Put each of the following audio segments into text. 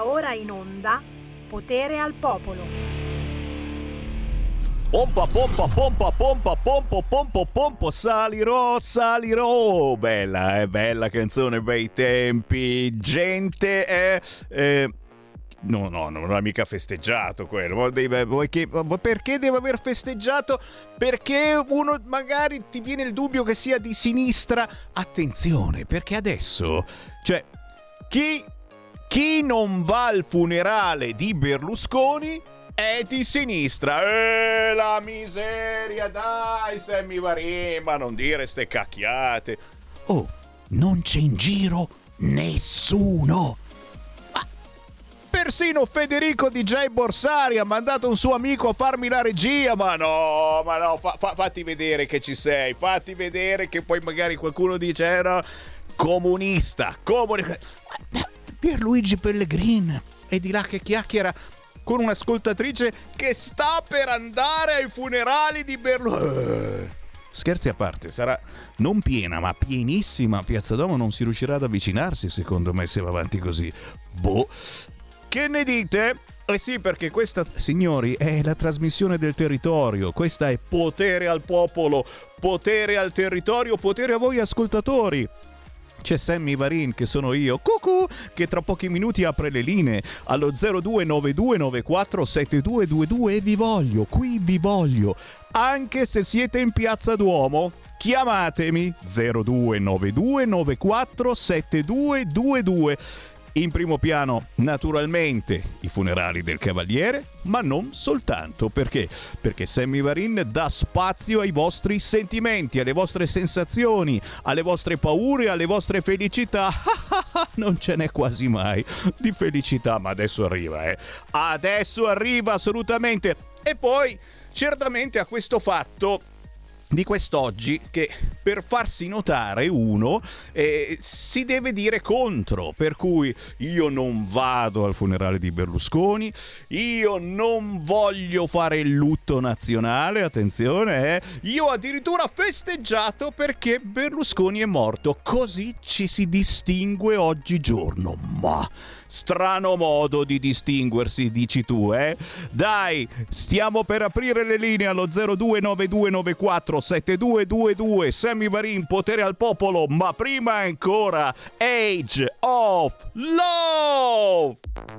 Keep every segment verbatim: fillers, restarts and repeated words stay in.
Va ora in onda Potere al Popolo. Pompa, pompa, pompa, pompa, pompo, pompo, pompo, salirò, salirò. Bella, è eh, bella canzone, bei tempi. Gente, è... Eh, no, no, non ha mica festeggiato quello. Che, perché deve aver festeggiato? Perché uno magari ti viene il dubbio che sia di sinistra. Attenzione, perché adesso, cioè, chi... Chi non va al funerale di Berlusconi è di sinistra. Eh, la miseria, dai, Sammy Varin, ma non dire ste cacchiate. Oh, non c'è in giro nessuno. Ma persino Federico D J Borsari ha mandato un suo amico a farmi la regia. Ma no, ma no, fa, fa, fatti vedere che ci sei, fatti vedere che poi magari qualcuno dice, eh no, comunista, comunista. Pierluigi Pellegrin è di là che chiacchiera con un'ascoltatrice che sta per andare ai funerali di Berlusconi. Scherzi a parte, sarà non piena ma pienissima Piazza Duomo, non si riuscirà ad avvicinarsi secondo me se va avanti così. Boh, che ne dite? Eh sì, perché questa, signori, è la trasmissione del territorio, questa è Potere al Popolo, potere al territorio, potere a voi ascoltatori. C'è Sammy Varin, che sono io, cucù, che tra pochi minuti apre le linee allo zero due nove due nove quattro sette due due due e vi voglio, qui vi voglio, anche se siete in Piazza Duomo. Chiamatemi zero due nove due nove quattro sette due due due. In primo piano, naturalmente, i funerali del Cavaliere, ma non soltanto. Perché? Perché Sammy Varin dà spazio ai vostri sentimenti, alle vostre sensazioni, alle vostre paure, alle vostre felicità. Non ce n'è quasi mai di felicità, ma adesso arriva, eh. Adesso arriva assolutamente. E poi, certamente a questo fatto di quest'oggi, che per farsi notare uno eh, si deve dire contro, per cui io non vado al funerale di Berlusconi, io non voglio fare il lutto nazionale, attenzione, eh, io addirittura festeggiato perché Berlusconi è morto, così ci si distingue oggigiorno. Ma strano modo di distinguersi, dici tu, eh? Dai, stiamo per aprire le linee allo zero due nove due nove quattro sette due due due. Sammy Varin, Potere al Popolo, ma prima ancora Age of Love.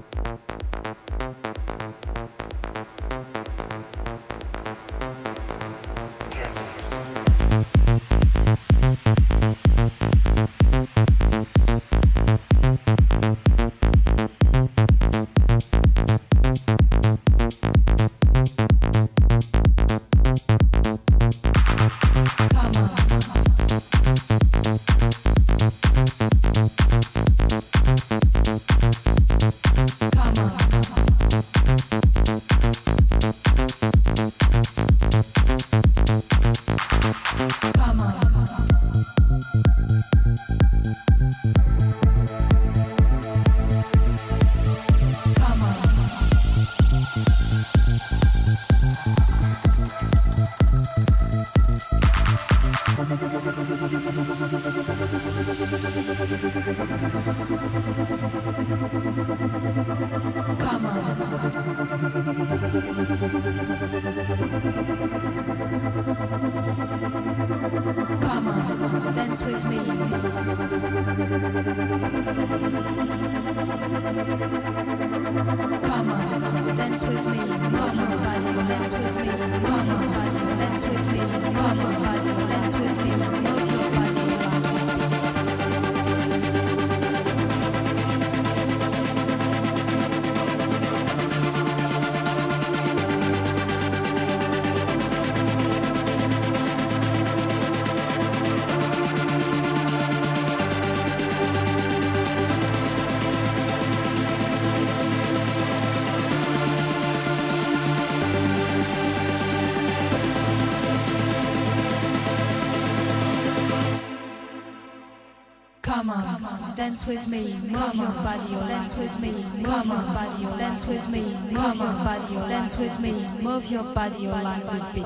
Dance with me, move your body, dance with me, move your body, dance with me, move your body, dance with me, move your body, like a beat.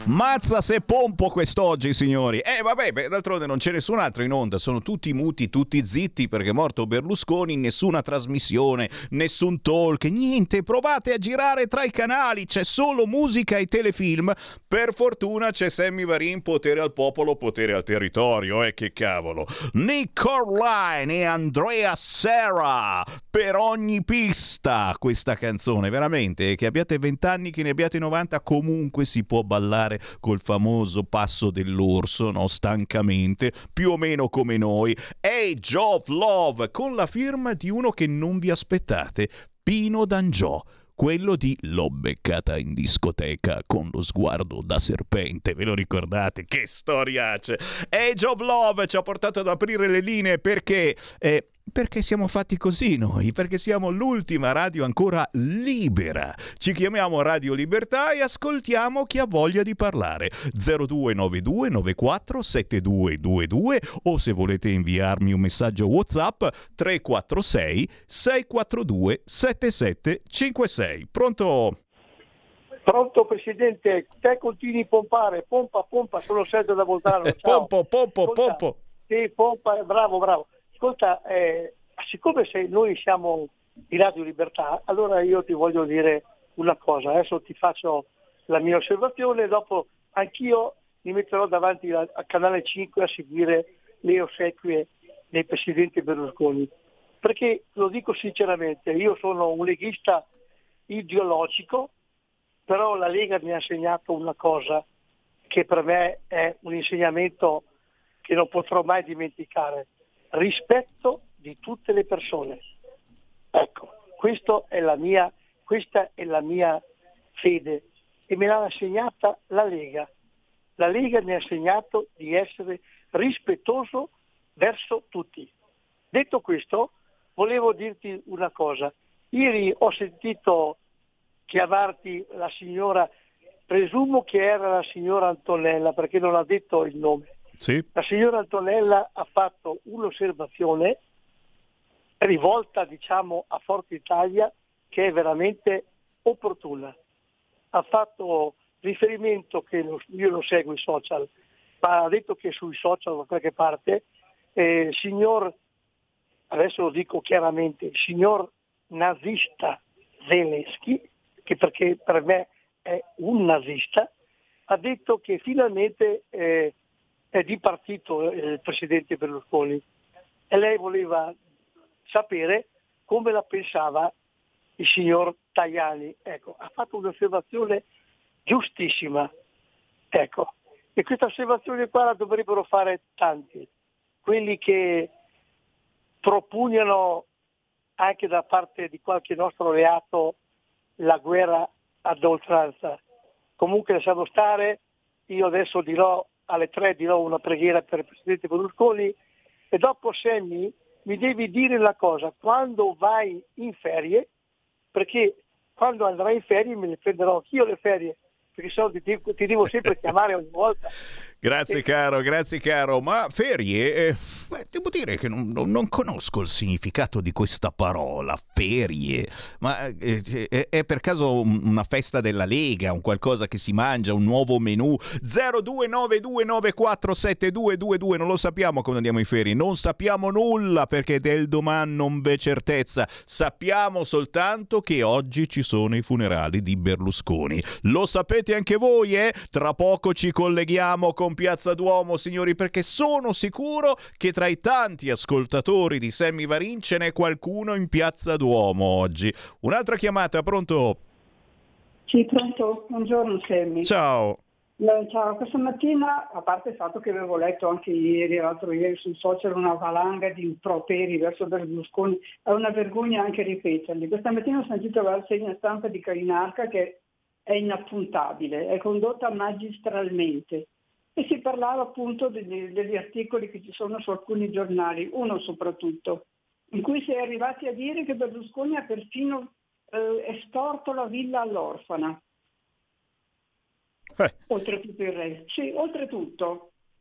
Mazza se pompo quest'oggi, signori. Eh vabbè, beh, d'altronde non c'è nessun altro in onda, sono tutti muti, tutti zitti, perché è morto Berlusconi, nessuna trasmissione, nessun talk, niente. Provate a girare tra i canali, c'è solo musica e telefilm. Per fortuna c'è Sammy Varin, potere al popolo, potere al territorio, eh che cavolo. Nick Corline e Andrea Serra, per ogni pista. Questa canzone, veramente, che abbiate vent'anni, che ne abbiate novanta, comunque si può ballare col famoso passo dell'orso, no? Stancamente, più o meno come noi. Age of Love, con la firma di uno che non vi aspettate, Pino D'Angiò, quello di L'ho beccata in discoteca con lo sguardo da serpente. Ve lo ricordate? Che storia c'è! Age of Love ci ha portato ad aprire le linee perché... Eh, Perché siamo fatti così noi, perché siamo l'ultima radio ancora libera. Ci chiamiamo Radio Libertà e ascoltiamo chi ha voglia di parlare. zero due nove due nove quattro sette due due due o se volete inviarmi un messaggio WhatsApp tre quattro sei sei quattro due sette sette cinque sei. Pronto? Pronto Presidente, te continui a pompare, pompa, pompa, sono Sergio da Voltano. Ciao. Pompo, pompo, Ascolta, pompo. Sì, pompa, bravo, bravo. Ascolta, eh, siccome se noi siamo di Radio Libertà, allora io ti voglio dire una cosa. Adesso ti faccio la mia osservazione, dopo anch'io mi metterò davanti al canale cinque a seguire le ossequie del Presidente Berlusconi. Perché, lo dico sinceramente, io sono un leghista ideologico, però la Lega mi ha insegnato una cosa che per me è un insegnamento che non potrò mai dimenticare: rispetto di tutte le persone. Ecco, questo è la mia, questa è la mia fede e me l'ha insegnata la Lega. La Lega mi ha insegnato di essere rispettoso verso tutti. Detto questo, volevo dirti una cosa. Ieri ho sentito chiamarti la signora, presumo che era la signora Antonella perché non ha detto il nome. Sì. La signora Antonella ha fatto un'osservazione rivolta, diciamo, a Forza Italia che è veramente opportuna. Ha fatto riferimento, che io non seguo i social, ma ha detto che sui social da qualche parte, eh, signor, adesso lo dico chiaramente, signor nazista Zelensky, che perché per me è un nazista, ha detto che finalmente eh, è di partito eh, il Presidente Berlusconi e lei voleva sapere come la pensava il signor Tajani. Ecco, ha fatto un'osservazione giustissima. Ecco, e questa osservazione qua la dovrebbero fare tanti, quelli che propugnano anche da parte di qualche nostro alleato la guerra ad oltranza. Comunque lasciamo stare, io adesso dirò alle tre dirò una preghiera per il Presidente Berlusconi e dopo Sammy mi devi dire una cosa: quando vai in ferie, perché quando andrai in ferie me ne prenderò anch'io le ferie, perché se no ti, ti devo sempre chiamare ogni volta. Grazie e... caro, grazie caro, ma ferie, eh, beh, devo dire che non, non, non conosco il significato di questa parola, ferie, ma eh, è, è per caso una festa della Lega, un qualcosa che si mangia, un nuovo menù? zero due nove due nove quattro sette due due due, non lo sappiamo quando andiamo in ferie, non sappiamo nulla perché del domani non v'è certezza, sappiamo soltanto che oggi ci sono i funerali di Berlusconi. Lo sapete anche voi, eh? Tra poco ci colleghiamo con Piazza Duomo, signori, perché sono sicuro che tra i tanti ascoltatori di Sammy Varin ce n'è qualcuno in Piazza Duomo oggi. Un'altra chiamata, pronto? Sì, pronto, buongiorno Sammy. Ciao. Eh, ciao, questa mattina, a parte il fatto che avevo letto anche ieri, l'altro ieri sul social, una valanga di improperi verso Berlusconi, è una vergogna anche ripeterli. Questa mattina ho sentito la rassegna stampa di Carinarca che è inappuntabile, è condotta magistralmente. E si parlava appunto degli, degli articoli che ci sono su alcuni giornali, uno soprattutto, in cui si è arrivati a dire che Berlusconi ha perfino eh, estorto la villa all'orfana. Eh. Oltretutto il resto. Sì, oltretutto.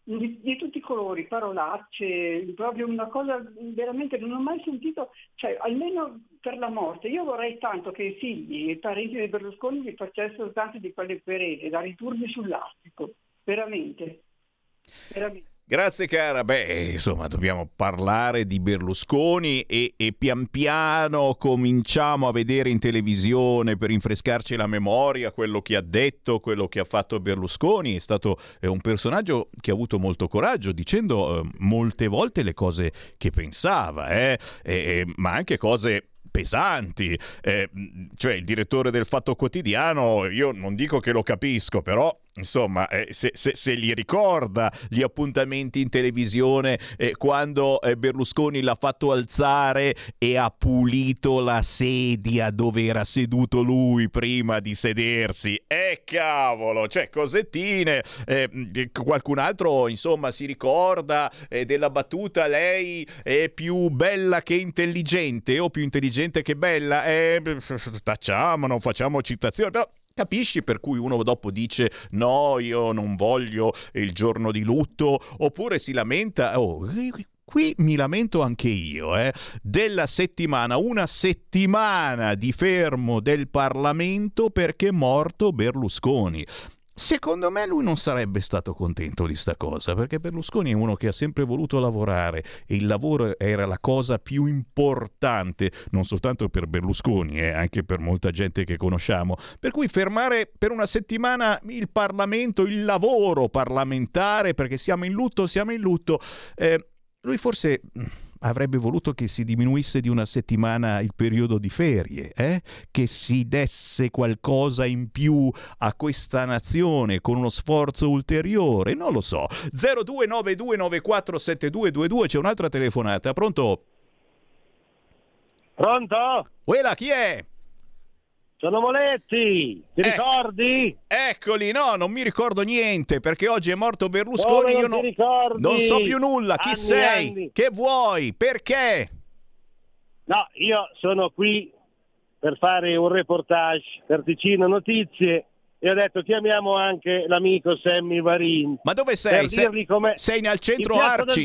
di, di tutti i colori, parolacce, proprio una cosa veramente non ho mai sentito, cioè almeno per la morte. Io vorrei tanto che i figli e i parenti di Berlusconi gli facessero tante di quelle querele, da riturbi sull'astico, veramente, veramente. Grazie cara, beh insomma dobbiamo parlare di Berlusconi e, e pian piano cominciamo a vedere in televisione per rinfrescarci la memoria quello che ha detto, quello che ha fatto Berlusconi. È stato eh, un personaggio che ha avuto molto coraggio dicendo eh, molte volte le cose che pensava, eh, eh, ma anche cose pesanti, eh, cioè il direttore del Fatto Quotidiano, io non dico che lo capisco, però insomma eh, se, se, se li ricorda gli appuntamenti in televisione eh, quando eh, Berlusconi l'ha fatto alzare e ha pulito la sedia dove era seduto lui prima di sedersi, e cavolo, cioè cosettine, eh, qualcun altro insomma si ricorda eh, della battuta lei è più bella che intelligente o più intelligente che bella, eh, tacciamo, non facciamo citazioni, però capisci per cui uno dopo dice no, io non voglio il giorno di lutto, oppure si lamenta, oh, qui mi lamento anche io, eh, della settimana, una settimana di fermo del Parlamento perché è morto Berlusconi. Secondo me lui non sarebbe stato contento di sta cosa, perché Berlusconi è uno che ha sempre voluto lavorare e il lavoro era la cosa più importante, non soltanto per Berlusconi, eh, anche per molta gente che conosciamo. Per cui fermare per una settimana il Parlamento, il lavoro parlamentare, perché siamo in lutto, siamo in lutto, eh, lui forse avrebbe voluto che si diminuisse di una settimana il periodo di ferie, eh? Che si desse qualcosa in più a questa nazione con uno sforzo ulteriore, non lo so. zero due nove due nove quattro sette due due due, c'è un'altra telefonata, pronto? Pronto? Uela, chi è? Sono Moletti, ti eh, ricordi? Eccoli, no, non mi ricordo niente, perché oggi è morto Berlusconi, Come io non, no, ricordi? non so più nulla, chi anni, sei? Anni. Che vuoi? Perché? No, io sono qui per fare un reportage per Ticino Notizie e ho detto chiamiamo anche l'amico Sammy Varin. Ma dove sei? Sei, sei al centro Arci?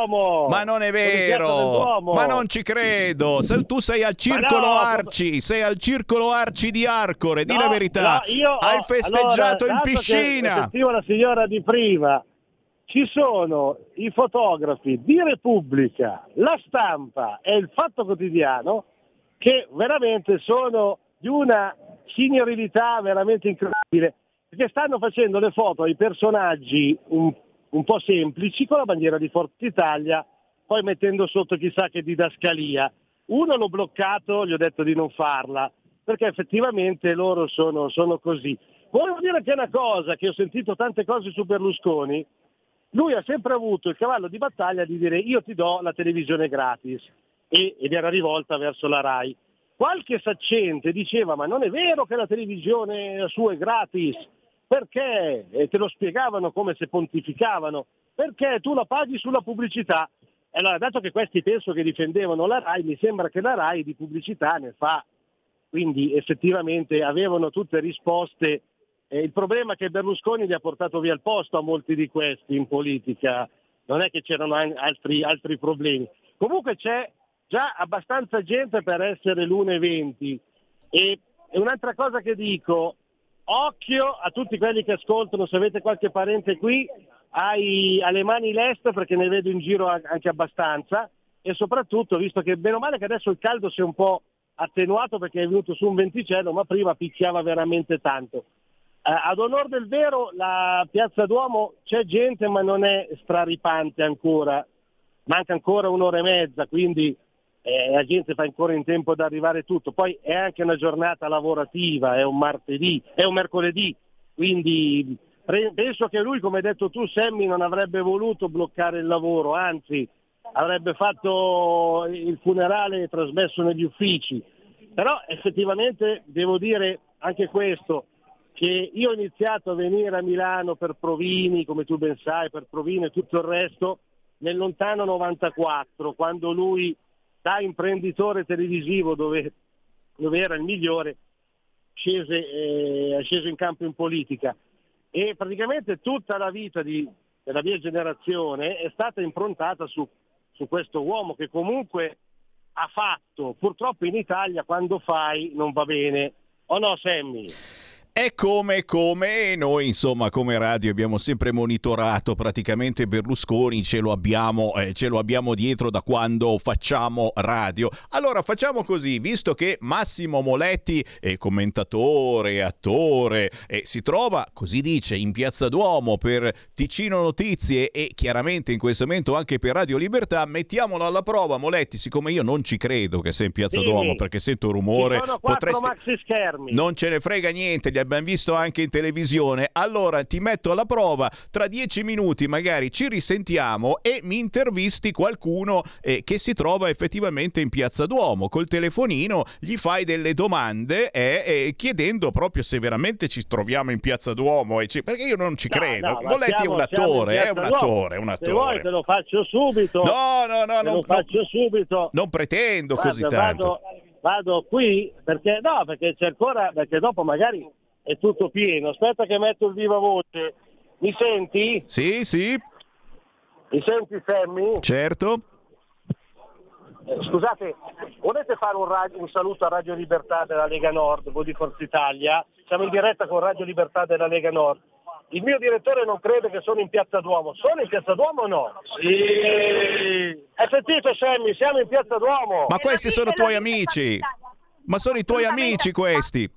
Ma non è vero, ma non ci credo. Se, tu sei al circolo no, Arci, sei al circolo Arci di Arcore, di no, la verità. No, io Hai ho, festeggiato allora, in piscina. Sentivo la signora di prima. Ci sono i fotografi di Repubblica, La Stampa e il Fatto Quotidiano che veramente sono di una signorilità veramente incredibile, perché stanno facendo le foto ai personaggi un, un po' semplici con la bandiera di Forza Italia, poi mettendo sotto chissà che didascalia. Uno l'ho bloccato, gli ho detto di non farla, perché effettivamente loro sono, sono così. Volevo dire che è una cosa, che ho sentito tante cose su Berlusconi, lui ha sempre avuto il cavallo di battaglia di dire io ti do la televisione gratis, e, ed era rivolta verso la Rai. Qualche saccente diceva ma non è vero che la televisione sua è gratis, perché? E te lo spiegavano come se pontificavano, perché tu la paghi sulla pubblicità. E allora, dato che questi penso che difendevano la Rai, mi sembra che la Rai di pubblicità ne fa, quindi effettivamente avevano tutte risposte. Eh, il problema è che Berlusconi gli ha portato via il posto a molti di questi in politica, non è che c'erano altri, altri problemi. Comunque c'è già abbastanza gente per essere l'una e venti. E, e un'altra cosa che dico, occhio a tutti quelli che ascoltano, se avete qualche parente qui, hai alle mani leste, perché ne vedo in giro anche abbastanza, e soprattutto, visto che bene o male che adesso il caldo si è un po' attenuato perché è venuto su un venticello, ma prima picchiava veramente tanto. Eh, ad onor del vero, la Piazza Duomo c'è gente ma non è straripante ancora, manca ancora un'ora e mezza, quindi Eh, la gente fa ancora in tempo ad arrivare tutto, poi è anche una giornata lavorativa, è un martedì, è un mercoledì, quindi pre- penso che lui, come hai detto tu Sammy, non avrebbe voluto bloccare il lavoro, anzi avrebbe fatto il funerale trasmesso negli uffici, però effettivamente devo dire anche questo, che io ho iniziato a venire a Milano per Provini, come tu ben sai, per Provini e tutto il resto, nel lontano novantaquattro, quando lui da imprenditore televisivo, dove, dove era il migliore, scese, eh, è sceso in campo in politica, e praticamente tutta la vita di, della mia generazione è stata improntata su, su questo uomo che comunque ha fatto, purtroppo in Italia quando fai non va bene, o no Sammy? È come, come noi insomma come radio abbiamo sempre monitorato praticamente Berlusconi, ce lo abbiamo, eh, ce lo abbiamo dietro da quando facciamo radio. Allora facciamo così, visto che Massimo Moletti è commentatore, attore, e si trova, così dice, in Piazza Duomo per Ticino Notizie e chiaramente in questo momento anche per Radio Libertà, mettiamolo alla prova. Moletti, siccome io non ci credo che sei in Piazza Dimmi. Duomo perché sento rumore, Ci sono quattro potresti... maxi schermi. Non ce ne frega niente, li abbiamo visto anche in televisione. Allora ti metto alla prova, tra dieci minuti magari ci risentiamo e mi intervisti qualcuno eh, che si trova effettivamente in Piazza Duomo. Col telefonino gli fai delle domande eh, eh, chiedendo proprio se veramente ci troviamo in Piazza Duomo, e ci... perché io non ci No, credo. no, ma Moletti è siamo- un attore, siamo è in un Piazza attore, Duomo. un attore. Se vuoi te lo faccio subito. No, no, no, te no, lo no, faccio subito. non pretendo così Guarda, tanto. Vado, vado qui perché no, perché c'è ancora, perché dopo magari è tutto pieno. Aspetta che metto il viva voce. Mi senti? Sì, sì, Mi senti Sammy? certo. Eh, scusate, volete fare un, radio, un saluto a Radio Libertà della Lega Nord, voi di Forza Italia? Siamo in diretta con Radio Libertà della Lega Nord. Il mio direttore non crede che sono in Piazza Duomo. Sono in Piazza Duomo o no? Sì! Hai sentito Sammy? Siamo in Piazza Duomo! Ma questi sono tuoi amici. Ma sono i tuoi amici questi.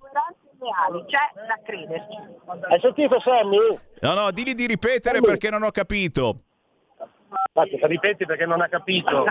C'è da crederci. Hai sentito Sammy? No, no, digli di ripetere Sammy. perché non ho capito. Infatti, ripeti perché non ha capito.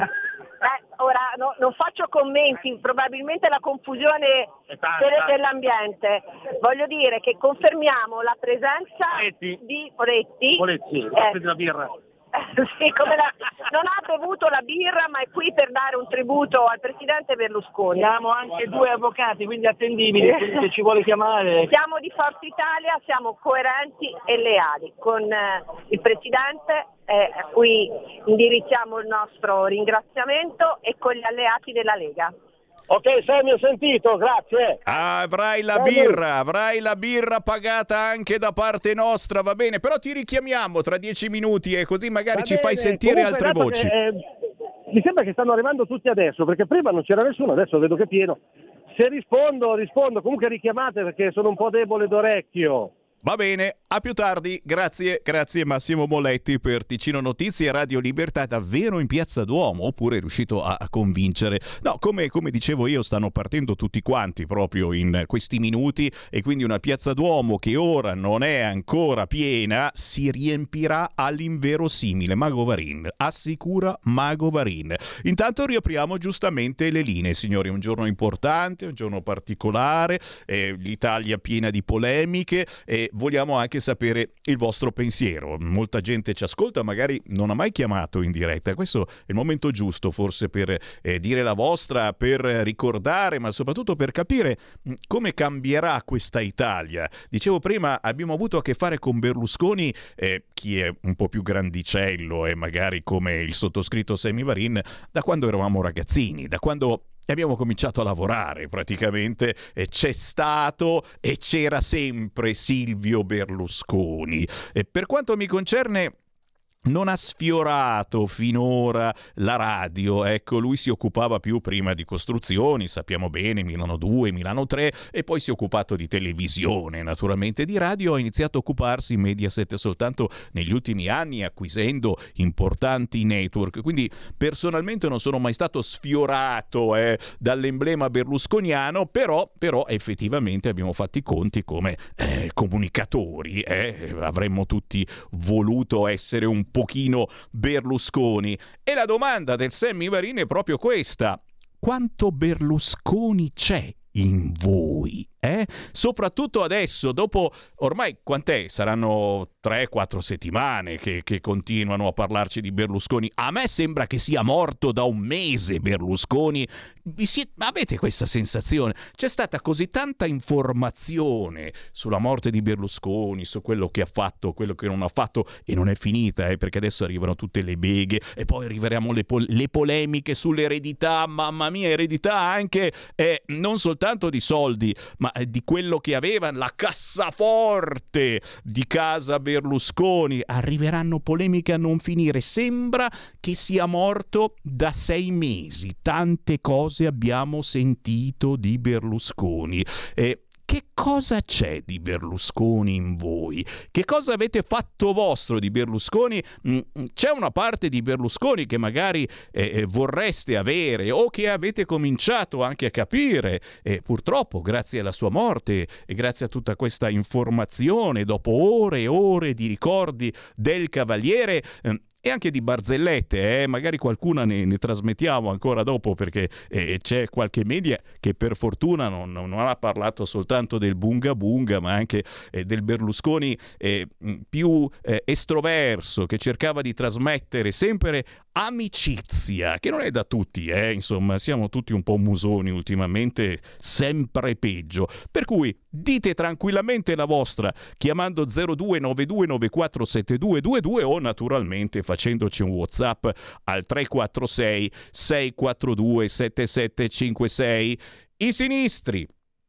Eh, ora no- non faccio commenti, probabilmente la confusione È tanta. delle- dell'ambiente. Voglio dire che confermiamo la presenza Poletti. di Poletti. Poletti, Eh, la birra. sì, come la- non ha bevuto la birra, ma è qui per dare un tributo al presidente Berlusconi. Abbiamo anche due avvocati, quindi attendibili, quindi se ci vuole chiamare. Siamo di Forza Italia, siamo coerenti e leali con eh, il Presidente eh, a cui indirizziamo il nostro ringraziamento e con gli alleati della Lega. Ok, Sammy, ho sentito, grazie. Ah, avrai la Sammy. birra, avrai la birra pagata anche da parte nostra, va bene, però ti richiamiamo tra dieci minuti e così magari Va ci fai bene. sentire Comunque, altre dato voci. che, eh, mi sembra che stanno arrivando tutti adesso, perché prima non c'era nessuno, adesso vedo che è pieno. Se rispondo, rispondo, comunque richiamate perché sono un po' debole d'orecchio. Va bene, a più tardi, grazie, grazie Massimo Moletti per Ticino Notizie e Radio Libertà, davvero in Piazza Duomo, oppure è riuscito a, a convincere? No, come, come dicevo io, stanno partendo tutti quanti proprio in questi minuti e quindi una Piazza Duomo che ora non è ancora piena si riempirà all'inverosimile. Mago Varin, assicura Mago Varin. Intanto riapriamo giustamente le linee, signori, un giorno importante, un giorno particolare, eh, l'Italia piena di polemiche e vogliamo anche sapere il vostro pensiero. Molta gente ci ascolta, magari non ha mai chiamato in diretta. Questo è il momento giusto forse per eh, dire la vostra, per ricordare, ma soprattutto per capire mh, come cambierà questa Italia. Dicevo prima, abbiamo avuto a che fare con Berlusconi, eh, chi è un po' più grandicello e magari come il sottoscritto Sammy Varin, da quando eravamo ragazzini, da quando abbiamo cominciato a lavorare praticamente, e c'è stato e c'era sempre Silvio Berlusconi. E per quanto mi concerne non ha sfiorato finora la radio, ecco, lui si occupava più prima di costruzioni, sappiamo bene, Milano due, Milano tre, e poi si è occupato di televisione, naturalmente. Di radio ha iniziato a occuparsi Mediaset soltanto negli ultimi anni, acquisendo importanti network, quindi personalmente non sono mai stato sfiorato eh, dall'emblema berlusconiano, però, però effettivamente abbiamo fatto i conti come eh, comunicatori, eh, avremmo tutti voluto essere un pochino Berlusconi. E la domanda del Sammy Varin è proprio questa: quanto Berlusconi c'è in voi? Eh? Soprattutto adesso, dopo ormai quant'è? Saranno tre quattro settimane che, che continuano a parlarci di Berlusconi. A me sembra che sia morto da un mese Berlusconi. Vi siete, avete questa sensazione? C'è stata così tanta informazione sulla morte di Berlusconi, su quello che ha fatto, quello che non ha fatto, e non è finita, eh, perché adesso arrivano tutte le beghe e poi arriveremo le, pol- le polemiche sull'eredità. Mamma mia, eredità anche eh, non soltanto di soldi, ma ma di quello che aveva la cassaforte di casa Berlusconi. Arriveranno polemiche a non finire. Sembra che sia morto da sei mesi. Tante cose abbiamo sentito di Berlusconi. Eh, Che cosa c'è di Berlusconi in voi? Che cosa avete fatto vostro di Berlusconi? C'è una parte di Berlusconi che magari eh, vorreste avere o che avete cominciato anche a capire e purtroppo grazie alla sua morte e grazie a tutta questa informazione dopo ore e ore di ricordi del Cavaliere eh, e anche di barzellette, eh? magari qualcuna ne, ne trasmettiamo ancora dopo perché eh, c'è qualche media che per fortuna non, non ha parlato soltanto del bunga bunga ma anche eh, del Berlusconi eh, più eh, estroverso, che cercava di trasmettere sempre amicizia, che non è da tutti, eh? insomma siamo tutti un po' musoni ultimamente, sempre peggio, per cui dite tranquillamente la vostra chiamando zero due nove due nove quattro sette due due due o naturalmente facendoci un WhatsApp al tre quattro sei sei quattro due sette sette cinque sei. I sinistri,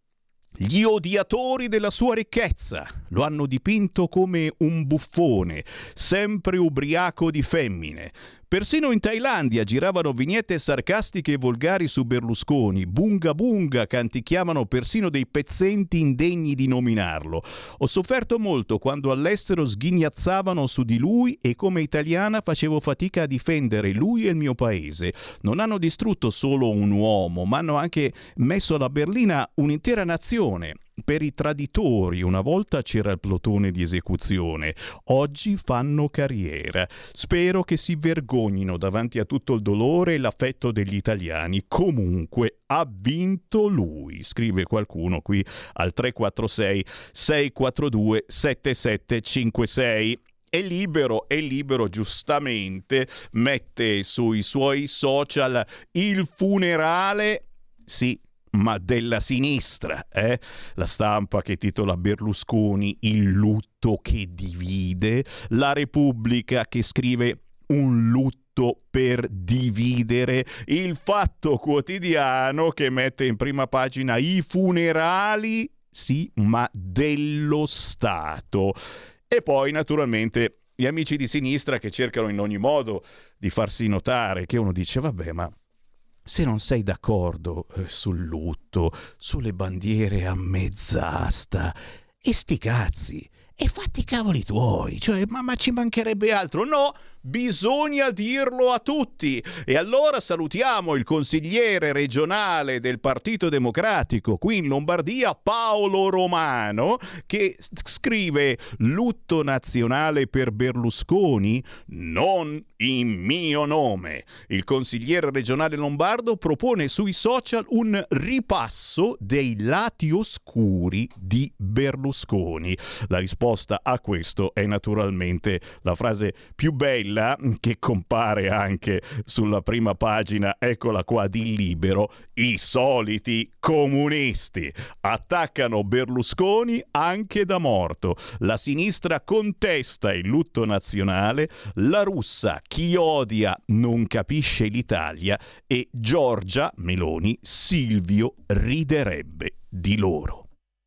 gli odiatori della sua ricchezza, lo hanno dipinto come un buffone, sempre ubriaco di femmine. Persino in Thailandia giravano vignette sarcastiche e volgari su Berlusconi. Bunga bunga canticchiavano persino dei pezzenti indegni di nominarlo. Ho sofferto molto quando all'estero sghignazzavano su di lui e come italiana facevo fatica a difendere lui e il mio paese. Non hanno distrutto solo un uomo, ma hanno anche messo alla berlina un'intera nazione. Per i traditori una volta c'era il plotone di esecuzione, oggi fanno carriera. Spero che si vergognino davanti a tutto il dolore e l'affetto degli italiani. Comunque ha vinto lui, scrive qualcuno qui al tre quattro sei sei quattro due sette sette cinque sei. È libero, è libero giustamente, mette sui suoi social il funerale, sì, ma della sinistra, eh? La Stampa che titola Berlusconi il lutto che divide, La Repubblica che scrive un lutto per dividere, il Fatto Quotidiano che mette in prima pagina i funerali, sì, ma dello Stato. E poi naturalmente gli amici di sinistra che cercano in ogni modo di farsi notare, che uno dice vabbè, ma se non sei d'accordo eh, sul lutto, sulle bandiere a mezz'asta, e sti cazzi, e fatti i cavoli tuoi, cioè, ma, ma ci mancherebbe altro. No, bisogna dirlo a tutti. E allora salutiamo il consigliere regionale del Partito Democratico qui in Lombardia, Paolo Romano, che scrive: lutto nazionale per Berlusconi, non in mio nome. Il consigliere regionale lombardo propone sui social un ripasso dei lati oscuri di Berlusconi. La risposta a questo è naturalmente la frase più bella che compare anche sulla prima pagina, eccola qua, di Libero: i soliti comunisti attaccano Berlusconi anche da morto. La sinistra contesta il lutto nazionale, la russa chi odia non capisce l'Italia e Giorgia Meloni, Silvio riderebbe di loro.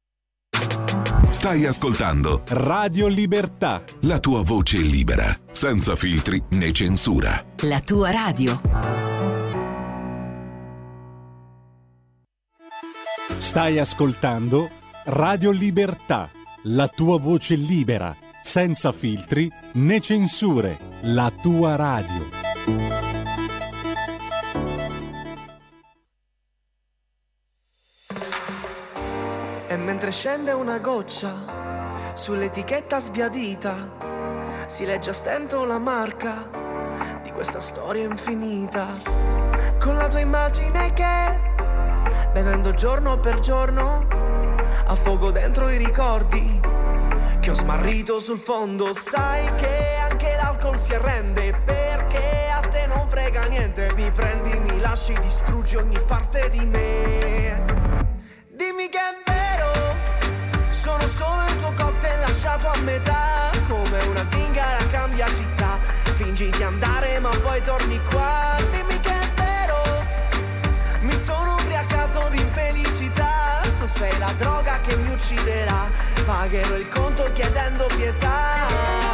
Stai ascoltando Radio Libertà, la tua voce libera, senza filtri né censura. La tua radio. Stai ascoltando Radio Libertà, la tua voce libera, senza filtri né censure. La tua radio. E mentre scende una goccia sull'etichetta sbiadita, si legge a stento la marca di questa storia infinita. Con la tua immagine che, bevendo giorno per giorno, affogo dentro i ricordi che ho smarrito sul fondo. Sai che anche l'alcol si arrende, perché a te non frega niente. Mi prendi, mi lasci, distruggi ogni parte di me. Dimmi che è vero, sono solo il tuo cocktail lasciato a metà. Come una zingara cambia città, fingi di andare ma poi torni qua. Dimmi che è vero, mi sono ubriacato di infelicità. Tu sei la droga ucciderà. Pagherò il conto chiedendo pietà.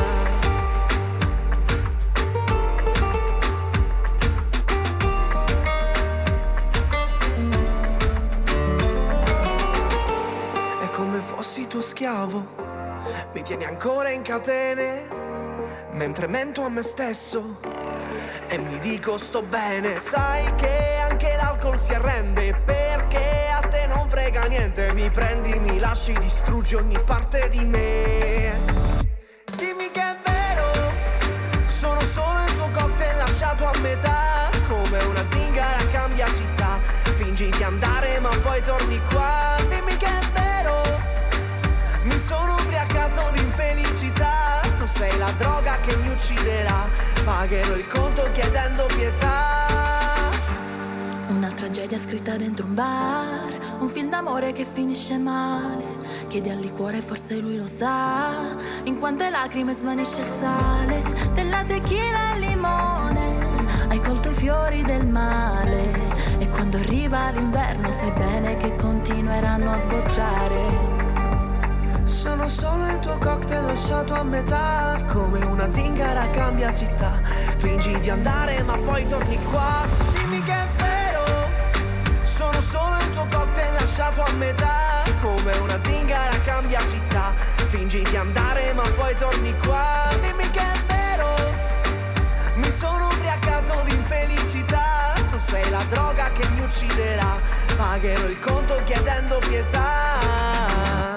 Come fossi tuo schiavo, mi tieni ancora in catene, mentre mento a me stesso e mi dico sto bene. Sai che anche l'alcol si arrende, perché a te non frega niente. Mi prendi, mi lasci, distruggi ogni parte di me. Dimmi che è vero, sono solo il tuo cocktail lasciato a metà. Come una zingara cambia città, fingi di andare ma poi torni qua. Dimmi che è vero, mi sono ubriacato di infelicità. Tu sei la droga che mi ucciderà. Pagherò il conto chiedendo pietà. Una tragedia scritta dentro un bar, un film d'amore che finisce male. Chiedi al liquore, forse lui lo sa, in quante lacrime svanisce il sale della tequila e il limone. Hai colto i fiori del male e quando arriva l'inverno sai bene che continueranno a sbocciare. Sono solo il tuo cocktail lasciato a metà. Come una zingara cambia città, fingi di andare ma poi torni qua. Dimmi che è vero, sono solo il tuo cocktail lasciato a metà. Come una zingara cambia città, fingi di andare ma poi torni qua. Dimmi che è vero, mi sono ubriacato di infelicità. Tu sei la droga che mi ucciderà. Pagherò il conto chiedendo pietà.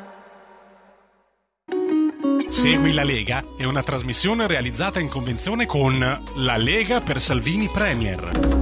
Segui la Lega è una trasmissione realizzata in convenzione con La Lega per Salvini Premier.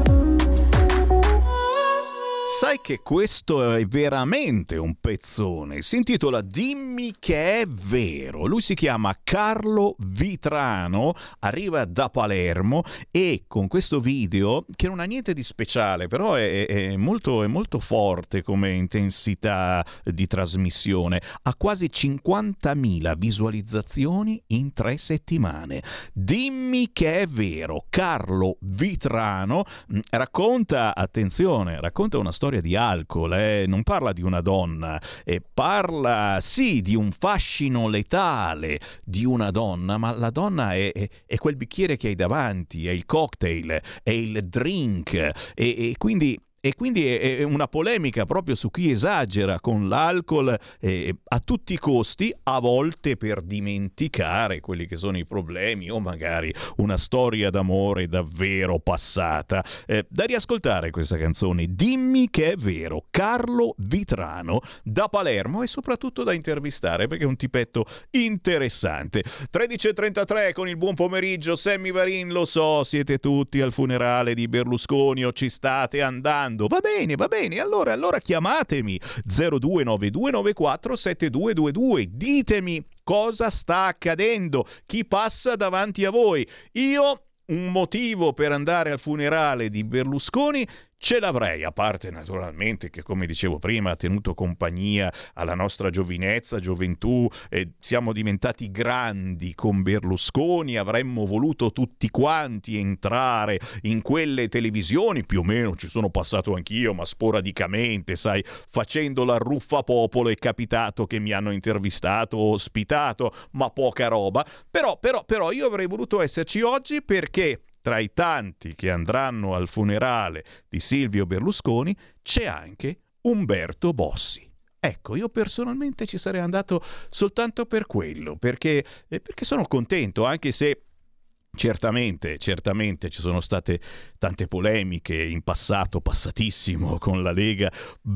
Sai che questo è veramente un pezzone, si intitola Dimmi che è vero. Lui si chiama Carlo Vitrano, arriva da Palermo e con questo video, che non ha niente di speciale, però è, è, molto, è molto forte come intensità di trasmissione, ha quasi cinquantamila visualizzazioni in tre settimane. Dimmi che è vero. Carlo Vitrano racconta, attenzione, racconta una storia di alcol, eh? Non parla di una donna, eh, parla sì di un fascino letale di una donna, ma la donna è, è, è quel bicchiere che hai davanti, è il cocktail, è il drink, e, e quindi E quindi è una polemica proprio su chi esagera con l'alcol eh, a tutti i costi, a volte per dimenticare quelli che sono i problemi o magari una storia d'amore davvero passata. Eh, da riascoltare questa canzone, Dimmi che è vero, Carlo Vitrano da Palermo, e soprattutto da intervistare perché è un tipetto interessante. tredici e trentatré con il buon pomeriggio, Sammy Varin, lo so, siete tutti al funerale di Berlusconi o ci state andando. Va bene, va bene, allora, allora chiamatemi zero due nove due nove quattro sette due due due, ditemi cosa sta accadendo, chi passa davanti a voi. Io un motivo per andare al funerale di Berlusconi ce l'avrei, a parte naturalmente che, come dicevo prima, ha tenuto compagnia alla nostra giovinezza, gioventù, e siamo diventati grandi con Berlusconi, avremmo voluto tutti quanti entrare in quelle televisioni, più o meno ci sono passato anch'io, ma sporadicamente, sai, facendo la ruffa popolo è capitato che mi hanno intervistato o ospitato, ma poca roba, però, però, però io avrei voluto esserci oggi perché tra i tanti che andranno al funerale di Silvio Berlusconi c'è anche Umberto Bossi. Ecco, io personalmente ci sarei andato soltanto per quello, perché, eh, perché sono contento, anche se Certamente, certamente ci sono state tante polemiche in passato, passatissimo, con la Lega.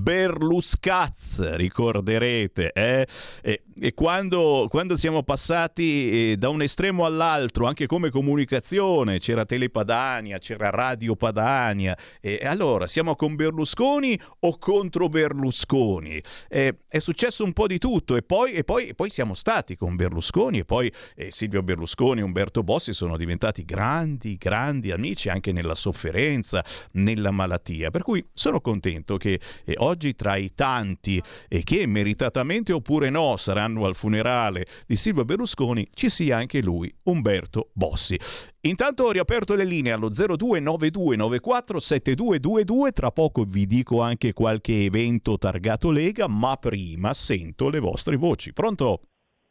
Berluscaz, ricorderete, eh? E, e quando, quando siamo passati eh, da un estremo all'altro, anche come comunicazione, c'era Telepadania, c'era Radio Padania, e allora siamo con Berlusconi o contro Berlusconi? Eh, è successo un po' di tutto, e poi, e poi, e poi siamo stati con Berlusconi, e poi eh, Silvio Berlusconi e Umberto Bossi sono diventati diventati grandi, grandi amici anche nella sofferenza, nella malattia. Per cui sono contento che eh, oggi tra i tanti e che meritatamente oppure no saranno al funerale di Silvio Berlusconi ci sia anche lui, Umberto Bossi. Intanto ho riaperto le linee allo zero due nove due nove quattro sette due due due, tra poco vi dico anche qualche evento targato Lega, ma prima sento le vostre voci. Pronto?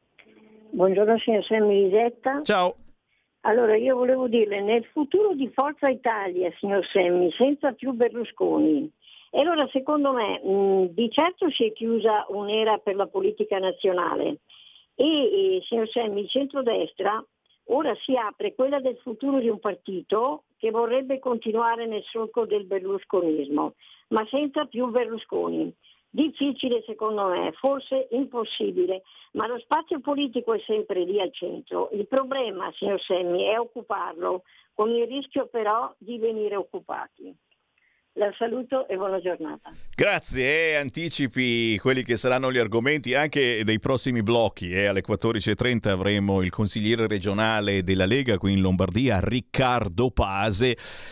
Buongiorno signor Semmi Lisetta. Ciao. Allora io volevo dirle, nel futuro di Forza Italia, signor Semmi, senza più Berlusconi, e allora secondo me mh, di certo si è chiusa un'era per la politica nazionale e, e signor Semmi, il centrodestra ora si apre quella del futuro di un partito che vorrebbe continuare nel solco del berlusconismo, ma senza più Berlusconi. Difficile secondo me, forse impossibile, ma lo spazio politico è sempre lì al centro. Il problema, signor Semmi, è occuparlo, con il rischio però di venire occupati. La saluto e buona giornata. Grazie, eh, anticipi quelli che saranno gli argomenti anche dei prossimi blocchi. Eh. Alle quattordici e trenta avremo il consigliere regionale della Lega qui in Lombardia, Riccardo Pase.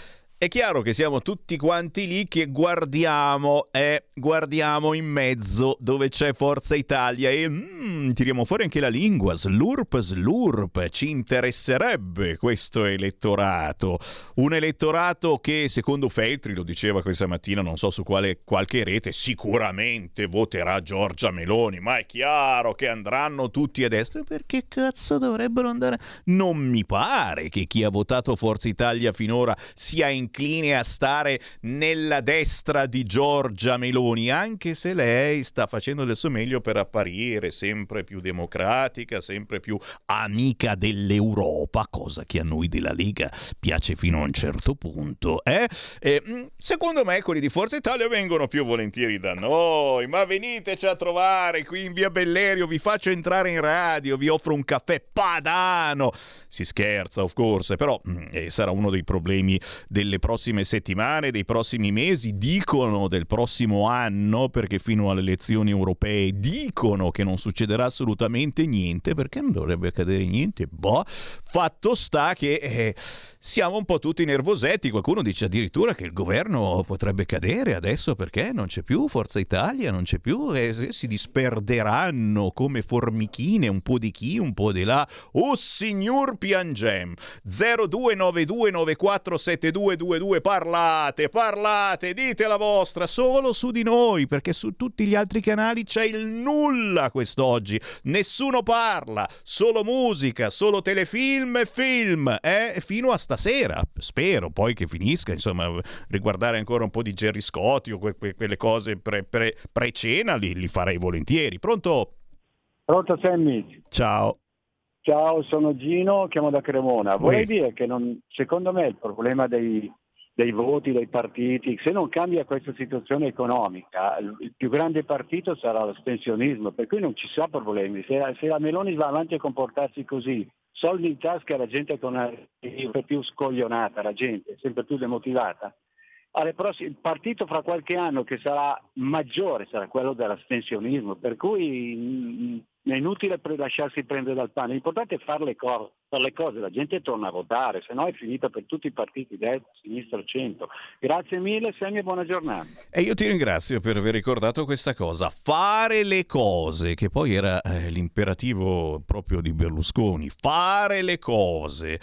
È chiaro che siamo tutti quanti lì che guardiamo e eh, guardiamo in mezzo dove c'è Forza Italia e mm, tiriamo fuori anche la lingua, slurp, slurp, ci interesserebbe questo elettorato, un elettorato che secondo Feltri, lo diceva questa mattina, non so su quale qualche rete, sicuramente voterà Giorgia Meloni, ma è chiaro che andranno tutti a destra, perché cazzo dovrebbero andare? Non mi pare che chi ha votato Forza Italia finora sia in incline a stare nella destra di Giorgia Meloni, anche se lei sta facendo del suo meglio per apparire sempre più democratica, sempre più amica dell'Europa, cosa che a noi della Lega piace fino a un certo punto. Eh? E, secondo me quelli di Forza Italia vengono più volentieri da noi, ma veniteci a trovare qui in via Bellerio, vi faccio entrare in radio, vi offro un caffè padano. Si scherza, of course, però eh, sarà uno dei problemi delle prossime settimane, dei prossimi mesi, dicono del prossimo anno, perché fino alle elezioni europee dicono che non succederà assolutamente niente, perché non dovrebbe accadere niente. Boh, fatto sta che eh, siamo un po' tutti nervosetti, qualcuno dice addirittura che il governo potrebbe cadere adesso perché non c'è più Forza Italia, non c'è più, eh, si disperderanno come formichine, un po' di chi, un po' di là. Oh signor piangem. zero due nove due nove quattro sette due due due, parlate, parlate, dite la vostra solo su di noi, perché su tutti gli altri canali c'è il nulla quest'oggi, nessuno parla, solo musica, solo telefilm e film, eh? Fino a stasera, spero poi che finisca, insomma, riguardare ancora un po' di Gerry Scotti o que- que- quelle cose pre- pre- pre-cena li, li farei volentieri. Pronto? Pronto Sammy? Ciao. Ciao, sono Gino, chiamo da Cremona. Vorrei Oui. dire che non, secondo me il problema dei, dei voti, dei partiti, se non cambia questa situazione economica, il, il più grande partito sarà l'astensionismo, per cui non ci sono problemi. Se, se la Meloni va avanti a comportarsi così, soldi in tasca, la gente con una, sempre più scoglionata, la gente sempre più demotivata. Alle prossime, il partito fra qualche anno che sarà maggiore sarà quello dell'astensionismo, per cui mh, è inutile pre- lasciarsi prendere dal pane, l'importante è fare le, co- fare le cose, la gente torna a votare, se no è finita per tutti i partiti, destra, sinistra, centro. Grazie mille Sammy e buona giornata. E io ti ringrazio per aver ricordato questa cosa, fare le cose, che poi era eh, l'imperativo proprio di Berlusconi, fare le cose.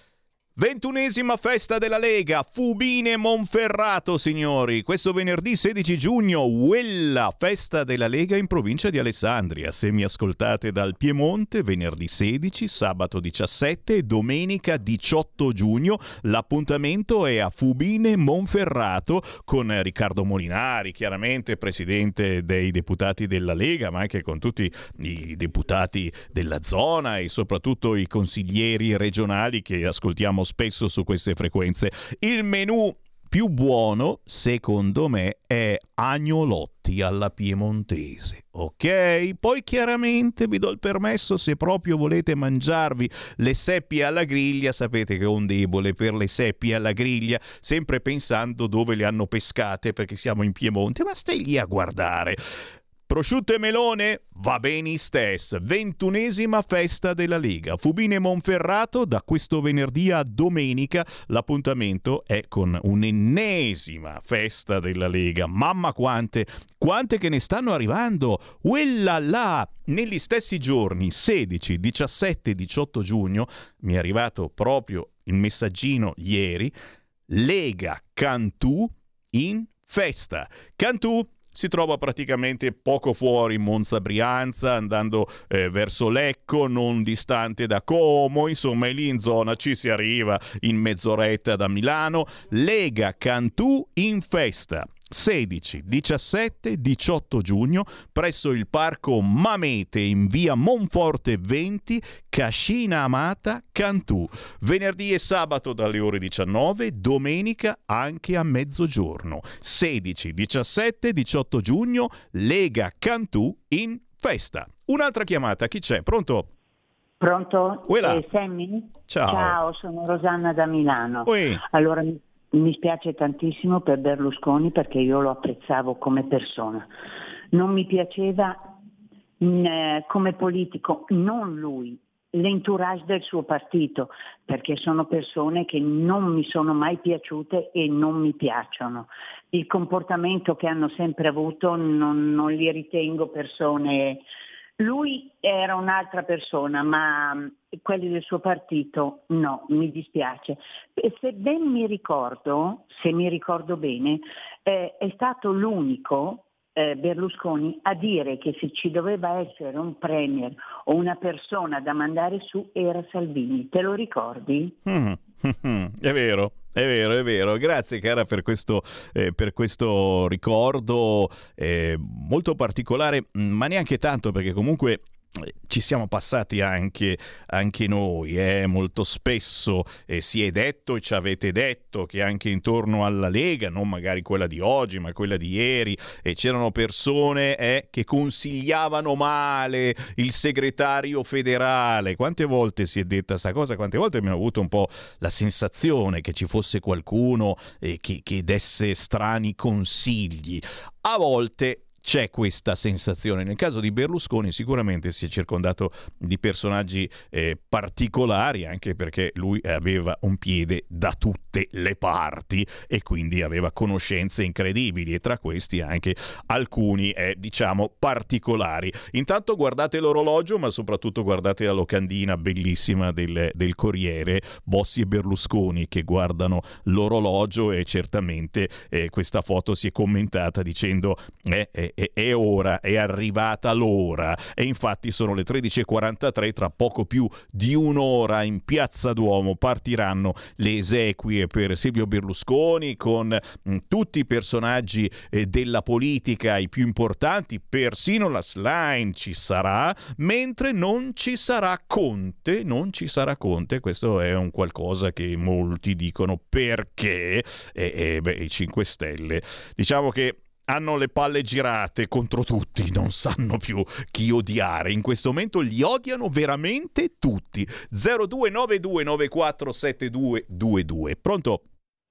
Ventunesima festa della Lega, Fubine Monferrato, signori. Questo venerdì sedici giugno, quella festa della Lega in provincia di Alessandria. Se mi ascoltate dal Piemonte, venerdì sedici, sabato diciassette e domenica diciotto giugno, l'appuntamento è a Fubine Monferrato con Riccardo Molinari, chiaramente presidente dei deputati della Lega, ma anche con tutti i deputati della zona e soprattutto i consiglieri regionali che ascoltiamo spesso su queste frequenze. Il menù più buono, secondo me, è agnolotti alla piemontese, ok? Poi chiaramente vi do il permesso, se proprio volete mangiarvi le seppie alla griglia, sapete che ho un debole per le seppie alla griglia, sempre pensando dove le hanno pescate, perché siamo in Piemonte, ma stai lì a guardare. Prosciutto e melone? Va bene stes. Ventunesima festa della Lega. Fubine Monferrato da questo venerdì a domenica. L'appuntamento è con un'ennesima festa della Lega. Mamma quante, quante che ne stanno arrivando. Uella là! Negli stessi giorni, sedici, diciassette e diciotto giugno, mi è arrivato proprio il messaggino ieri, Lega Cantù in festa. Cantù si trova praticamente poco fuori Monza Brianza, andando eh, verso Lecco, non distante da Como, insomma è lì in zona, ci si arriva in mezz'oretta da Milano. Lega Cantù in festa. sedici, diciassette, diciotto giugno presso il parco Mamete in via Monforte venti, Cascina Amata, Cantù. Venerdì e sabato dalle ore diciannove, domenica anche a mezzogiorno. sedici, diciassette, diciotto giugno, Lega Cantù in festa. Un'altra chiamata, chi c'è? Pronto? Pronto? Eh, Sammy? Ciao. Ciao, sono Rosanna da Milano. Ui. Allora mi Mi spiace tantissimo per Berlusconi perché io lo apprezzavo come persona. Non mi piaceva mh, eh, come politico, non lui, l'entourage del suo partito, perché sono persone che non mi sono mai piaciute e non mi piacciono. Il comportamento che hanno sempre avuto non, non li ritengo persone. Lui era un'altra persona, ma quelli del suo partito no, mi dispiace. E se ben mi ricordo, se mi ricordo bene, eh, è stato l'unico eh, Berlusconi a dire che se ci doveva essere un premier o una persona da mandare su era Salvini. Te lo ricordi? Mm, è vero. È vero, è vero. Grazie cara per questo, eh, per questo ricordo eh, molto particolare, ma neanche tanto perché comunque ci siamo passati anche, anche noi, eh? Molto spesso eh, si è detto e ci avete detto che anche intorno alla Lega, non magari quella di oggi ma quella di ieri, eh, c'erano persone eh, che consigliavano male il segretario federale. Quante volte si è detta sta cosa? Quante volte abbiamo avuto un po' la sensazione che ci fosse qualcuno eh, che, che desse strani consigli? A volte c'è questa sensazione. Nel caso di Berlusconi sicuramente si è circondato di personaggi eh, particolari, anche perché lui aveva un piede da tutte le parti e quindi aveva conoscenze incredibili, e tra questi anche alcuni eh, diciamo particolari. Intanto guardate l'orologio, ma soprattutto guardate la locandina bellissima del, del Corriere, Bossi e Berlusconi che guardano l'orologio, e certamente eh, questa foto si è commentata dicendo eh, eh, è ora, è arrivata l'ora, e infatti sono le tredici e quarantatré, tra poco più di un'ora in Piazza Duomo partiranno le esequie per Silvio Berlusconi con mh, tutti i personaggi eh, della politica, i più importanti, persino la Schlein ci sarà, mentre non ci sarà Conte, non ci sarà Conte. Questo è un qualcosa che molti dicono perché eh, eh, beh, i cinque Stelle diciamo che hanno le palle girate contro tutti, non sanno più chi odiare. In questo momento li odiano veramente tutti. zero due nove due nove quattro sette due due due. Pronto?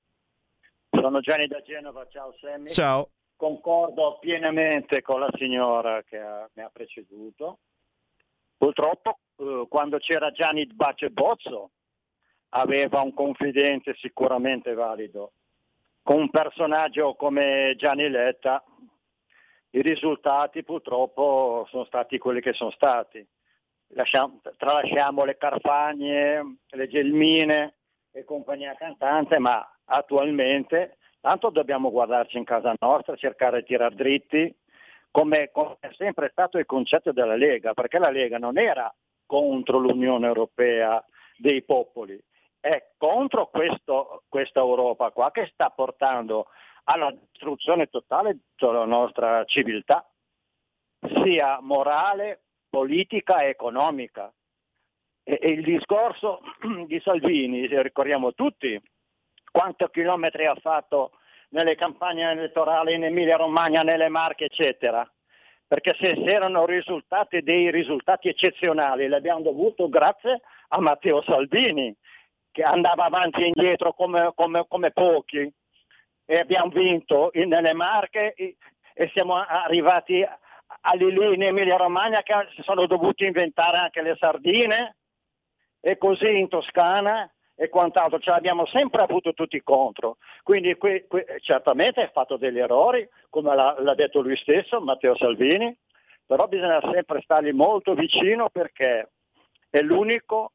Sono Gianni da Genova, ciao Sammy. Ciao. Concordo pienamente con la signora che ha, mi ha preceduto. Purtroppo eh, quando c'era Gianni Bace Bozzo aveva un confidente sicuramente valido. Con un personaggio come Gianni Letta i risultati purtroppo sono stati quelli che sono stati. Lasciamo, tralasciamo le Carfagne, le Gelmine e compagnia cantante, ma attualmente tanto dobbiamo guardarci in casa nostra, cercare di tirar dritti, come, come è sempre stato il concetto della Lega, perché la Lega non era contro l'Unione Europea dei popoli, è contro questo, questa Europa qua che sta portando alla distruzione totale della nostra civiltà, sia morale, politica e economica. E, e il discorso di Salvini, ricordiamo tutti quanti chilometri ha fatto nelle campagne elettorali in Emilia Romagna, nelle Marche, eccetera. Perché se erano risultati dei risultati eccezionali, li abbiamo dovuto grazie a Matteo Salvini, che andava avanti e indietro come, come, come pochi, e abbiamo vinto in, nelle Marche e, e siamo arrivati lì in Emilia Romagna che si sono dovuti inventare anche le sardine, e così in Toscana e quant'altro, ce l'abbiamo sempre avuto tutti contro. Quindi qui, qui, certamente ha fatto degli errori, come l'ha, l'ha detto lui stesso, Matteo Salvini, però bisogna sempre stargli molto vicino, perché è l'unico,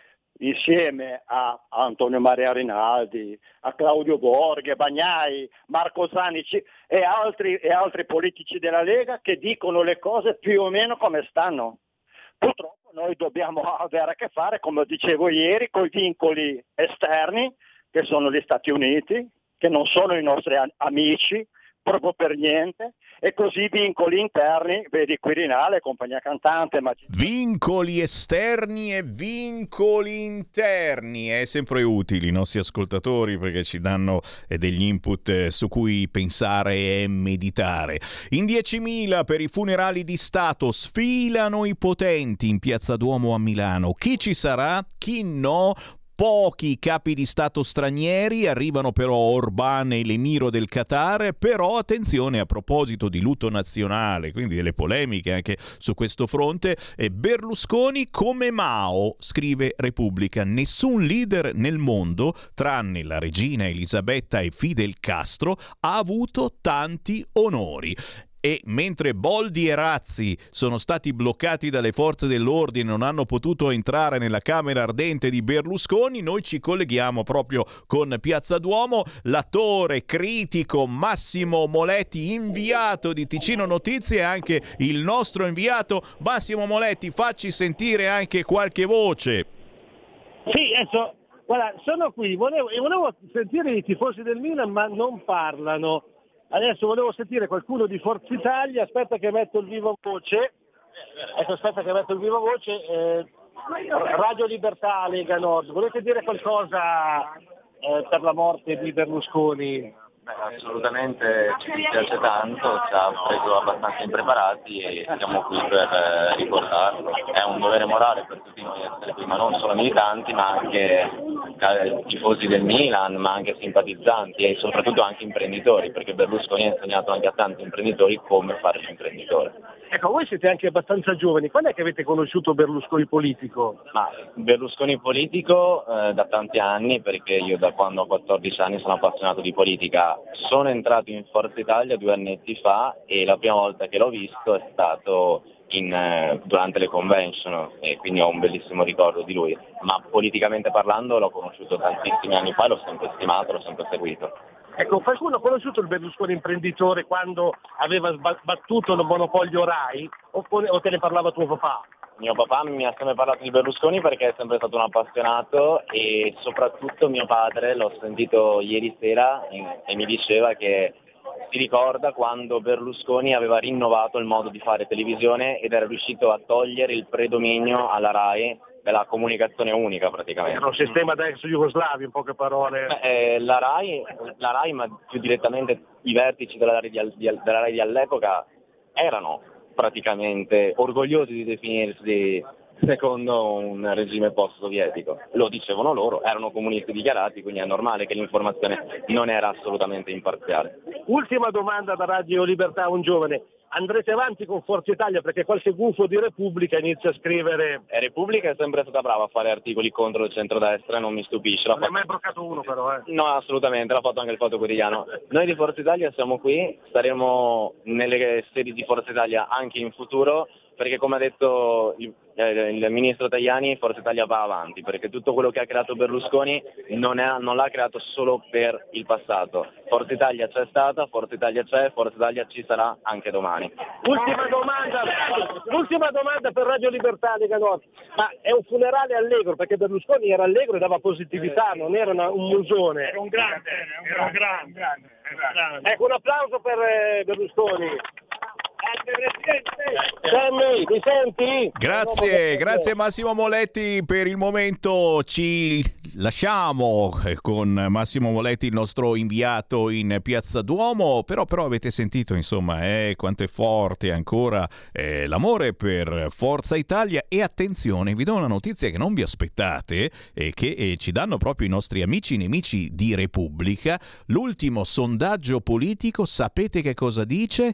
insieme a Antonio Maria Rinaldi, a Claudio Borghi, Bagnai, Marco Zanici e altri, e altri politici della Lega, che dicono le cose più o meno come stanno. Purtroppo noi dobbiamo avere a che fare, come dicevo ieri, con i vincoli esterni, che sono gli Stati Uniti, che non sono i nostri amici, proprio per niente, e così vincoli interni, vedi Quirinale, compagnia cantante. Ma... Vincoli esterni e vincoli interni, è sempre utili i nostri ascoltatori, perché ci danno degli input su cui pensare e meditare. In diecimila per i funerali di Stato sfilano i potenti in Piazza Duomo a Milano. Chi ci sarà? Chi no? Pochi capi di Stato stranieri, arrivano però Orban e l'emiro del Qatar. Però attenzione, a proposito di lutto nazionale, quindi delle polemiche anche su questo fronte, Berlusconi come Mao, scrive Repubblica. Nessun leader nel mondo, tranne la regina Elisabetta e Fidel Castro, ha avuto tanti onori. E mentre Boldi e Razzi sono stati bloccati dalle forze dell'ordine e non hanno potuto entrare nella camera ardente di Berlusconi, noi ci colleghiamo proprio con Piazza Duomo. L'attore critico Massimo Moletti, inviato di Ticino Notizie, e anche il nostro inviato. Massimo Moletti, facci sentire anche qualche voce. Sì, adesso, guarda, sono qui, volevo, volevo sentire i tifosi del Milan, ma non parlano. Adesso volevo sentire qualcuno di Forza Italia, aspetta che metto il vivo voce, ecco aspetta che metto il vivo voce, eh, Radio Libertà, Lega Nord, volete dire qualcosa eh, per la morte di Berlusconi? Beh, assolutamente ci dispiace tanto, ci ha preso abbastanza impreparati e siamo qui per eh, ricordarlo. È un dovere morale per tutti noi essere qui, ma non solo militanti, ma anche eh, tifosi del Milan, ma anche simpatizzanti e soprattutto anche imprenditori, perché Berlusconi ha insegnato anche a tanti imprenditori come fare l'imprenditore. Ecco, voi siete anche abbastanza giovani, quando è che avete conosciuto Berlusconi politico? Ma Berlusconi politico eh, da tanti anni, perché io da quando ho quattordici anni sono appassionato di politica. Sono entrato in Forza Italia due annetti fa e la prima volta che l'ho visto è stato in, eh, durante le convention, e quindi ho un bellissimo ricordo di lui, ma politicamente parlando l'ho conosciuto tantissimi anni fa e l'ho sempre stimato, l'ho sempre seguito. Ecco, qualcuno ha conosciuto il Berlusconi imprenditore quando aveva sbattuto il monopolio Rai o, o te ne parlava tuo papà? Mio papà mi ha sempre parlato di Berlusconi perché è sempre stato un appassionato, e soprattutto mio padre, l'ho sentito ieri sera e mi diceva che si ricorda quando Berlusconi aveva rinnovato il modo di fare televisione ed era riuscito a togliere il predominio alla Rai della comunicazione unica praticamente. Era un sistema da ex Jugoslavia, in poche parole. Beh, eh, la Rai, la Rai, ma più direttamente i vertici della Rai di, di, della Rai di all'epoca erano praticamente orgogliosi di definirsi secondo un regime post-sovietico. Lo dicevano loro, erano comunisti dichiarati, quindi è normale che l'informazione non era assolutamente imparziale. Ultima domanda da Radio Libertà a un giovane. Andrete avanti con Forza Italia, perché qualche gufo di Repubblica inizia a scrivere... E Repubblica è sempre stata brava a fare articoli contro il centrodestra, non mi stupisce. Non ne è mai bloccato uno però, eh? No, assolutamente, l'ha fatto anche il Fatto Quotidiano. Noi di Forza Italia siamo qui, staremo nelle sedi di Forza Italia anche in futuro, perché come ha detto il, eh, il ministro Tajani, Forza Italia va avanti, perché tutto quello che ha creato Berlusconi non, è, non l'ha creato solo per il passato. Forza Italia c'è stata, Forza Italia c'è, Forza Italia ci sarà anche domani. Ultima domanda, l'ultima domanda per Radio Libertà, Lega Nord. Ma è un funerale allegro, perché Berlusconi era allegro e dava positività, non era una, un musone. Era un grande, era un grande. grande, grande. Ecco, un applauso per eh, Berlusconi. Sammy, mi senti? Grazie, grazie Massimo Moletti. Per il momento ci lasciamo con Massimo Moletti, il nostro inviato in Piazza Duomo, però, però avete sentito insomma eh, quanto è forte ancora eh, l'amore per Forza Italia. E attenzione, vi do una notizia che non vi aspettate e che eh, ci danno proprio i nostri amici nemici di Repubblica. L'ultimo sondaggio politico, sapete che cosa dice?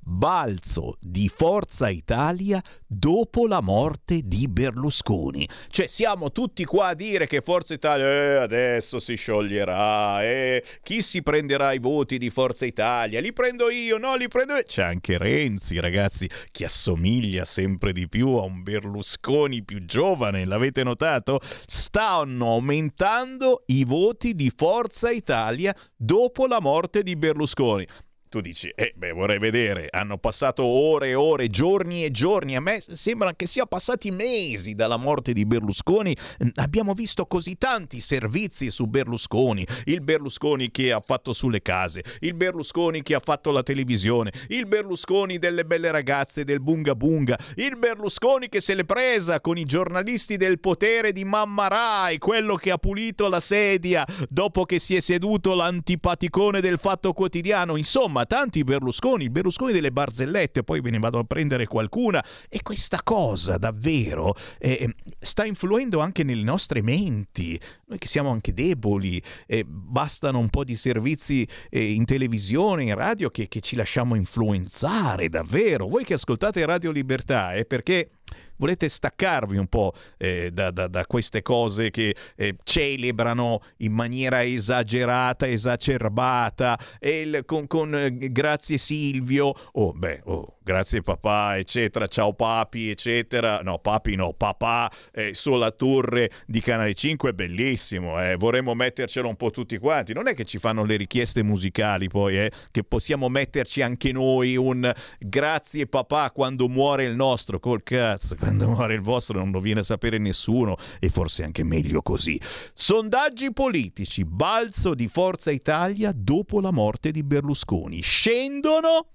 balzo di Forza Italia dopo la morte di Berlusconi. Cioè siamo tutti qua a dire che Forza Italia eh, adesso si scioglierà, eh, chi si prenderà i voti di Forza Italia? Li prendo io, no, li prendo io. C'è anche Renzi, ragazzi, che assomiglia sempre di più a un Berlusconi più giovane, l'avete notato? Stanno aumentando i voti di Forza Italia dopo la morte di Berlusconi. Tu dici, eh beh, vorrei vedere, hanno passato ore e ore, giorni e giorni, a me sembra che sia passati mesi dalla morte di Berlusconi, abbiamo visto così tanti servizi su Berlusconi, il Berlusconi che ha fatto sulle case, il Berlusconi che ha fatto la televisione, il Berlusconi delle belle ragazze del Bunga Bunga, il Berlusconi che se l'è presa con i giornalisti del potere di Mamma Rai, quello che ha pulito la sedia dopo che si è seduto l'antipaticone del Fatto Quotidiano, insomma tanti Berlusconi, il Berlusconi delle barzellette, poi ve ne vado a prendere qualcuna, e questa cosa davvero eh, sta influendo anche nelle nostre menti, noi che siamo anche deboli, eh, bastano un po' di servizi eh, in televisione, in radio che, che ci lasciamo influenzare davvero. Voi che ascoltate Radio Libertà è eh, perché volete staccarvi un po' eh, da, da, da queste cose che eh, celebrano in maniera esagerata, esacerbata, e il, con, con eh, grazie Silvio, oh beh, oh, grazie papà, eccetera, ciao papi, eccetera, no papi no, papà, eh, sulla torre di Canale cinque è bellissimo, eh. Vorremmo mettercelo un po' tutti quanti, non è che ci fanno le richieste musicali poi, eh, che possiamo metterci anche noi un grazie papà quando muore il nostro, col cazzo, quando muore il vostro non lo viene a sapere nessuno, e forse anche meglio così. Sondaggi politici, balzo di Forza Italia dopo la morte di Berlusconi, scendono,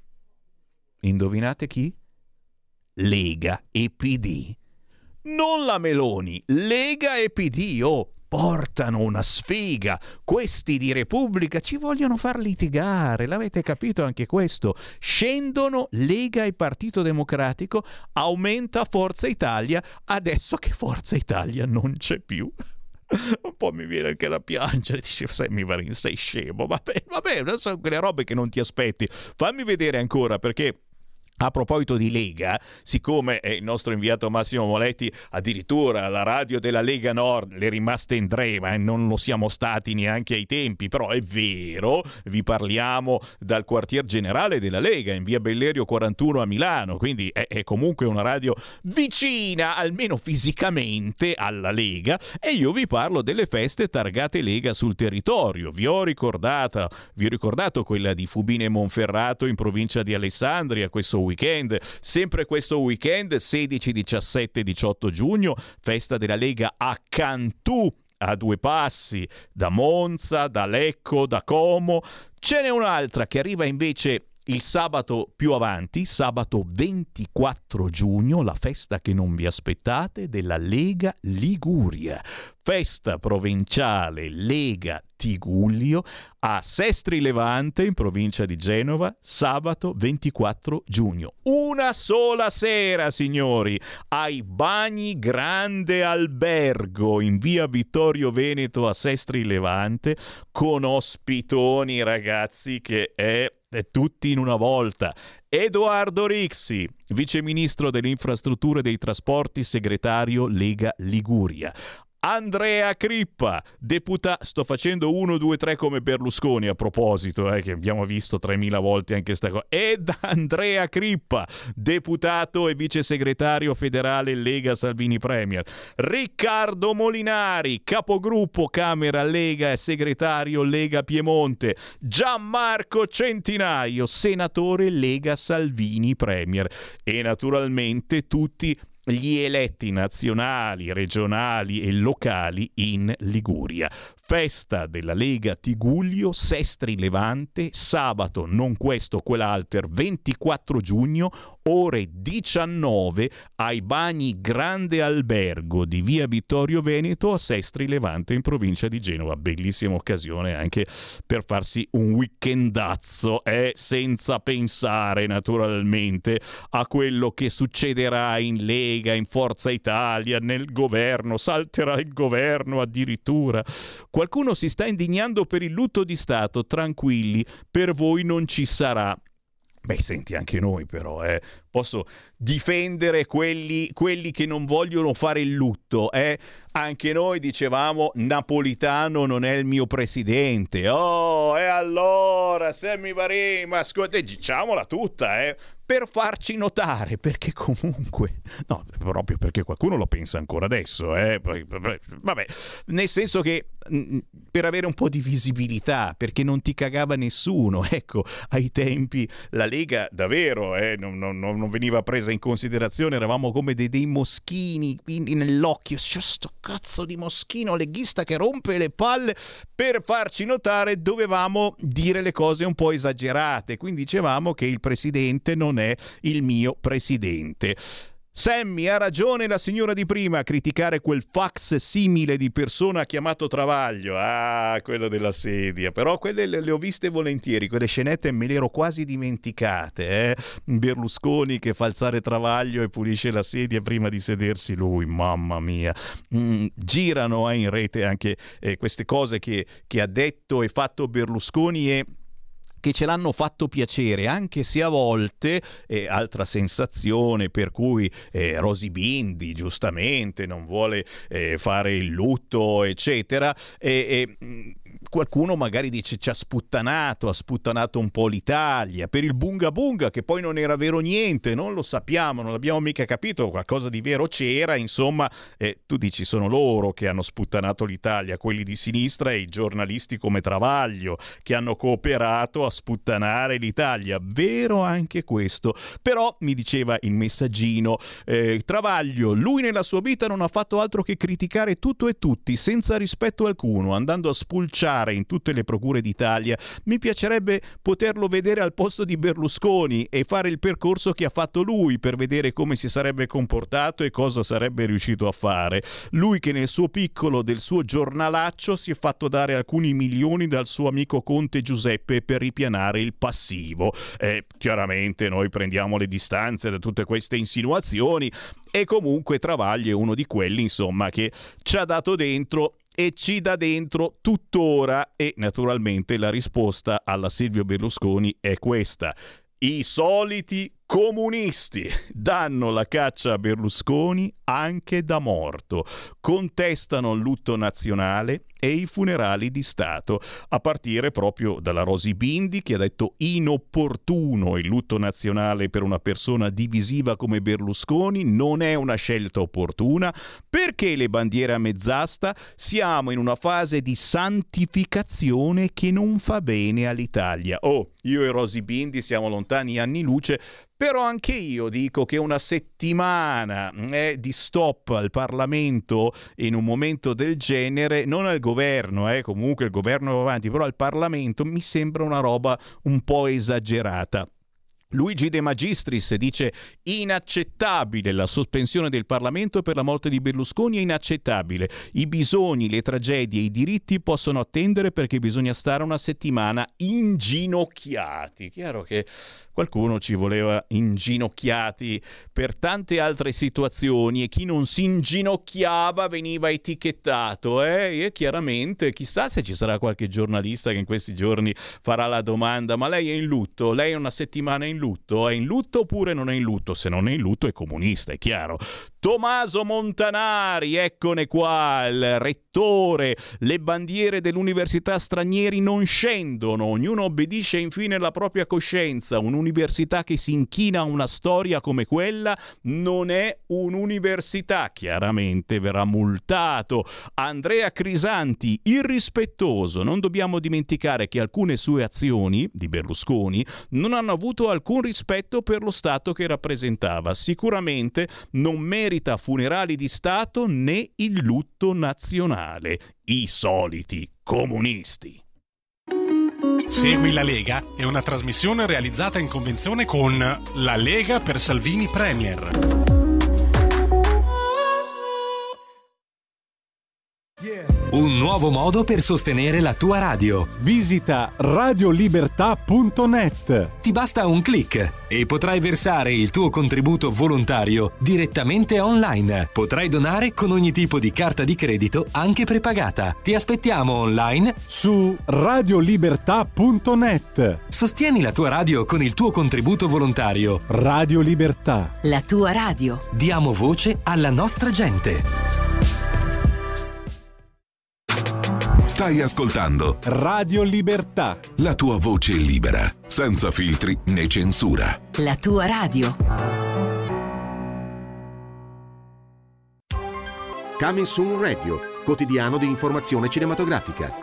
indovinate chi? Lega e P D. Non la Meloni, Lega e P D, oh, portano una sfiga. Questi di Repubblica ci vogliono far litigare, l'avete capito anche questo? Scendono Lega e Partito Democratico, aumenta Forza Italia, adesso che Forza Italia non c'è più. Un po' mi viene anche da piangere, dice, sai, mi Varin, sei scemo, vabbè, vabbè, sono quelle robe che non ti aspetti. Fammi vedere ancora, perché a proposito di Lega, siccome eh, il nostro inviato Massimo Moletti addirittura la radio della Lega Nord le è rimasta in trema e non lo siamo stati neanche ai tempi, però è vero, vi parliamo dal quartier generale della Lega in via Bellerio quarantuno a Milano, quindi è, è comunque una radio vicina almeno fisicamente alla Lega, e io vi parlo delle feste targate Lega sul territorio. Vi ho ricordata, vi ho ricordato quella di Fubine Monferrato in provincia di Alessandria questo weekend, sempre questo weekend sedici, diciassette e diciotto giugno, festa della Lega a Cantù, a due passi da Monza, da Lecco, da Como. Ce n'è un'altra che arriva invece il sabato più avanti, sabato ventiquattro giugno, la festa che non vi aspettate della Lega Liguria. Festa provinciale Lega Tigullio a Sestri Levante in provincia di Genova, sabato ventiquattro giugno. Una sola sera, signori, ai Bagni Grande Albergo in via Vittorio Veneto a Sestri Levante, con ospitoni, ragazzi, che è E tutti in una volta. Edoardo Rixi, viceministro delle infrastrutture e dei trasporti, segretario Lega Liguria. Andrea Crippa, deputato, sto facendo uno, due, tre come Berlusconi a proposito, eh, che abbiamo visto tremila volte anche sta cosa, ed Andrea Crippa, deputato e vice segretario federale Lega Salvini Premier. Riccardo Molinari, capogruppo Camera Lega e segretario Lega Piemonte. Gianmarco Centinaio, senatore Lega Salvini Premier. E naturalmente tutti gli eletti nazionali, regionali e locali in Liguria. Festa della Lega Tigullio, Sestri Levante, sabato, non questo, quell'alter, ventiquattro giugno, ore diciannove, ai Bagni Grande Albergo di via Vittorio Veneto a Sestri Levante in provincia di Genova. Bellissima occasione anche per farsi un weekendazzo, eh, senza pensare naturalmente a quello che succederà in Lega, in Forza Italia, nel governo, salterà il governo addirittura. Qualcuno si sta indignando per il lutto di Stato, tranquilli, per voi non ci sarà. Beh, senti, anche noi però, eh, posso difendere quelli, quelli che non vogliono fare il lutto, eh? Anche noi dicevamo Napolitano non è il mio presidente. Oh, e allora, Sammy Varin, ma ascolta, diciamola tutta, eh? Per farci notare, perché comunque, no, proprio perché qualcuno lo pensa ancora adesso, eh? Vabbè, nel senso che per avere un po' di visibilità, perché non ti cagava nessuno, ecco, ai tempi la Lega davvero eh, non, non, non veniva presa in considerazione, eravamo come dei, dei moschini nell'occhio, c'è sto cazzo di moschino leghista che rompe le palle. Per farci notare dovevamo dire le cose un po' esagerate, quindi dicevamo che il presidente non è il mio presidente. Sammy, ha ragione la signora di prima a criticare quel fax simile di persona chiamato Travaglio. Ah, quello della sedia. Però quelle le, le ho viste volentieri, quelle scenette me le ero quasi dimenticate. Eh? Berlusconi che fa alzare Travaglio e pulisce la sedia prima di sedersi lui. Mamma mia. Mm, girano eh, in rete anche eh, queste cose che, che ha detto e fatto Berlusconi e che ce l'hanno fatto piacere, anche se a volte, eh, altra sensazione per cui eh, Rosy Bindi giustamente non vuole eh, fare il lutto, eccetera, e, e qualcuno magari dice ci ha sputtanato, ha sputtanato un po' l'Italia, per il bunga bunga che poi non era vero niente, non lo sappiamo, non l'abbiamo mica capito, qualcosa di vero c'era, insomma, eh, tu dici sono loro che hanno sputtanato l'Italia, quelli di sinistra e i giornalisti come Travaglio che hanno cooperato a sputtanare l'Italia. Vero anche questo, però mi diceva il messaggino eh, Travaglio, lui nella sua vita non ha fatto altro che criticare tutto e tutti senza rispetto alcuno, andando a spulciare in tutte le procure d'Italia. Mi piacerebbe poterlo vedere al posto di Berlusconi e fare il percorso che ha fatto lui per vedere come si sarebbe comportato e cosa sarebbe riuscito a fare. Lui che nel suo piccolo del suo giornalaccio si è fatto dare alcuni milioni dal suo amico Conte Giuseppe per ripianare il passivo. Eh, chiaramente noi prendiamo le distanze da tutte queste insinuazioni e comunque Travaglio è uno di quelli, insomma, che ci ha dato dentro e ci dà dentro tuttora, e naturalmente la risposta alla Silvio Berlusconi è questa: i soliti comunisti danno la caccia a Berlusconi anche da morto, contestano il lutto nazionale e i funerali di Stato, a partire proprio dalla Rosy Bindi che ha detto inopportuno il lutto nazionale per una persona divisiva come Berlusconi, non è una scelta opportuna, perché le bandiere a mezz'asta, siamo in una fase di santificazione che non fa bene all'Italia. Oh, io e Rosy Bindi siamo lontani anni luce, però anche io dico che una settimana eh, di stop al Parlamento in un momento del genere, non al governo, eh, comunque il governo va avanti, però al Parlamento mi sembra una roba un po' esagerata. Luigi De Magistris dice inaccettabile la sospensione del Parlamento per la morte di Berlusconi, è inaccettabile. I bisogni, le tragedie, i diritti possono attendere perché bisogna stare una settimana inginocchiati. Chiaro che qualcuno ci voleva inginocchiati per tante altre situazioni e chi non si inginocchiava veniva etichettato. Eh? E chiaramente chissà se ci sarà qualche giornalista che in questi giorni farà la domanda: ma lei è in lutto? Lei è una settimana in lutto? È in lutto oppure non è in lutto? Se non è in lutto è comunista, è chiaro. Tommaso Montanari, eccone qua, il rettore. Le bandiere dell'università stranieri non scendono, ognuno obbedisce infine alla propria coscienza. Un'università che si inchina a una storia come quella non è un'università, chiaramente verrà multato. Andrea Crisanti, irrispettoso. Non dobbiamo dimenticare che alcune sue azioni di Berlusconi non hanno avuto alcun rispetto per lo Stato che rappresentava. Sicuramente non merita funerali di Stato né il lutto nazionale. I soliti comunisti. Segui la Lega è una trasmissione realizzata in convenzione con La Lega per Salvini Premier. Un nuovo nuovo modo per sostenere la tua radio. Visita radiolibertà punto net. Ti basta un click e potrai versare il tuo contributo volontario direttamente online. Potrai donare con ogni tipo di carta di credito, anche prepagata. Ti aspettiamo online su radiolibertà punto net. Sostieni la tua radio con il tuo contributo volontario. Radio Libertà. La tua radio. Diamo voce alla nostra gente. Stai ascoltando Radio Libertà. La tua voce libera, senza filtri né censura. La tua radio. Coming Soon Radio, quotidiano di informazione cinematografica.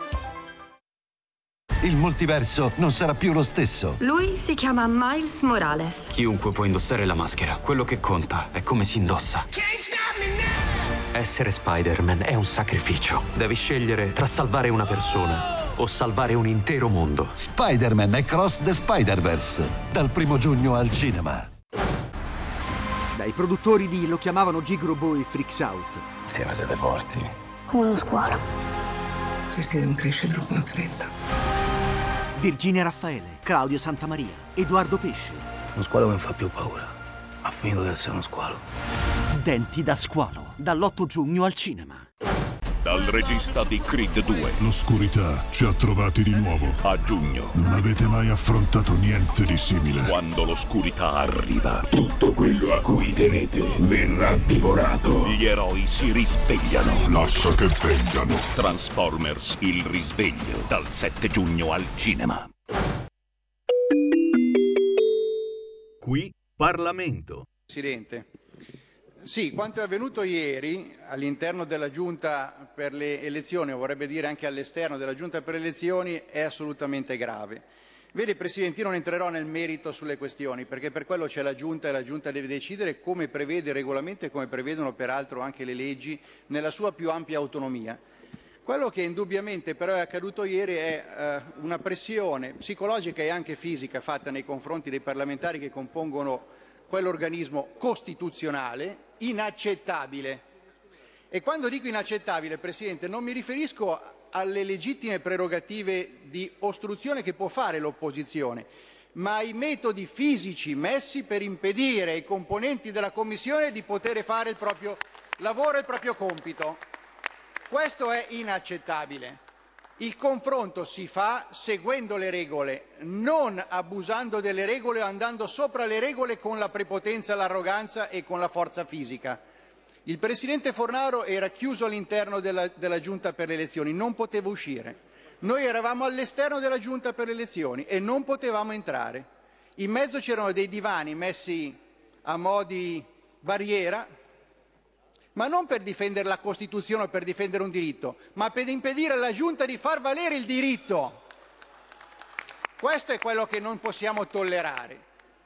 Il multiverso non sarà più lo stesso. Lui si chiama Miles Morales. Chiunque può indossare la maschera. Quello che conta è come si indossa. Essere Spider-Man è un sacrificio. Devi scegliere tra salvare una persona o salvare un intero mondo. Spider-Man Across the Spider-Verse, dal primo giugno al cinema. Dai produttori di Lo chiamavano Gigrobo e Freaks Out. Siamo siete forti. Come uno squalo. Perché non cresce troppo in fretta. Virginia Raffaele, Claudio Santamaria, Edoardo Pesce. Uno squalo mi fa più paura. Ha finito di essere uno squalo. Denti da squalo, dall'otto giugno al cinema. Dal regista di Creed due. L'oscurità ci ha trovati di nuovo. A giugno. Non avete mai affrontato niente di simile. Quando l'oscurità arriva, Tutto quello a cui tenete verrà divorato. gli eroi si risvegliano. Lascia che vengano. Transformers, il risveglio. Dal sette giugno al cinema. Qui Parlamento. Presidente. Sì, quanto è avvenuto ieri all'interno della Giunta per le elezioni, o vorrebbe dire anche all'esterno della Giunta per le elezioni, è assolutamente grave. Vede, Presidente, io non entrerò nel merito sulle questioni, perché per quello c'è la Giunta e la Giunta deve decidere come prevede il regolamento e come prevedono peraltro anche le leggi nella sua più ampia autonomia. Quello che indubbiamente però è accaduto ieri è eh, una pressione psicologica e anche fisica fatta nei confronti dei parlamentari che compongono quell'organismo costituzionale, inaccettabile. E quando dico inaccettabile, Presidente, non mi riferisco alle legittime prerogative di ostruzione che può fare l'opposizione, ma ai metodi fisici messi per impedire ai componenti della Commissione di poter fare il proprio lavoro e il proprio compito. Questo è inaccettabile. Il confronto si fa seguendo le regole, non abusando delle regole o andando sopra le regole con la prepotenza, l'arroganza e con la forza fisica. Il Presidente Fornaro era chiuso all'interno della, della Giunta per le elezioni, non poteva uscire. Noi eravamo all'esterno della Giunta per le elezioni e non potevamo entrare. In mezzo c'erano dei divani messi a mo' di barriera, ma non per difendere la Costituzione o per difendere un diritto, ma per impedire alla Giunta di far valere il diritto. Questo è quello che non possiamo tollerare.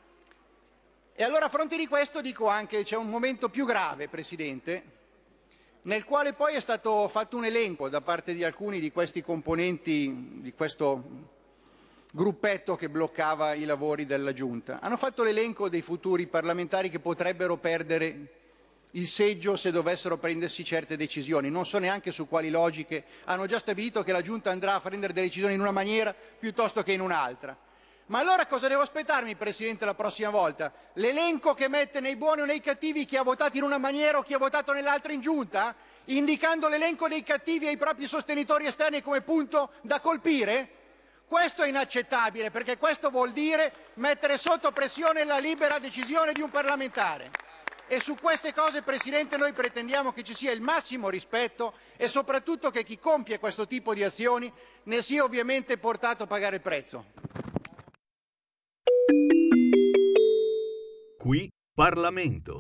E allora a fronte di questo dico anche che c'è un momento più grave, Presidente, nel quale poi è stato fatto un elenco da parte di alcuni di questi componenti di questo gruppetto che bloccava i lavori della Giunta. Hanno fatto l'elenco dei futuri parlamentari che potrebbero perdere il seggio se dovessero prendersi certe decisioni. Non so neanche su quali logiche. Hanno già stabilito che la Giunta andrà a prendere delle decisioni in una maniera piuttosto che in un'altra. Ma allora cosa devo aspettarmi, Presidente, la prossima volta? L'elenco che mette nei buoni o nei cattivi chi ha votato in una maniera o chi ha votato nell'altra in Giunta? Indicando l'elenco dei cattivi ai propri sostenitori esterni come punto da colpire? Questo è inaccettabile, perché questo vuol dire mettere sotto pressione la libera decisione di un parlamentare. E su queste cose, Presidente, noi pretendiamo che ci sia il massimo rispetto e soprattutto che chi compie questo tipo di azioni ne sia ovviamente portato a pagare il prezzo. Qui Parlamento.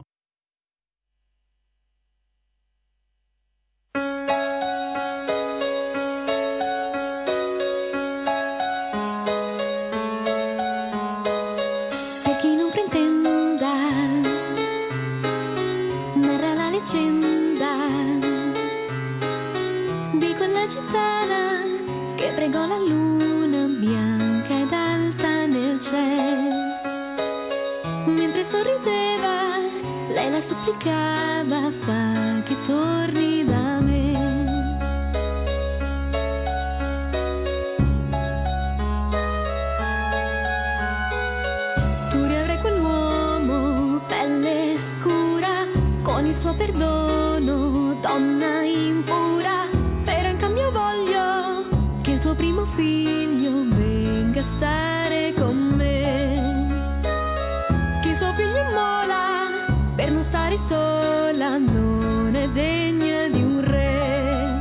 Per chi non pretenda, narra la leggenda di quella gitana che pregò la luna bianca ed alta nel cielo. Mentre sorrideva, lei la supplicava, fa che torni da me. il suo perdono, donna impura, però in cambio voglio che il tuo primo figlio venga a stare con me, che il suo figlio immola per non stare sola, non è degna di un re.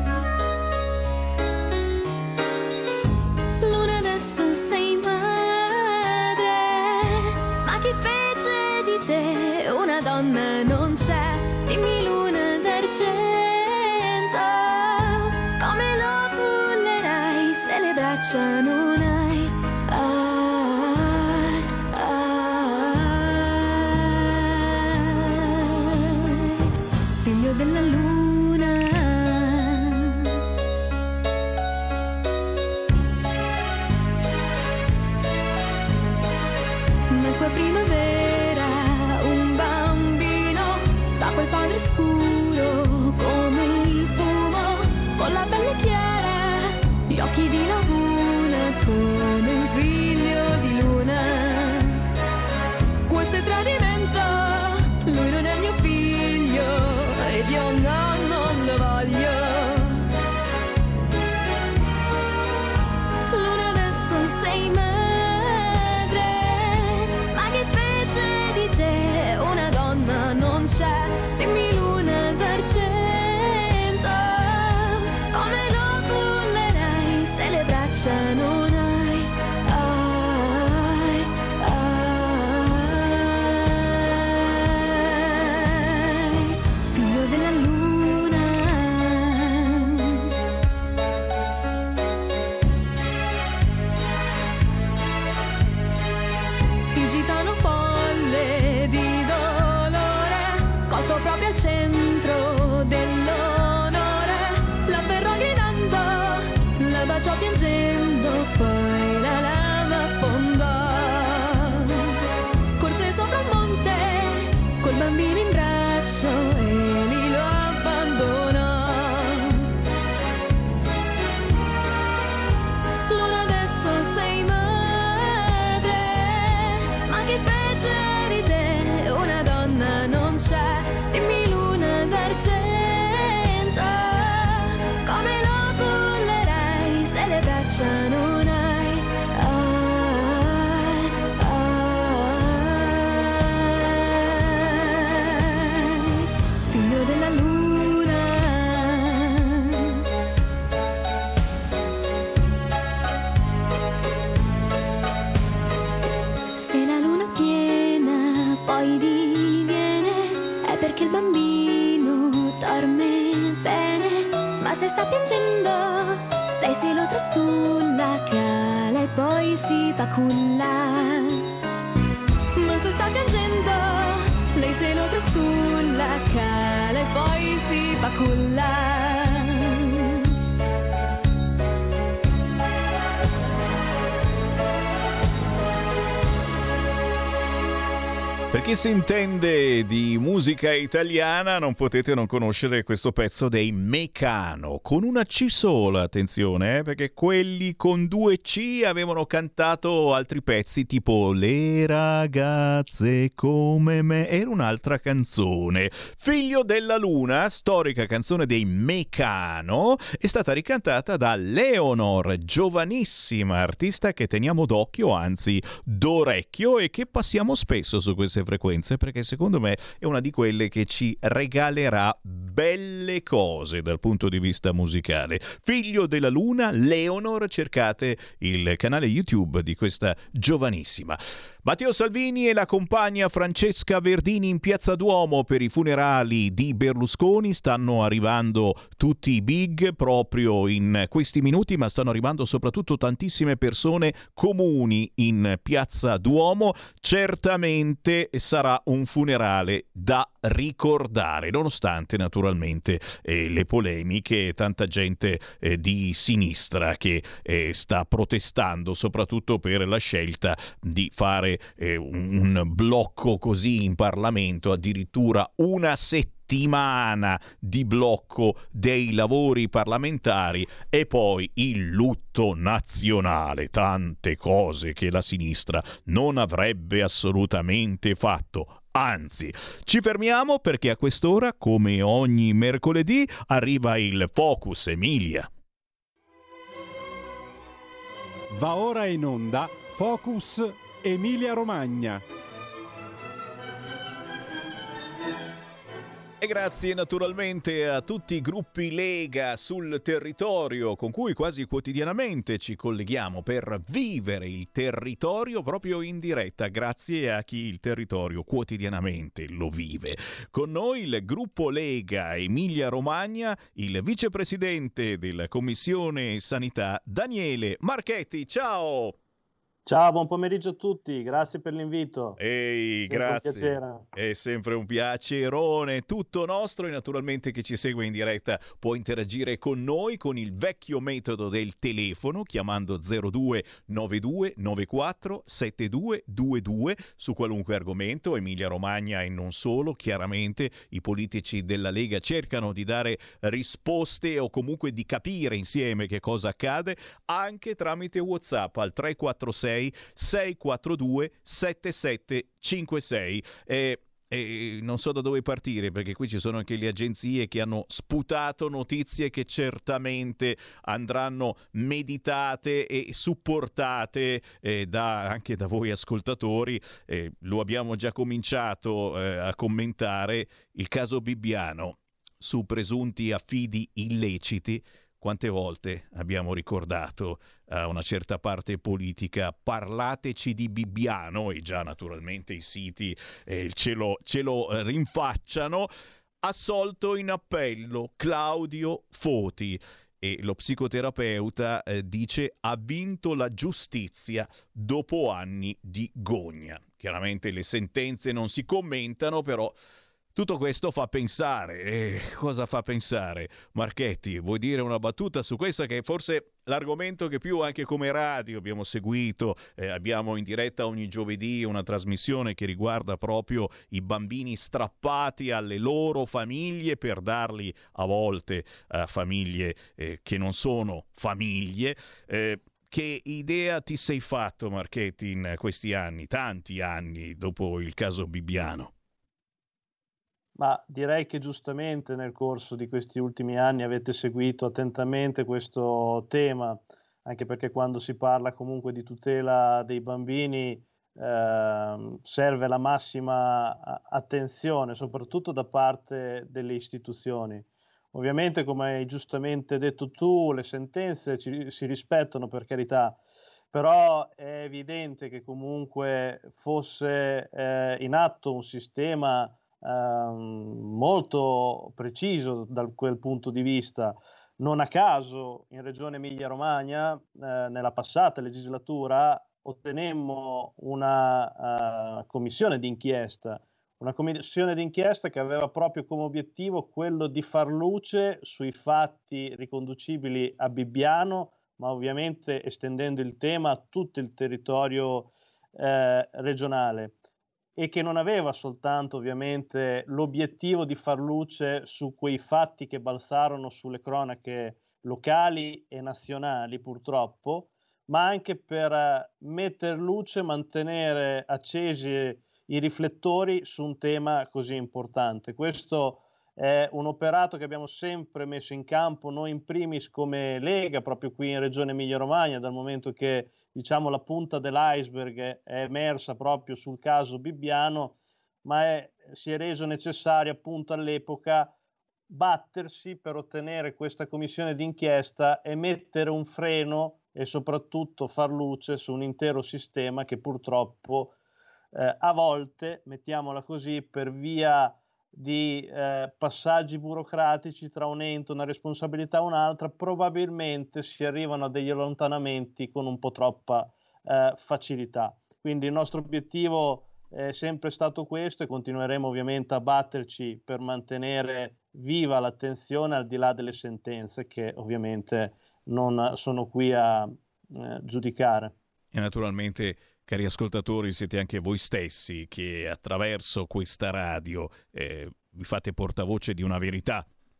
Luna, adesso sei madre, ma chi fece di te una donna non c'è. Dimmi luna d'argento, come lo cullerai se le braccia non hai? Ah, ah, figlio della luna, nacque a primavera un bambino da quel padre scuro come il fumo, con la pelle chiara, gli occhi di laguna, come un figlio di luna. Questo è tradimento, lui non è mio figlio ed io no, non lo voglio. Luna, adesso sei madre, ma che fece di te una donna non c'è. Dimmi luna d'argento, come lo cullerai se le braccia non hai? Ai, ai, figlio della luna. Il gitano folle di dolore, colto proprio al centro dell'onore, l'afferrò gridando, la baciò piangendo, poi la lama affondò. Corse sopra il monte col bambino in braccio e lì lo abbandonò. Luna, adesso sei madre, ma chi fece di te una donna non c'è. Dimmi luna d'argento, come lo cullerai se le braccia non hai? Ai, ai, figlio della luna. Se la luna piena poi diviene, è perché il bambino dorme bene, ma se sta piangendo lei se lo trastulla, cala e poi si fa culla. Ma se sta piangendo lei se lo trastulla, cala e poi si fa culla. Per chi si intende di musica italiana non potete non conoscere questo pezzo dei Mecano, con una C sola, attenzione, eh, perché quelli con due C avevano cantato altri pezzi tipo Le ragazze come me, era un'altra canzone. Figlio della luna, storica canzone dei Mecano, è stata ricantata da Leonor, giovanissima artista che teniamo d'occhio, anzi d'orecchio, e che passiamo spesso su queste frequenze perché secondo me è una di quelle che ci regalerà belle cose dal punto di vista musicale. Figlio della luna, Leonor, cercate il canale YouTube di questa giovanissima. Matteo Salvini e la compagna Francesca Verdini in Piazza Duomo per i funerali di Berlusconi. Stanno arrivando tutti i big proprio in questi minuti, ma stanno arrivando soprattutto tantissime persone comuni in Piazza Duomo. Certamente sarà un funerale da ricordare, nonostante naturalmente eh, le polemiche e tanta gente eh, di sinistra che eh, sta protestando soprattutto per la scelta di fare eh, un blocco così in Parlamento, addirittura una settimana di blocco dei lavori parlamentari e poi il lutto nazionale, tante cose che la sinistra non avrebbe assolutamente fatto. Anzi, ci fermiamo perché a quest'ora, come ogni mercoledì, arriva il Focus Emilia. Va ora in onda Focus Emilia Romagna. E grazie naturalmente a tutti i gruppi Lega sul territorio con cui quasi quotidianamente ci colleghiamo per vivere il territorio proprio in diretta, grazie a chi il territorio quotidianamente lo vive. Con noi il gruppo Lega Emilia Romagna, il vicepresidente della Commissione Sanità Daniele Marchetti. Ciao! Ciao, buon pomeriggio a tutti, grazie per l'invito. Ehi, grazie. È sempre un piacerone, tutto nostro, e naturalmente chi ci segue in diretta può interagire con noi con il vecchio metodo del telefono chiamando zero due nove due nove quattro sette due due due su qualunque argomento, Emilia Romagna e non solo. Chiaramente i politici della Lega cercano di dare risposte o comunque di capire insieme che cosa accade anche tramite WhatsApp al tre quattro sei sei quattro due sette sette cinque sei. E, e non so da dove partire, perché qui ci sono anche le agenzie che hanno sputato notizie che certamente andranno meditate e supportate eh, da, anche da voi ascoltatori. Eh, lo abbiamo già cominciato eh, a commentare, il caso Bibbiano su presunti affidi illeciti. Quante volte abbiamo ricordato a una certa parte politica parlateci di Bibbiano, e già naturalmente i siti eh, ce, lo, ce lo rinfacciano. Assolto in appello Claudio Foti, e lo psicoterapeuta eh, dice ha vinto la giustizia dopo anni di gogna. Chiaramente le sentenze non si commentano, però tutto questo fa pensare. E cosa fa pensare? Marchetti, vuoi dire una battuta su questa, che è forse l'argomento che più anche come radio abbiamo seguito? Eh, abbiamo in diretta ogni giovedì una trasmissione che riguarda proprio i bambini strappati alle loro famiglie per darli a volte a famiglie eh, che non sono famiglie. Eh, Che idea ti sei fatto, Marchetti, in questi anni, tanti anni dopo il caso Bibbiano? Ma direi che giustamente nel corso di questi ultimi anni avete seguito attentamente questo tema, anche perché quando si parla comunque di tutela dei bambini eh, serve la massima attenzione, soprattutto da parte delle istituzioni. Ovviamente, come hai giustamente detto tu, le sentenze ci, si rispettano, per carità, però è evidente che comunque fosse eh, in atto un sistema molto preciso da quel punto di vista. Non a caso in Regione Emilia-Romagna eh, nella passata legislatura ottenemmo una uh, commissione d'inchiesta, una commissione d'inchiesta che aveva proprio come obiettivo quello di far luce sui fatti riconducibili a Bibbiano, ma ovviamente estendendo il tema a tutto il territorio eh, regionale, e che non aveva soltanto ovviamente l'obiettivo di far luce su quei fatti che balzarono sulle cronache locali e nazionali purtroppo, ma anche per mettere luce, mantenere accesi i riflettori su un tema così importante. Questo è un operato che abbiamo sempre messo in campo noi in primis come Lega, proprio qui in Regione Emilia-Romagna, dal momento che diciamo la punta dell'iceberg è emersa proprio sul caso Bibbiano, ma è, si è reso necessario appunto all'epoca battersi per ottenere questa commissione d'inchiesta e mettere un freno e soprattutto far luce su un intero sistema che purtroppo eh, a volte, mettiamola così, per via di eh, passaggi burocratici tra un ente, una responsabilità e un'altra, probabilmente si arrivano a degli allontanamenti con un po' troppa eh, facilità. Quindi il nostro obiettivo è sempre stato questo e continueremo ovviamente a batterci per mantenere viva l'attenzione al di là delle sentenze che ovviamente non sono qui a eh, giudicare. E naturalmente, cari ascoltatori, siete anche voi stessi che attraverso questa radio eh, vi fate portavoce di una verità.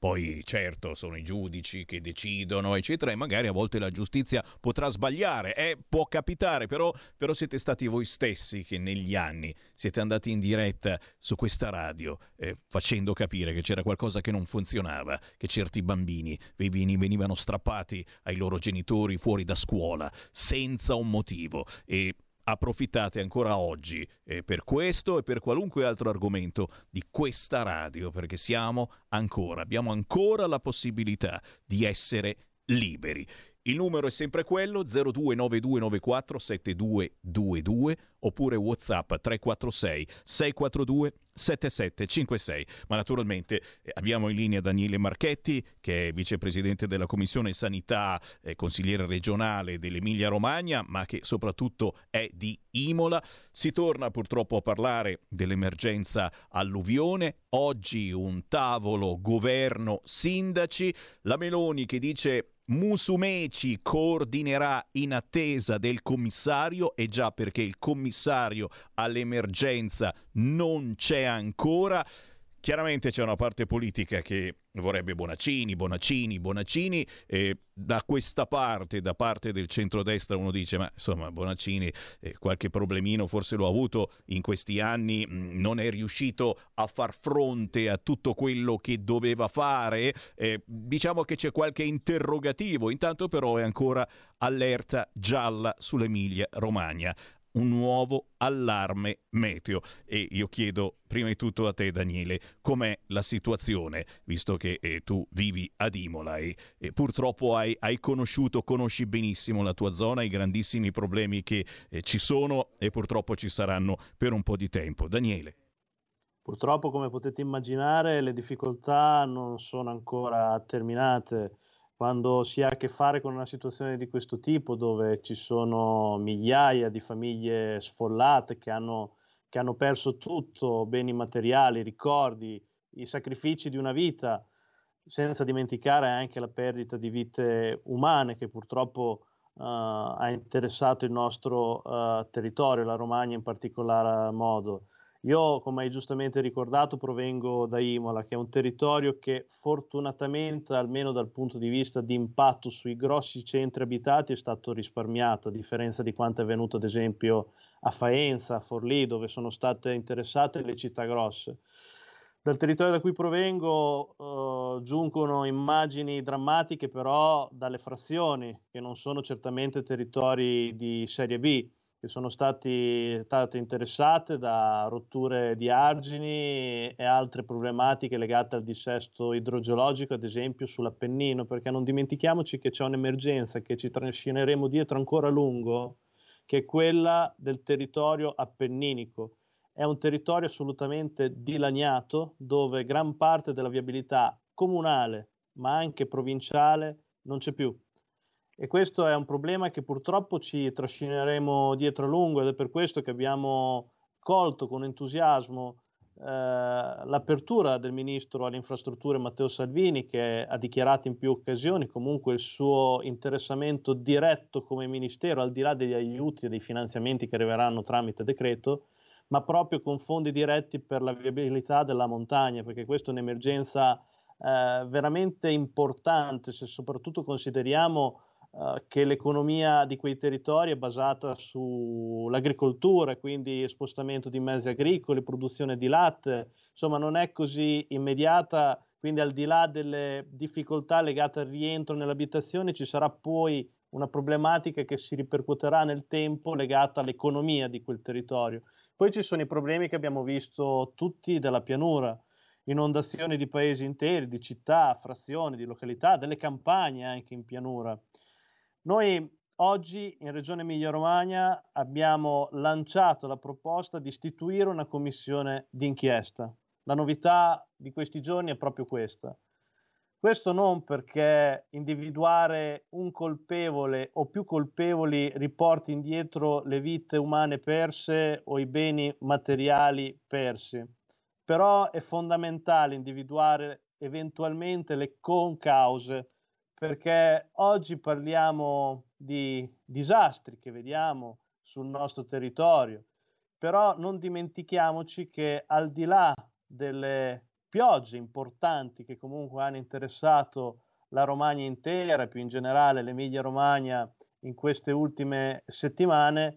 poi certo sono i giudici che decidono, eccetera, e magari a volte la giustizia potrà sbagliare, eh, può capitare, però, però siete stati voi stessi che negli anni siete andati in diretta su questa radio eh, facendo capire che c'era qualcosa che non funzionava, che certi bambini venivano strappati ai loro genitori fuori da scuola senza un motivo, e approfittate ancora oggi eh, per questo e per qualunque altro argomento di questa radio, perché siamo ancora, abbiamo ancora la possibilità di essere liberi. Il numero è sempre quello, zero due nove due nove quattro sette due due due, oppure WhatsApp tre quattro sei sei quattro due sette sette cinque sei. Ma naturalmente eh, abbiamo in linea Daniele Marchetti, che è vicepresidente della Commissione Sanità, eh, consigliere regionale dell'Emilia Romagna, ma che soprattutto è di Imola. Si torna purtroppo a parlare dell'emergenza alluvione. Oggi un tavolo governo-sindaci. La Meloni che dice Musumeci coordinerà in attesa del commissario, e già perché il commissario all'emergenza non c'è ancora. Chiaramente c'è una parte politica che vorrebbe Bonaccini, Bonaccini, Bonaccini, e da questa parte, da parte del centrodestra, uno dice ma insomma Bonaccini eh, qualche problemino forse lo ha avuto in questi anni, mh, non è riuscito a far fronte a tutto quello che doveva fare, eh, diciamo che c'è qualche interrogativo, intanto però è ancora allerta gialla sull'Emilia Romagna. Un nuovo allarme meteo, e io chiedo prima di tutto a te Daniele com'è la situazione, visto che eh, tu vivi ad Imola e, e purtroppo hai, hai conosciuto, conosci benissimo la tua zona, i grandissimi problemi che eh, ci sono e purtroppo ci saranno per un po' di tempo. Daniele. Purtroppo, come potete immaginare, le difficoltà non sono ancora terminate. Quando si ha a che fare con una situazione di questo tipo, dove ci sono migliaia di famiglie sfollate che hanno, che hanno perso tutto, beni materiali, ricordi, i sacrifici di una vita, senza dimenticare anche la perdita di vite umane che purtroppo uh, ha interessato il nostro uh, territorio, la Romagna in particolar modo. Io, come hai giustamente ricordato, provengo da Imola, che è un territorio che fortunatamente, almeno dal punto di vista di impatto sui grossi centri abitati, è stato risparmiato, a differenza di quanto è avvenuto ad esempio a Faenza, a Forlì, dove sono state interessate le città grosse. Dal territorio da cui provengo uh, giungono immagini drammatiche però dalle frazioni, che non sono certamente territori di serie B, che sono stati, state interessate da rotture di argini e altre problematiche legate al dissesto idrogeologico, ad esempio sull'Appennino, perché non dimentichiamoci che c'è un'emergenza che ci trascineremo dietro ancora a lungo, che è quella del territorio appenninico. È un territorio assolutamente dilaniato, dove gran parte della viabilità comunale, ma anche provinciale, non c'è più. E questo è un problema che purtroppo ci trascineremo dietro a lungo, ed è per questo che abbiamo colto con entusiasmo eh, l'apertura del ministro alle infrastrutture Matteo Salvini, che ha dichiarato in più occasioni comunque il suo interessamento diretto come ministero, al di là degli aiuti e dei finanziamenti che arriveranno tramite decreto, ma proprio con fondi diretti per la viabilità della montagna, perché questa è un'emergenza eh, veramente importante, se soprattutto consideriamo Uh, che l'economia di quei territori è basata sull'agricoltura, quindi spostamento di mezzi agricoli, produzione di latte, insomma non è così immediata, quindi al di là delle difficoltà legate al rientro nell'abitazione ci sarà poi una problematica che si ripercuoterà nel tempo legata all'economia di quel territorio. Poi ci sono i problemi che abbiamo visto tutti della pianura, inondazioni di paesi interi, di città, frazioni, di località, delle campagne anche in pianura. Noi oggi in Regione Emilia-Romagna abbiamo lanciato la proposta di istituire una commissione d'inchiesta. La novità di questi giorni è proprio questa. Questo non perché individuare un colpevole o più colpevoli riporti indietro le vite umane perse o i beni materiali persi, però è fondamentale individuare eventualmente le concause, perché oggi parliamo di disastri che vediamo sul nostro territorio, però non dimentichiamoci che al di là delle piogge importanti che comunque hanno interessato la Romagna intera e più in generale l'Emilia Romagna in queste ultime settimane,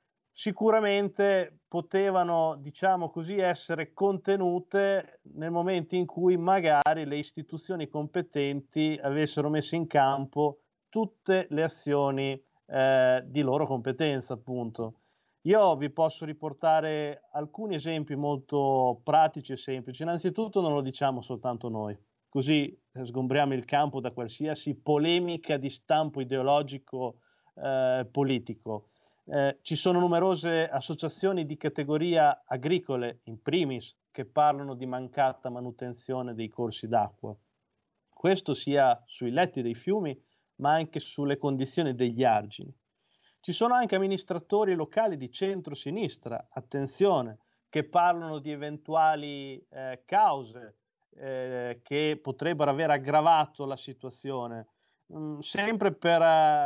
sicuramente potevano, diciamo così, essere contenute nel momento in cui magari le istituzioni competenti avessero messo in campo tutte le azioni eh, di loro competenza, appunto. Io vi posso riportare alcuni esempi molto pratici e semplici. Innanzitutto non lo diciamo soltanto noi, così sgombriamo il campo da qualsiasi polemica di stampo ideologico eh, politico. Eh, ci sono numerose associazioni di categoria agricole, in primis, che parlano di mancata manutenzione dei corsi d'acqua. Questo sia sui letti dei fiumi, ma anche sulle condizioni degli argini. Ci sono anche amministratori locali di centro-sinistra, attenzione, che parlano di eventuali eh, cause eh, che potrebbero aver aggravato la situazione. Mm, sempre per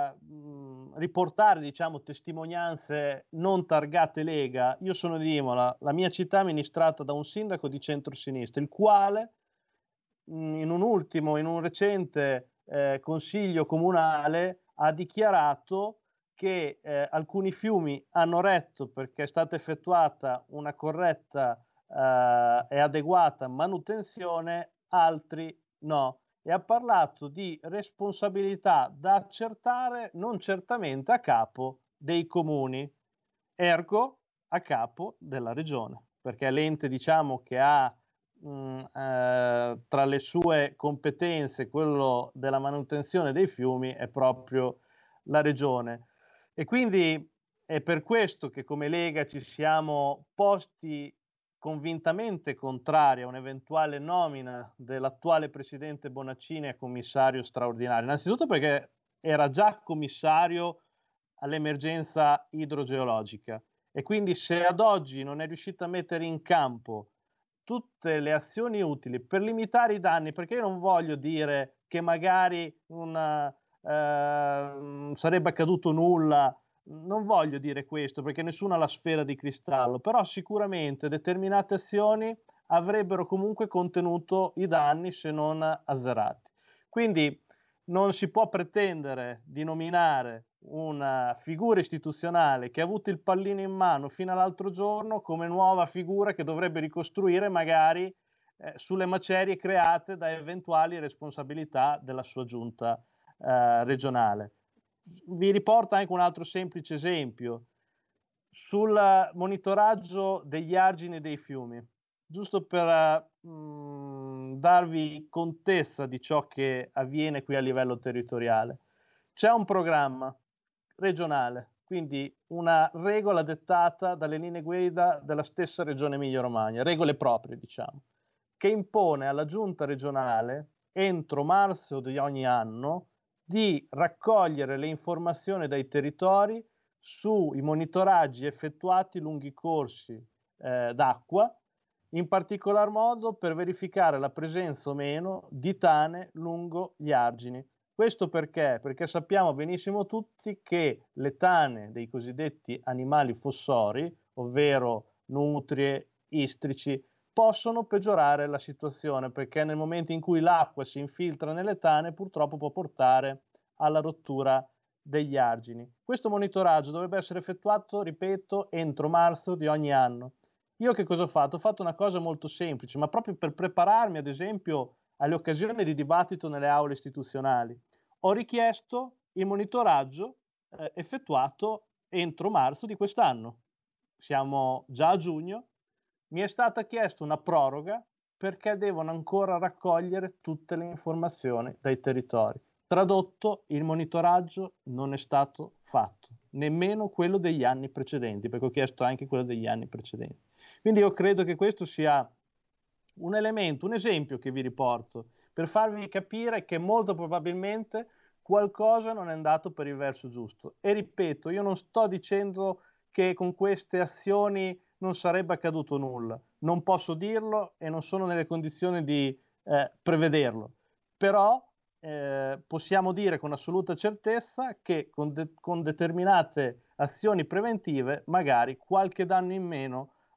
uh, riportare, diciamo, testimonianze non targate Lega. Io sono di Imola, la mia città è amministrata da un sindaco di centrosinistra, il quale mm, in un ultimo, in un recente eh, consiglio comunale ha dichiarato che eh, alcuni fiumi hanno retto perché è stata effettuata una corretta eh, e adeguata manutenzione, altri no. E ha parlato di responsabilità da accertare non certamente a capo dei comuni, ergo a capo della regione, perché l'ente, diciamo, che ha mh, eh, tra le sue competenze quello della manutenzione dei fiumi è proprio la regione. E quindi è per questo che come Lega ci siamo posti convintamente contrari a un'eventuale nomina dell'attuale presidente Bonaccini a commissario straordinario. Innanzitutto perché era già commissario all'emergenza idrogeologica e quindi se ad oggi non è riuscito a mettere in campo tutte le azioni utili per limitare i danni, perché io non voglio dire che magari una, eh, sarebbe accaduto nulla. Non voglio dire questo perché nessuno ha la sfera di cristallo, però sicuramente determinate azioni avrebbero comunque contenuto i danni se non azzerati. Quindi non si può pretendere di nominare una figura istituzionale che ha avuto il pallino in mano fino all'altro giorno come nuova figura che dovrebbe ricostruire magari eh, sulle macerie create da eventuali responsabilità della sua giunta eh, regionale. Vi riporto anche un altro semplice esempio sul monitoraggio degli argini dei fiumi, giusto per mh, darvi contezza di ciò che avviene qui a livello territoriale. C'è un programma regionale, quindi una regola dettata dalle linee guida della stessa regione Emilia-Romagna, regole proprie, diciamo, che impone alla giunta regionale entro marzo di ogni anno di raccogliere le informazioni dai territori sui monitoraggi effettuati lungo i corsi eh, d'acqua, in particolar modo per verificare la presenza o meno di tane lungo gli argini. Questo perché? Perché sappiamo benissimo tutti che le tane dei cosiddetti animali fossori, ovvero nutrie, istrici, possono peggiorare la situazione perché nel momento in cui l'acqua si infiltra nelle tane purtroppo può portare alla rottura degli argini. Questo monitoraggio dovrebbe essere effettuato, ripeto, entro marzo di ogni anno. Io che cosa ho fatto? Ho fatto una cosa molto semplice, ma proprio per prepararmi ad esempio alle occasioni di dibattito nelle aule istituzionali. Ho richiesto il monitoraggio eh, effettuato entro marzo di quest'anno. Siamo già a giugno. Mi è stata chiesta una proroga perché devono ancora raccogliere tutte le informazioni dai territori. Tradotto, il monitoraggio non è stato fatto, nemmeno quello degli anni precedenti, perché ho chiesto anche quello degli anni precedenti. Quindi io credo che questo sia un elemento, un esempio che vi riporto, per farvi capire che molto probabilmente qualcosa non è andato per il verso giusto. E ripeto, io non sto dicendo che con queste azioni non sarebbe accaduto nulla. Non posso dirlo e non sono nelle condizioni di eh, prevederlo. Però eh, possiamo dire con assoluta certezza che con, de- con determinate azioni preventive magari qualche danno in meno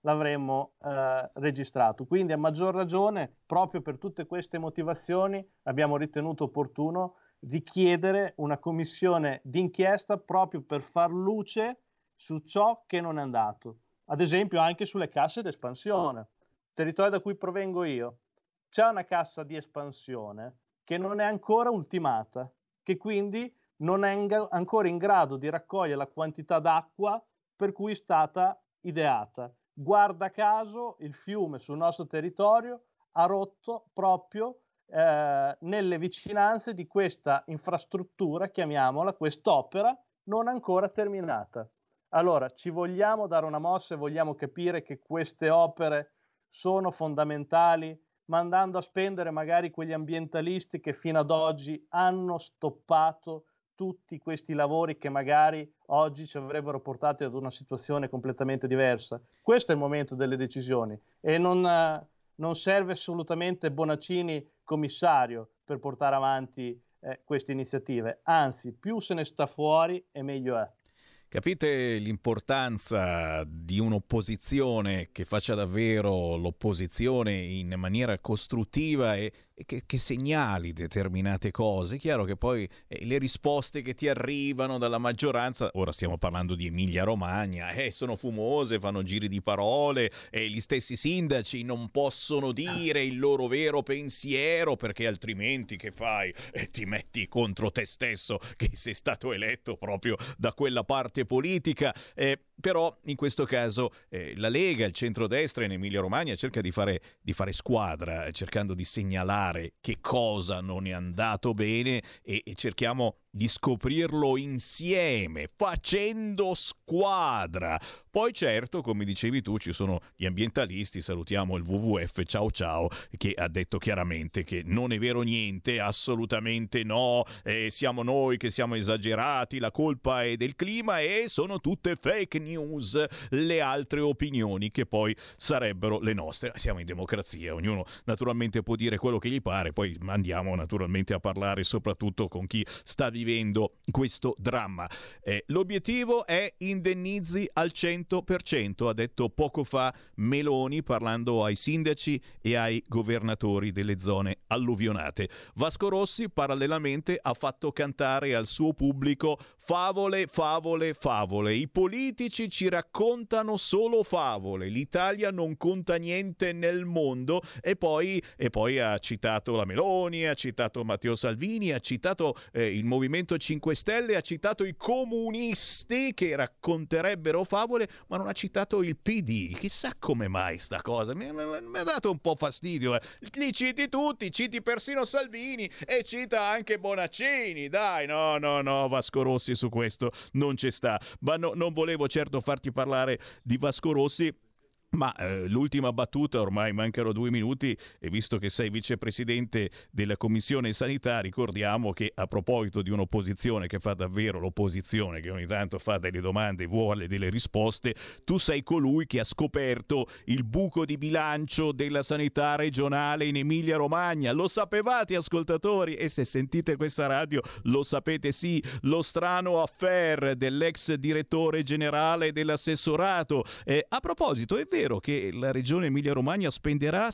l'avremmo eh, registrato. Quindi a maggior ragione, proprio per tutte queste motivazioni, abbiamo ritenuto opportuno richiedere una commissione d'inchiesta proprio per far luce su ciò che non è andato. Ad esempio anche sulle casse d'espansione. Territorio da cui provengo io, c'è una cassa di espansione che non è ancora ultimata, che quindi non è in, ancora in grado di raccogliere la quantità d'acqua per cui è stata ideata. Guarda caso il fiume sul nostro territorio ha rotto proprio eh, nelle vicinanze di questa infrastruttura, chiamiamola, quest'opera non ancora terminata. Allora, ci vogliamo dare una mossa e vogliamo capire che queste opere sono fondamentali, mandando a spendere magari quegli ambientalisti che fino ad oggi hanno stoppato tutti questi lavori che magari oggi ci avrebbero portati ad una situazione completamente diversa. Questo è il momento delle decisioni e non, eh, non serve assolutamente Bonaccini commissario per portare avanti eh, queste iniziative, anzi più se ne sta fuori e meglio è. Capite l'importanza di un'opposizione che faccia davvero l'opposizione in maniera costruttiva e, e che, che segnali determinate cose? È chiaro che poi eh, le risposte che ti arrivano dalla maggioranza, ora stiamo parlando di Emilia-Romagna, eh, sono fumose, fanno giri di parole e gli stessi sindaci non possono dire il loro vero pensiero perché altrimenti che fai? Eh, ti metti contro te stesso che sei stato eletto proprio da quella parte politica, eh, però in questo caso eh, la Lega, il centrodestra in Emilia-Romagna cerca di fare, di fare squadra, cercando di segnalare che cosa non è andato bene e, e cerchiamo di scoprirlo insieme, facendo squadra. Poi certo, come dicevi tu, ci sono gli ambientalisti, salutiamo il W W F, ciao ciao, che ha detto chiaramente che non è vero niente, assolutamente no, eh, siamo noi che siamo esagerati, la colpa è del clima e sono tutte fake news le altre opinioni che poi sarebbero le nostre. Siamo in democrazia, ognuno naturalmente può dire quello che gli pare, poi andiamo naturalmente a parlare soprattutto con chi sta vivendo vivendo questo dramma. Eh, l'obiettivo è indennizi al cento per cento, ha detto poco fa Meloni parlando ai sindaci e ai governatori delle zone alluvionate. Vasco Rossi parallelamente ha fatto cantare al suo pubblico favole, favole, favole. I politici ci raccontano solo favole, l'Italia non conta niente nel mondo e poi, e poi ha citato la Meloni, ha citato Matteo Salvini, ha citato eh, il Movimento cinque Stelle, ha citato i comunisti che racconterebbero favole, ma non ha citato il P D. Chissà come mai sta cosa, mi, mi, mi ha dato un po' fastidio. Eh. Li citi tutti, citi persino Salvini e cita anche Bonaccini. Dai, no, no, no, Vasco Rossi su questo non ci sta. Ma no, non volevo certo farti parlare di Vasco Rossi. Ma eh, l'ultima battuta, ormai mancano due minuti e visto che sei vicepresidente della Commissione Sanità, ricordiamo che a proposito di un'opposizione che fa davvero l'opposizione, che ogni tanto fa delle domande, vuole delle risposte, tu sei colui che ha scoperto il buco di bilancio della sanità regionale in Emilia-Romagna. Lo sapevate, ascoltatori? E se sentite questa radio lo sapete, sì, lo strano affair dell'ex direttore generale dell'assessorato. Eh, a proposito, è vero che la regione Emilia-Romagna spenderà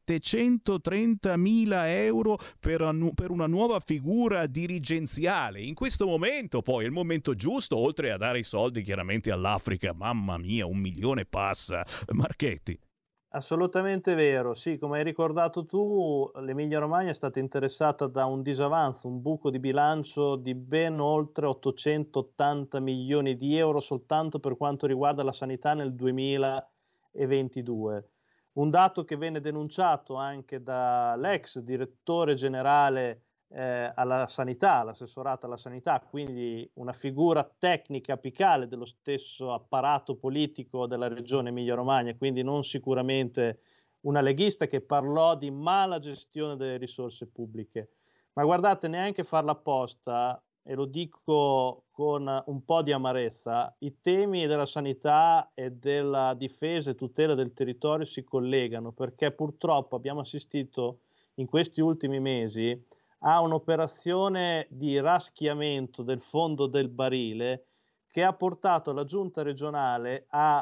settecentotrentamila euro per, annu- per una nuova figura dirigenziale. In questo momento, poi, è il momento giusto, oltre a dare i soldi chiaramente all'Africa. Mamma mia, un milione passa. Marchetti. Assolutamente vero, sì, come hai ricordato tu, l'Emilia-Romagna è stata interessata da un disavanzo, un buco di bilancio di ben oltre ottocentottanta milioni di euro soltanto per quanto riguarda la sanità nel duemilaventidue. Un dato che venne denunciato anche dall'ex direttore generale eh, alla sanità, l'assessorato alla sanità, quindi una figura tecnica apicale dello stesso apparato politico della regione Emilia-Romagna, quindi non sicuramente una leghista, che parlò di mala gestione delle risorse pubbliche. Ma guardate, neanche farla apposta, e lo dico con un po' di amarezza, i temi della sanità e della difesa e tutela del territorio si collegano, perché purtroppo abbiamo assistito in questi ultimi mesi a un'operazione di raschiamento del fondo del barile che ha portato la giunta regionale a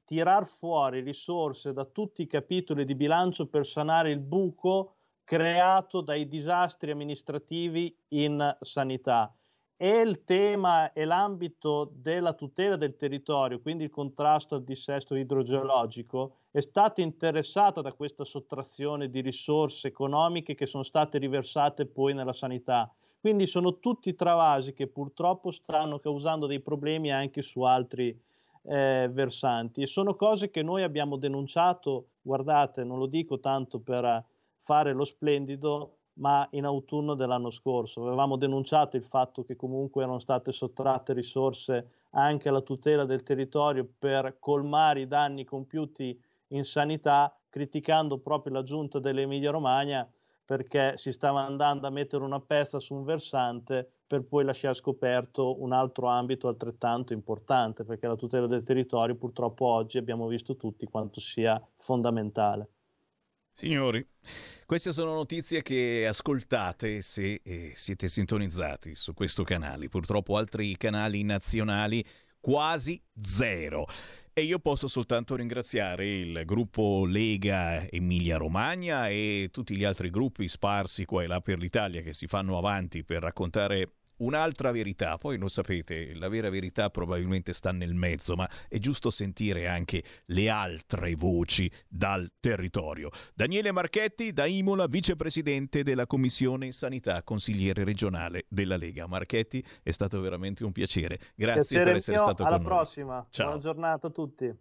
tirar fuori risorse da tutti i capitoli di bilancio per sanare il buco creato dai disastri amministrativi in sanità. E il tema e l'ambito della tutela del territorio, quindi il contrasto al dissesto idrogeologico, è stata interessata da questa sottrazione di risorse economiche che sono state riversate poi nella sanità. Quindi sono tutti travasi che purtroppo stanno causando dei problemi anche su altri eh, versanti, e sono cose che noi abbiamo denunciato, guardate, non lo dico tanto per fare lo splendido, ma in autunno dell'anno scorso avevamo denunciato il fatto che comunque erano state sottratte risorse anche alla tutela del territorio per colmare i danni compiuti in sanità, criticando proprio la giunta dell'Emilia Romagna perché si stava andando a mettere una pezza su un versante per poi lasciare scoperto un altro ambito altrettanto importante, perché la tutela del territorio purtroppo oggi abbiamo visto tutti quanto sia fondamentale. Signori, queste sono notizie che ascoltate se eh, siete sintonizzati su questo canale. Purtroppo altri canali nazionali quasi zero. E io posso soltanto ringraziare il gruppo Lega Emilia Romagna e tutti gli altri gruppi sparsi qua e là per l'Italia che si fanno avanti per raccontare un'altra verità. Poi lo sapete, la vera verità probabilmente sta nel mezzo, ma è giusto sentire anche le altre voci dal territorio. Daniele Marchetti, da Imola, vicepresidente della Commissione Sanità, consigliere regionale della Lega. Marchetti, è stato veramente un piacere. Grazie piacere per essere mio, stato alla con noi. Alla prossima. Ciao. Buona giornata a tutti.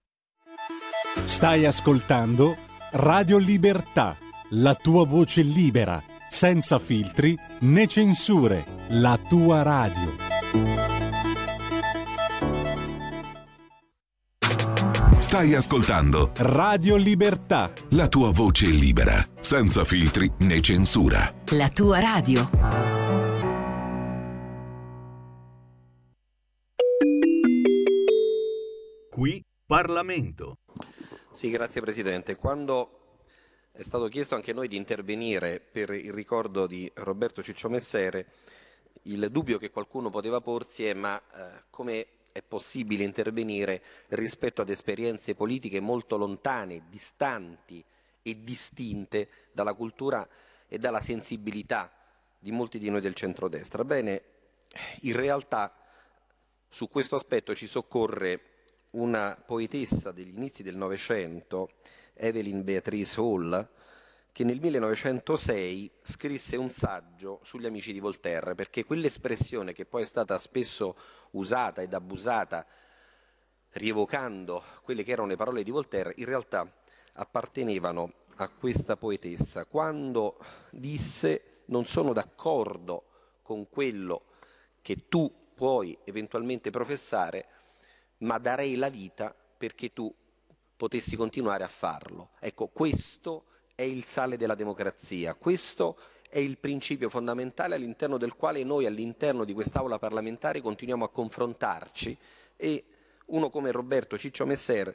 Stai ascoltando Radio Libertà, la tua voce libera, senza filtri né censure, la tua radio. Stai ascoltando Radio Libertà, la tua voce libera, senza filtri né censura. La tua radio. Qui Parlamento. Sì, grazie Presidente. Quando è stato chiesto anche a noi di intervenire per il ricordo di Roberto Ciccio Messere, il dubbio che qualcuno poteva porsi è ma eh, come è possibile intervenire rispetto ad esperienze politiche molto lontane, distanti e distinte dalla cultura e dalla sensibilità di molti di noi del centrodestra. Bene, in realtà su questo aspetto ci soccorre una poetessa degli inizi del Novecento, Evelyn Beatrice Hall, che nel millenovecentosei scrisse un saggio sugli amici di Voltaire, perché quell'espressione che poi è stata spesso usata ed abusata rievocando quelle che erano le parole di Voltaire, in realtà appartenevano a questa poetessa, quando disse: non sono d'accordo con quello che tu puoi eventualmente professare, ma darei la vita perché tu potessi continuare a farlo. Ecco, questo è il sale della democrazia, questo è il principio fondamentale all'interno del quale noi, all'interno di quest'Aula parlamentare, continuiamo a confrontarci, e uno come Roberto Ciccio Messere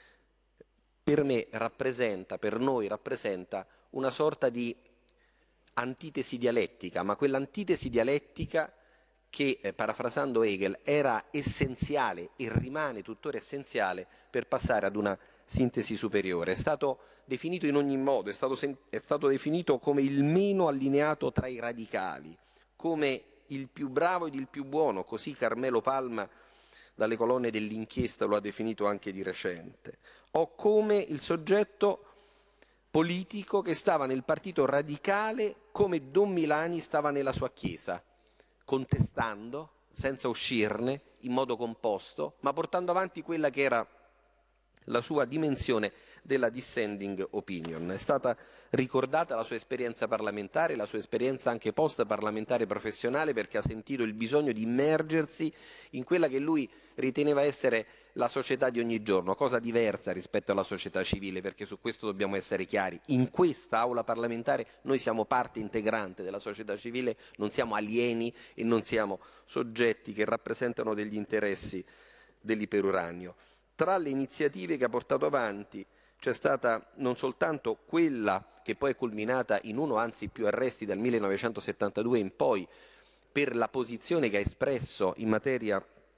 per me rappresenta, per noi rappresenta una sorta di antitesi dialettica, ma quell'antitesi dialettica che, eh, parafrasando Hegel, era essenziale e rimane tuttora essenziale per passare ad una sintesi superiore. È stato definito in ogni modo, è stato, è stato definito come il meno allineato tra i radicali, come il più bravo ed il più buono, così Carmelo Palma dalle colonne dell'Inchiesta lo ha definito anche di recente, o come il soggetto politico che stava nel partito radicale come Don Milani stava nella sua chiesa, contestando, senza uscirne, in modo composto, ma portando avanti quella che era la sua dimensione della dissenting opinion. È stata ricordata la sua esperienza parlamentare, la sua esperienza anche post parlamentare professionale, perché ha sentito il bisogno di immergersi in quella che lui riteneva essere la società di ogni giorno, cosa diversa rispetto alla società civile, perché su questo dobbiamo essere chiari. In questa aula parlamentare noi siamo parte integrante della società civile, non siamo alieni e non siamo soggetti che rappresentano degli interessi dell'iperuranio. Tra le iniziative che ha portato avanti c'è stata non soltanto quella che poi è culminata in uno, anzi più arresti dal millenovecentosettantadue in poi, per la posizione che ha espresso in materia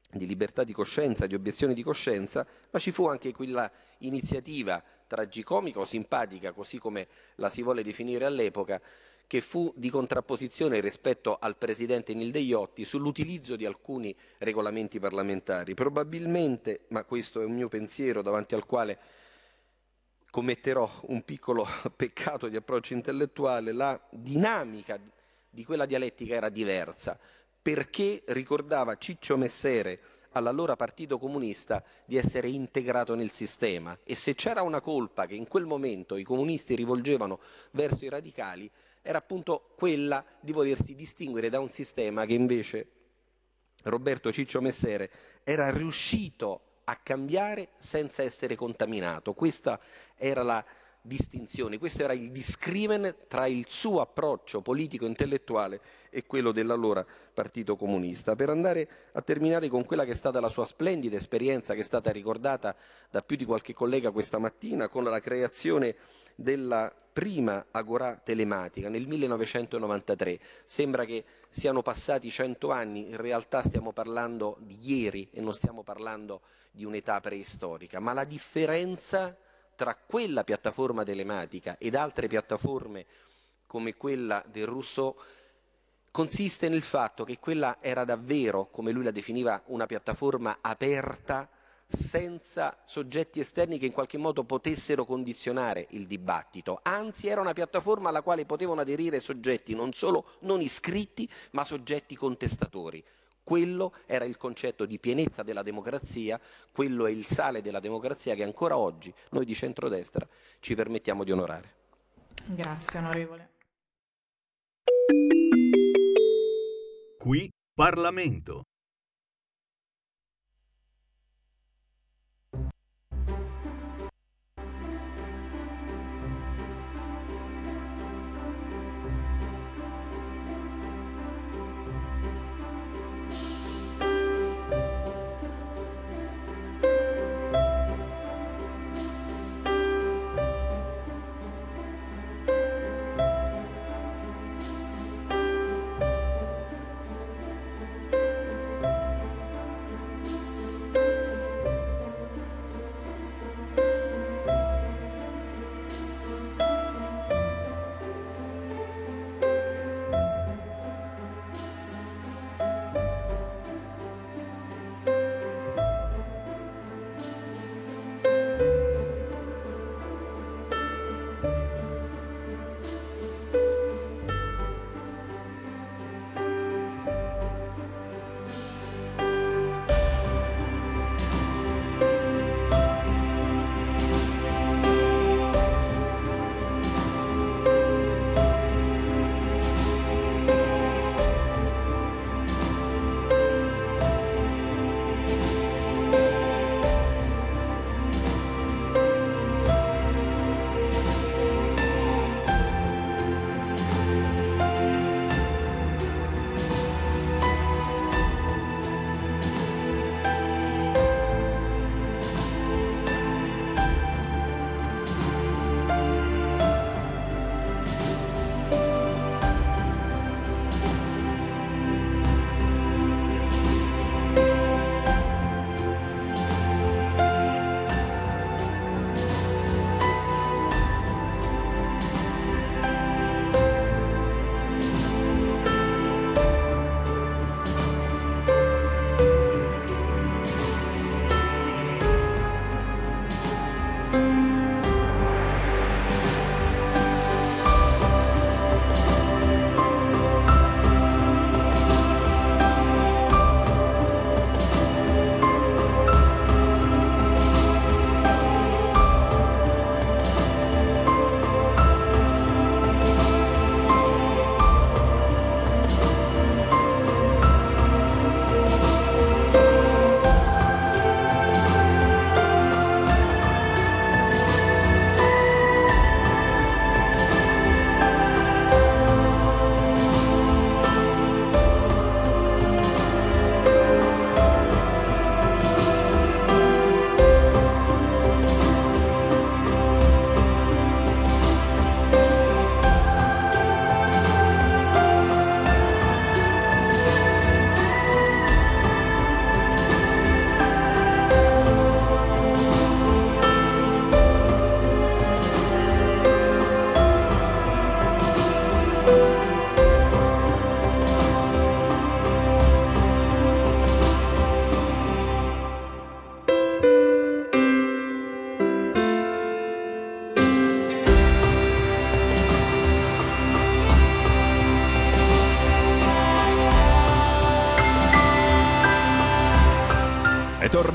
di libertà di coscienza, di obiezione di coscienza, ma ci fu anche quella iniziativa tragicomica o simpatica, così come la si vuole definire all'epoca, che fu di contrapposizione rispetto al presidente Nilde Iotti sull'utilizzo di alcuni regolamenti parlamentari. Probabilmente, ma questo è un mio pensiero davanti al quale commetterò un piccolo peccato di approccio intellettuale, la dinamica di quella dialettica era diversa, perché ricordava Ciccio Messere all'allora Partito Comunista di essere integrato nel sistema, e se c'era una colpa che in quel momento i comunisti rivolgevano verso i radicali era appunto quella di volersi distinguere da un sistema che invece Roberto Ciccio Messere era riuscito a cambiare senza essere contaminato. Questa era la distinzione, questo era il discrimen tra il suo approccio politico-intellettuale e quello dell'allora Partito Comunista. Per andare a terminare con quella che è stata la sua splendida esperienza, che è stata ricordata da più di qualche collega questa mattina, con la creazione della prima agorà telematica nel millenovecentonovantatré. Sembra che siano passati cento anni, in realtà stiamo parlando di ieri e non stiamo parlando di un'età preistorica, ma la differenza tra quella piattaforma telematica ed altre piattaforme come quella del Rousseau consiste nel fatto che quella era davvero, come lui la definiva, una piattaforma aperta, senza soggetti esterni che in qualche modo potessero condizionare il dibattito. Anzi, era una piattaforma alla quale potevano aderire soggetti non solo non iscritti, ma soggetti contestatori. Quello era il concetto di pienezza della democrazia, quello è il sale della democrazia che ancora oggi noi di centrodestra ci permettiamo di onorare. Grazie, onorevole. Qui Parlamento.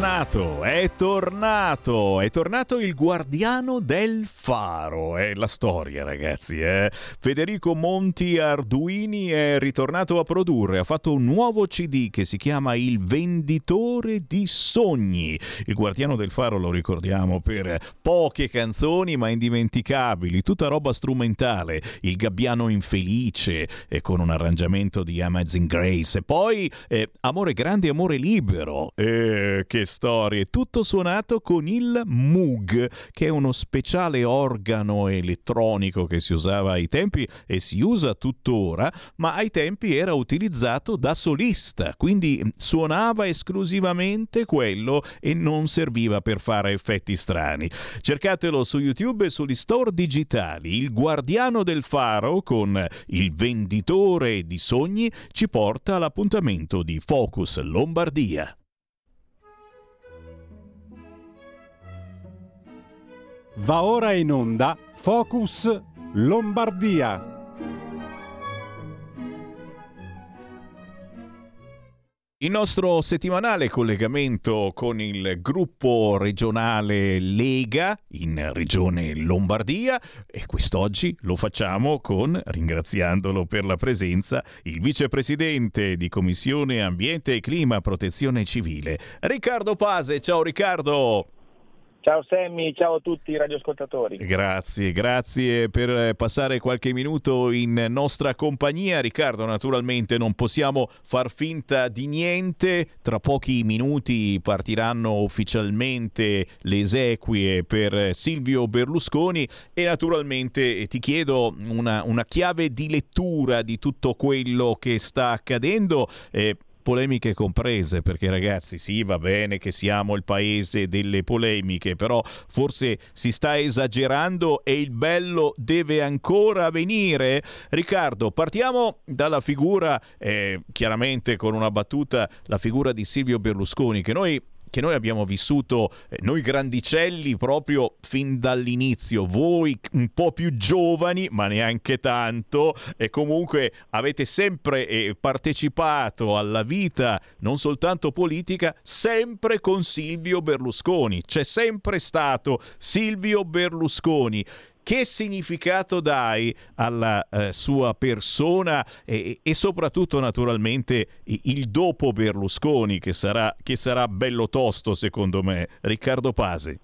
tornato, è tornato, è tornato il guardiano del faro, è la storia ragazzi, eh? Federico Monti Arduini è ritornato a produrre, ha fatto un nuovo C D che si chiama Il venditore di sogni. Il guardiano del faro lo ricordiamo per poche canzoni ma indimenticabili, tutta roba strumentale, Il gabbiano infelice eh, con un arrangiamento di Amazing Grace, e poi eh, Amore grande, amore libero. Eh, che storie, tutto suonato con il Moog, che è uno speciale organo elettronico che si usava ai tempi e si usa tuttora, ma ai tempi era utilizzato da solista, quindi suonava esclusivamente quello e non serviva per fare effetti strani. Cercatelo su YouTube e sugli store digitali. Il guardiano del faro con Il venditore di sogni ci porta all'appuntamento di Focus Lombardia. Va ora in onda Focus Lombardia. Il nostro settimanale collegamento con il gruppo regionale Lega in regione Lombardia, e quest'oggi lo facciamo con, ringraziandolo per la presenza, il vicepresidente di Commissione Ambiente e Clima Protezione Civile, Riccardo Pase. Ciao Riccardo! Ciao Sammy, ciao a tutti i radioascoltatori. Grazie, grazie per passare qualche minuto in nostra compagnia. Riccardo, naturalmente non possiamo far finta di niente. Tra pochi minuti partiranno ufficialmente le esequie per Silvio Berlusconi e naturalmente ti chiedo una, una chiave di lettura di tutto quello che sta accadendo. Eh, polemiche comprese, perché ragazzi sì, va bene che siamo il paese delle polemiche, però forse si sta esagerando e il bello deve ancora venire. Riccardo, partiamo dalla figura, eh, chiaramente con una battuta, la figura di Silvio Berlusconi, che noi che noi abbiamo vissuto, eh, noi grandicelli, proprio fin dall'inizio, voi un po' più giovani, ma neanche tanto, e comunque avete sempre eh, partecipato alla vita, non soltanto politica, sempre con Silvio Berlusconi. C'è sempre stato Silvio Berlusconi. Che significato dai alla eh, sua persona e, e soprattutto naturalmente il dopo Berlusconi, che sarà, che sarà bello tosto secondo me. Riccardo Pase.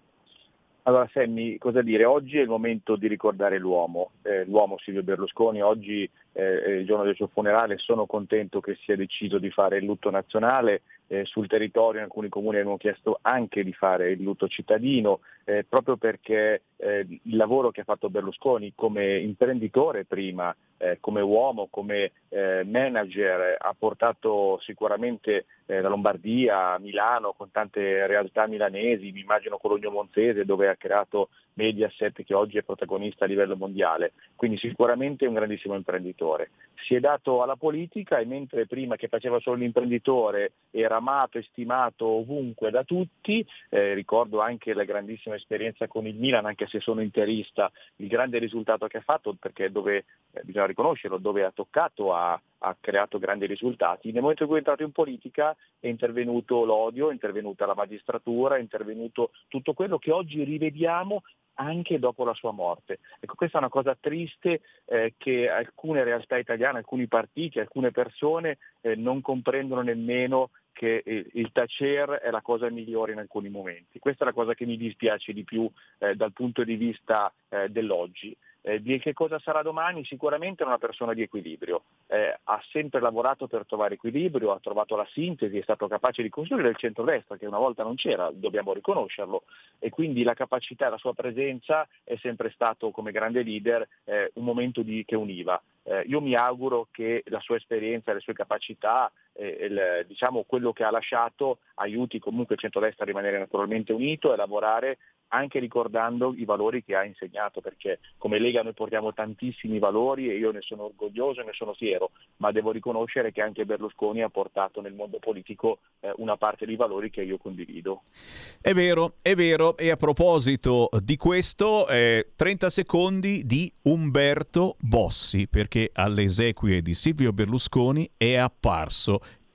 Allora Sammy, cosa dire? Oggi è il momento di ricordare l'uomo, eh, l'uomo Silvio Berlusconi. Oggi eh, è il giorno del suo funerale, sono contento che sia deciso di fare il lutto nazionale. Eh, sul territorio in alcuni comuni hanno chiesto anche di fare il lutto cittadino, eh, proprio perché eh, il lavoro che ha fatto Berlusconi come imprenditore prima, eh, come uomo, come eh, manager, ha portato sicuramente eh, la Lombardia, Milano, con tante realtà milanesi, mi immagino Cologno Monzese, dove ha creato Mediaset, che oggi è protagonista a livello mondiale, quindi sicuramente è un grandissimo imprenditore. Si è dato alla politica e mentre prima che faceva solo l'imprenditore era amato e stimato ovunque da tutti, eh, ricordo anche la grandissima esperienza con il Milan, anche se sono interista, il grande risultato che ha fatto, perché dove, eh, bisogna riconoscerlo, dove ha toccato ha, ha creato grandi risultati. Nel momento in cui è entrato in politica è intervenuto l'odio, è intervenuta la magistratura, è intervenuto tutto quello che oggi rivediamo anche dopo la sua morte. Ecco, questa è una cosa triste eh, che alcune realtà italiane, alcuni partiti, alcune persone eh, non comprendono nemmeno che eh, il tacer è la cosa migliore in alcuni momenti. Questa è la cosa che mi dispiace di più eh, dal punto di vista eh, dell'oggi. Eh, di che cosa sarà domani? Sicuramente è una persona di equilibrio, eh, ha sempre lavorato per trovare equilibrio, ha trovato la sintesi, è stato capace di costruire il centrodestra che una volta non c'era, dobbiamo riconoscerlo, e quindi la capacità e la sua presenza è sempre stato come grande leader eh, un momento di, che univa. Eh, io mi auguro che la sua esperienza, le sue capacità, eh, il, diciamo quello che ha lasciato aiuti comunque il centrodestra a rimanere naturalmente unito e a lavorare anche ricordando i valori che ha insegnato, perché come Lega noi portiamo tantissimi valori e io ne sono orgoglioso e ne sono fiero, ma devo riconoscere che anche Berlusconi ha portato nel mondo politico eh, una parte dei valori che io condivido. È vero, è vero, e a proposito di questo, eh, trenta secondi di Umberto Bossi, perché alle esequie di Silvio Berlusconi è apparso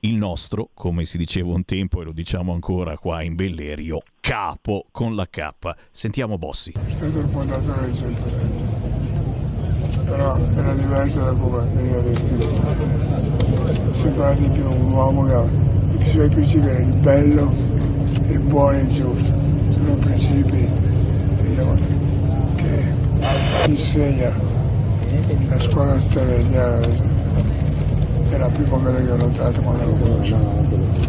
il nostro, come si diceva un tempo e lo diciamo ancora qua in Bellerio, capo con la K. Sentiamo Bossi. È stato il fondatore del centrodestra, però era diverso da come veniva descritto. Sembrava di più un uomo che ha i suoi principi, erano il bello, il buono e il giusto. Sono principi, diciamo, che insegna la scuola stereliana. È la prima cosa che ho notato quando l'ho conosciuto.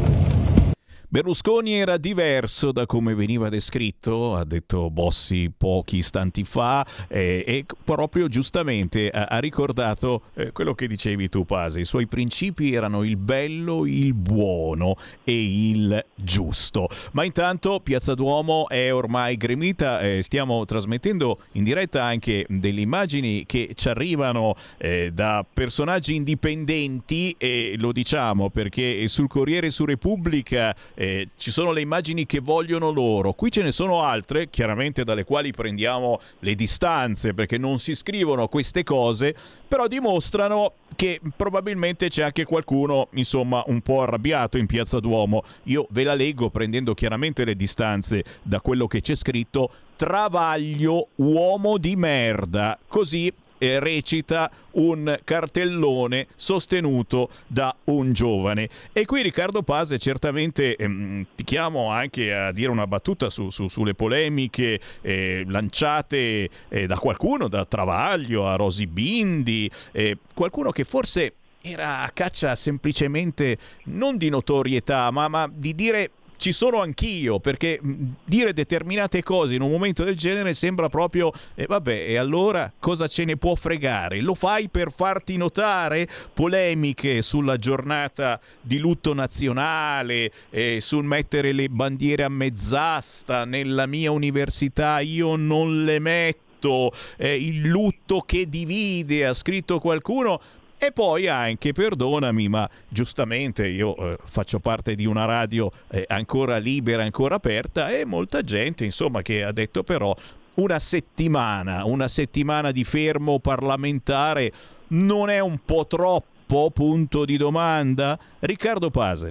Berlusconi era diverso da come veniva descritto, ha detto Bossi pochi istanti fa, eh, e proprio giustamente ha, ha ricordato eh, quello che dicevi tu, Pasi. I suoi principi erano il bello, il buono e il giusto. Ma intanto Piazza Duomo è ormai gremita, eh, stiamo trasmettendo in diretta anche delle immagini che ci arrivano eh, da personaggi indipendenti, e lo diciamo perché sul Corriere su Repubblica Eh, ci sono le immagini che vogliono loro, qui ce ne sono altre chiaramente dalle quali prendiamo le distanze, perché non si scrivono queste cose, però dimostrano che probabilmente c'è anche qualcuno insomma un po' arrabbiato in Piazza Duomo. Io ve la leggo prendendo chiaramente le distanze da quello che c'è scritto: Travaglio, uomo di merda, così Eh, recita un cartellone sostenuto da un giovane. E qui Riccardo Pase certamente ehm, ti chiamo anche a dire una battuta su, su, sulle polemiche eh, lanciate eh, da qualcuno, da Travaglio a Rosy Bindi, eh, qualcuno che forse era a caccia semplicemente non di notorietà, ma, ma di dire ci sono anch'io, perché dire determinate cose in un momento del genere sembra proprio e eh, vabbè, e allora cosa ce ne può fregare? Lo fai per farti notare? Polemiche sulla giornata di lutto nazionale, eh, sul mettere le bandiere a mezz'asta. Nella mia università io non le metto, eh, il lutto che divide, ha scritto qualcuno. E poi anche, perdonami, ma giustamente io eh, faccio parte di una radio eh, ancora libera, ancora aperta, e molta gente, insomma, che ha detto però una settimana, una settimana di fermo parlamentare non è un po' troppo? Punto di domanda. Riccardo Pase.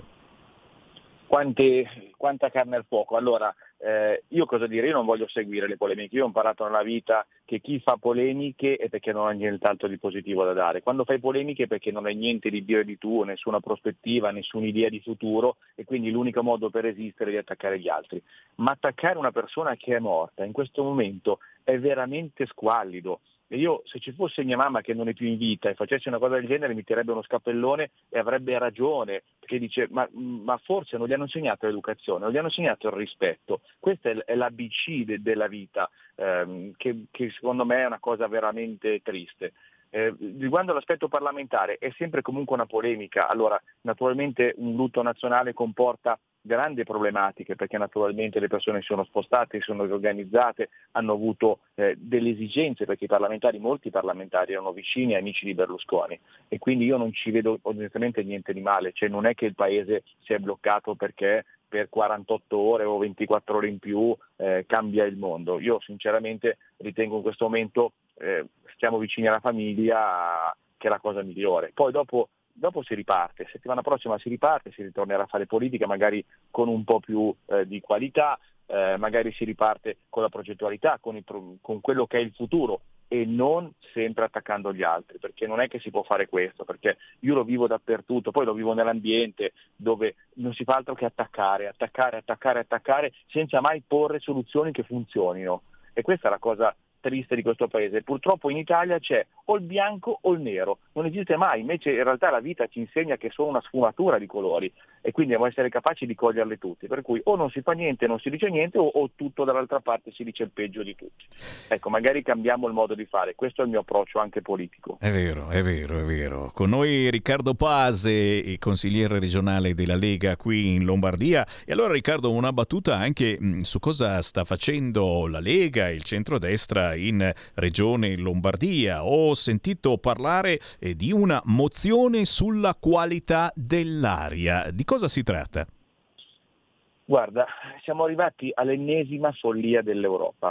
Quanti, quanta carne al fuoco. Allora, eh, io cosa dire? Io non voglio seguire le polemiche. Io ho imparato nella vita che chi fa polemiche è perché non ha nient'altro di positivo da dare. Quando fai polemiche è perché non hai niente di bio di tuo, nessuna prospettiva, nessuna idea di futuro, e quindi l'unico modo per esistere è di attaccare gli altri. Ma attaccare una persona che è morta in questo momento è veramente squallido. E io, se ci fosse mia mamma che non è più in vita e facesse una cosa del genere, mi tirerebbe uno scappellone e avrebbe ragione, perché dice ma, ma forse non gli hanno insegnato l'educazione, non gli hanno insegnato il rispetto. Questa è l'A B C de, della vita, ehm, che, che secondo me è una cosa veramente triste. Eh, riguardo l'aspetto parlamentare è sempre comunque una polemica. Allora, naturalmente un lutto nazionale comporta grandi problematiche, perché naturalmente le persone si sono spostate, si sono riorganizzate, hanno avuto eh, delle esigenze, perché i parlamentari, molti parlamentari erano vicini e amici di Berlusconi, e quindi io non ci vedo onestamente niente di male, cioè non è che il paese si è bloccato perché per quarantotto ore o ventiquattro ore in più eh, cambia il mondo. Io sinceramente ritengo in questo momento eh, stiamo vicini alla famiglia, che è la cosa migliore. Poi dopo Dopo si riparte, settimana prossima si riparte, si ritornerà a fare politica magari con un po' più eh, di qualità, eh, magari si riparte con la progettualità, con, il, con quello che è il futuro, e non sempre attaccando gli altri, perché non è che si può fare questo, perché io lo vivo dappertutto, poi lo vivo nell'ambiente dove non si fa altro che attaccare, attaccare, attaccare, attaccare, senza mai porre soluzioni che funzionino. E questa è la cosa triste di questo paese. Purtroppo in Italia c'è o il bianco o il nero, non esiste mai, invece in realtà la vita ci insegna che sono una sfumatura di colori, e quindi dobbiamo essere capaci di coglierle tutte, per cui o non si fa niente, non si dice niente, o, o tutto dall'altra parte si dice il peggio di tutti. Ecco, magari cambiamo il modo di fare, questo è il mio approccio anche politico. È vero, è vero, è vero. Con noi Riccardo Pase, il consigliere regionale della Lega qui in Lombardia. E allora Riccardo, una battuta anche mh, su cosa sta facendo la Lega, il centrodestra in regione Lombardia. Ho sentito parlare eh, di una mozione sulla qualità dell'aria. Di cosa si tratta? Guarda, siamo arrivati all'ennesima follia dell'Europa.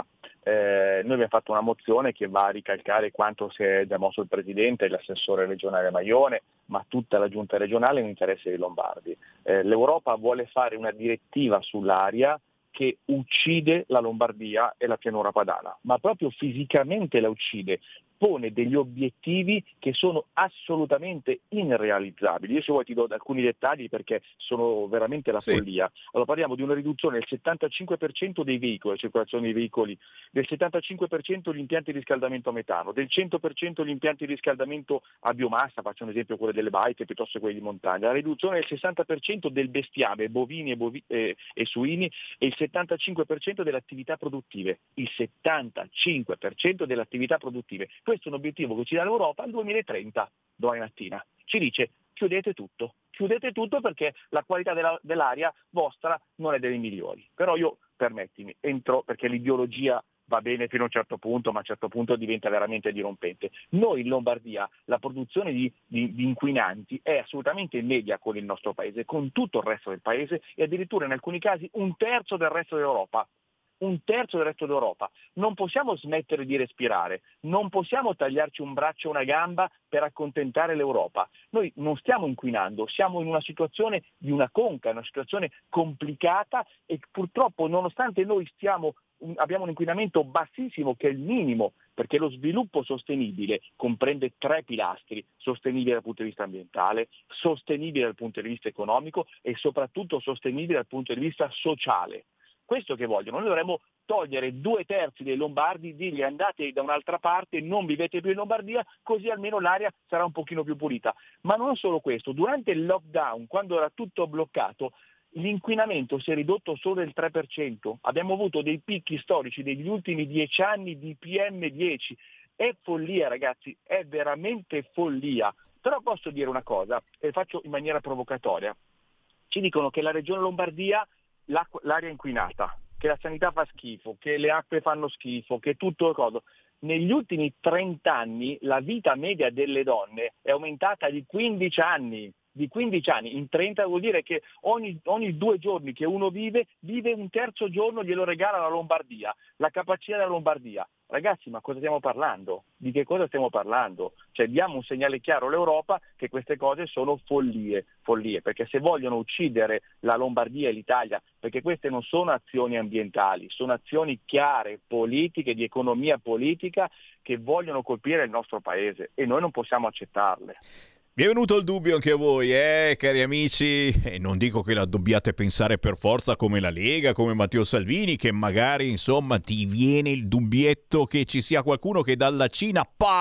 Eh, noi abbiamo fatto una mozione che va a ricalcare quanto si è già mosso il Presidente e l'assessore regionale Maione, ma tutta la giunta regionale in interesse dei lombardi. Eh, L'Europa vuole fare una direttiva sull'aria che uccide la Lombardia e la pianura padana, ma proprio fisicamente la uccide, pone degli obiettivi che sono assolutamente irrealizzabili. Io se vuoi ti do alcuni dettagli perché sono veramente la sì. follia. Allora parliamo di una riduzione del settantacinque per cento dei veicoli, la circolazione dei veicoli, del settantacinque per cento gli impianti di riscaldamento a metano, del cento per cento gli impianti di riscaldamento a biomassa, faccio un esempio quello delle baite piuttosto che quelli di montagna, la riduzione del sessanta per cento del bestiame, bovini e, bovi- eh, e suini, e il settantacinque per cento delle attività produttive, il settantacinque per cento delle attività produttive. Questo è un obiettivo che ci dà l'Europa al duemilatrenta, domani mattina. Ci dice chiudete tutto, chiudete tutto perché la qualità della, dell'aria vostra non è delle migliori. Però io, permettimi, entro perché l'ideologia va bene fino a un certo punto, ma a un certo punto diventa veramente dirompente. Noi in Lombardia la produzione di, di, di inquinanti è assolutamente in media con il nostro paese, con tutto il resto del paese e addirittura in alcuni casi un terzo del resto dell'Europa. Un terzo del resto d'Europa. Non possiamo smettere di respirare, non possiamo tagliarci un braccio o una gamba per accontentare l'Europa. Noi non stiamo inquinando, siamo in una situazione di una conca, una situazione complicata e purtroppo nonostante noi stiamo, abbiamo un inquinamento bassissimo che è il minimo, perché lo sviluppo sostenibile comprende tre pilastri: sostenibile dal punto di vista ambientale, sostenibile dal punto di vista economico e soprattutto sostenibile dal punto di vista sociale. Questo che vogliono, noi dovremmo togliere due terzi dei lombardi, dirgli andate da un'altra parte, non vivete più in Lombardia, così almeno l'aria sarà un pochino più pulita. Ma non solo questo, durante il lockdown, quando era tutto bloccato, l'inquinamento si è ridotto solo del tre per cento, abbiamo avuto dei picchi storici degli ultimi dieci anni di P M dieci, è follia ragazzi, è veramente follia. Però posso dire una cosa, e faccio in maniera provocatoria, ci dicono che la regione Lombardia l'aria inquinata, che la sanità fa schifo, che le acque fanno schifo, che tutto il coso. Negli ultimi trenta anni la vita media delle donne è aumentata di quindici anni. Di quindici anni, in trenta vuol dire che ogni, ogni due giorni che uno vive, vive un terzo giorno, glielo regala la Lombardia, la capacità della Lombardia. Ragazzi, ma cosa stiamo parlando? Di che cosa stiamo parlando? Cioè diamo un segnale chiaro all'Europa che queste cose sono follie, follie, perché se vogliono uccidere la Lombardia e l'Italia, perché queste non sono azioni ambientali, sono azioni chiare, politiche, di economia politica, che vogliono colpire il nostro paese e noi non possiamo accettarle. Vi è venuto il dubbio anche a voi, eh, cari amici? E non dico che la dobbiate pensare per forza come la Lega, come Matteo Salvini, che magari, insomma, ti viene il dubbietto che ci sia qualcuno che dalla Cina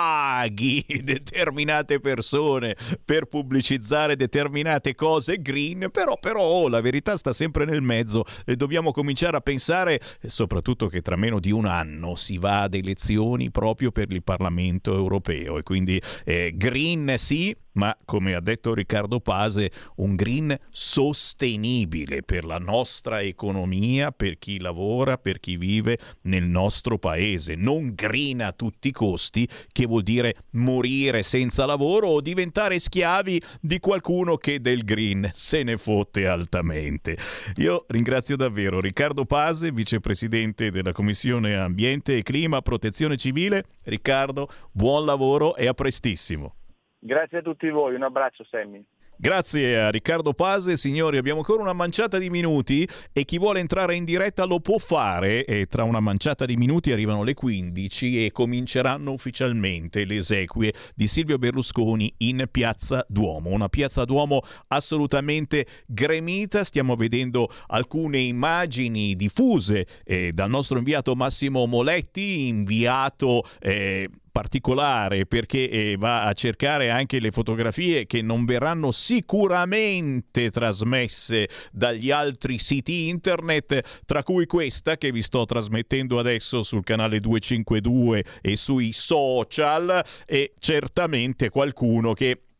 paghi determinate persone per pubblicizzare determinate cose green, però, però oh, la verità sta sempre nel mezzo e dobbiamo cominciare a pensare, soprattutto che tra meno di un anno si va ad elezioni proprio per il Parlamento europeo e quindi eh, green sì, ma come ha detto Riccardo Pase, un green sostenibile per la nostra economia, per chi lavora, per chi vive nel nostro paese. Non green a tutti i costi, che vuol dire morire senza lavoro o diventare schiavi di qualcuno che del green se ne fotte altamente. Io ringrazio davvero Riccardo Pase, vicepresidente della Commissione Ambiente e Clima, Protezione Civile. Riccardo, buon lavoro e a prestissimo. Grazie a tutti voi, un abbraccio Sammy. Grazie a Riccardo Pase. Signori, abbiamo ancora una manciata di minuti e chi vuole entrare in diretta lo può fare, e tra una manciata di minuti arrivano le quindici e cominceranno ufficialmente le esequie di Silvio Berlusconi in Piazza Duomo, una Piazza Duomo assolutamente gremita. Stiamo vedendo alcune immagini diffuse eh, dal nostro inviato Massimo Moletti, inviato eh, particolare perché eh, va a cercare anche le fotografie che non verranno sicuramente trasmesse dagli altri siti internet, tra cui questa che vi sto trasmettendo adesso sul canale duecentocinquantadue e sui social, e certamente qualcuno che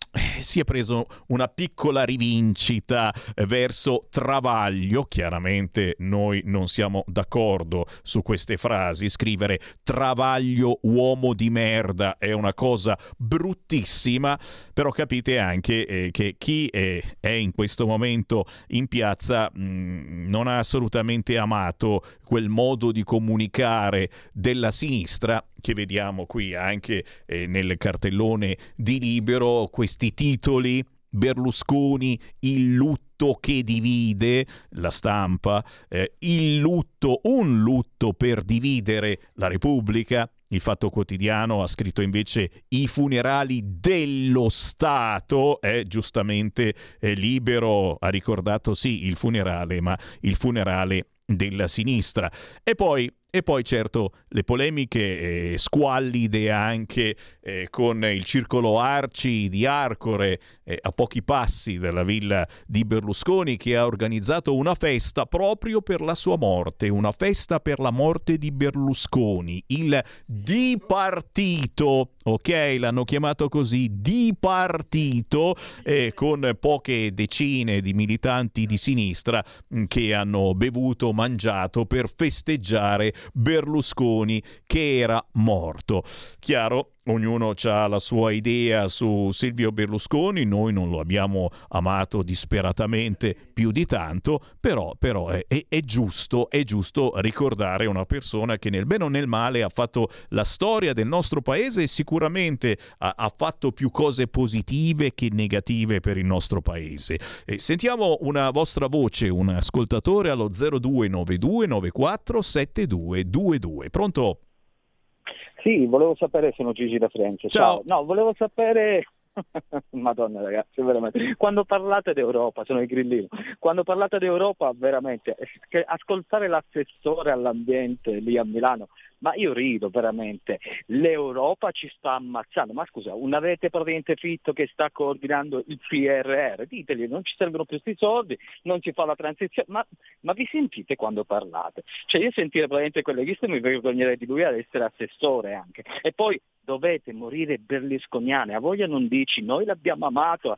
si è preso una piccola rivincita eh, verso Travaglio. Chiaramente noi non siamo d'accordo su queste frasi. Scrivere Travaglio uomo di merda è una cosa bruttissima, però capite anche eh, che chi è, è in questo momento in piazza mh, non ha assolutamente amato quel modo di comunicare della sinistra che vediamo qui anche eh, nel cartellone di Libero, questi titoli: Berlusconi, il lutto che divide, La Stampa, eh, il lutto, un lutto per dividere la Repubblica. Il Fatto Quotidiano ha scritto invece i funerali dello Stato, eh, giustamente eh, Libero ha ricordato sì il funerale, ma il funerale della sinistra. E poi E poi certo le polemiche eh, squallide anche eh, con il circolo Arci di Arcore eh, a pochi passi dalla villa di Berlusconi, che ha organizzato una festa proprio per la sua morte, una festa per la morte di Berlusconi, il Dipartito, ok? L'hanno chiamato così, Dipartito, eh, con poche decine di militanti di sinistra mh, che hanno bevuto, mangiato per festeggiare Berlusconi che era morto. Chiaro, ognuno ha la sua idea su Silvio Berlusconi, noi non lo abbiamo amato disperatamente più di tanto, però, però è, è, è giusto, è giusto ricordare una persona che nel bene o nel male ha fatto la storia del nostro paese e sicuramente ha, ha fatto più cose positive che negative per il nostro paese. E sentiamo una vostra voce, un ascoltatore allo zero due nove due nove quattro sette due due due. Pronto? Sì, volevo sapere, sono Gigi da Firenze. Ciao. Ciao. No, volevo sapere... Madonna ragazzi, veramente. Quando parlate d'Europa, sono il grillino, quando parlate d'Europa veramente, che ascoltare l'assessore all'ambiente lì a Milano, ma io rido veramente, l'Europa ci sta ammazzando, ma scusa, un avete praticamente Fitto che sta coordinando il P R R, ditegli, non ci servono più questi soldi, non si fa la transizione, ma, ma vi sentite quando parlate? Cioè io sentire praticamente quelle viste mi vergognerei di lui ad essere assessore anche, e poi dovete morire berlusconiane, a voglia non dici, noi l'abbiamo amato,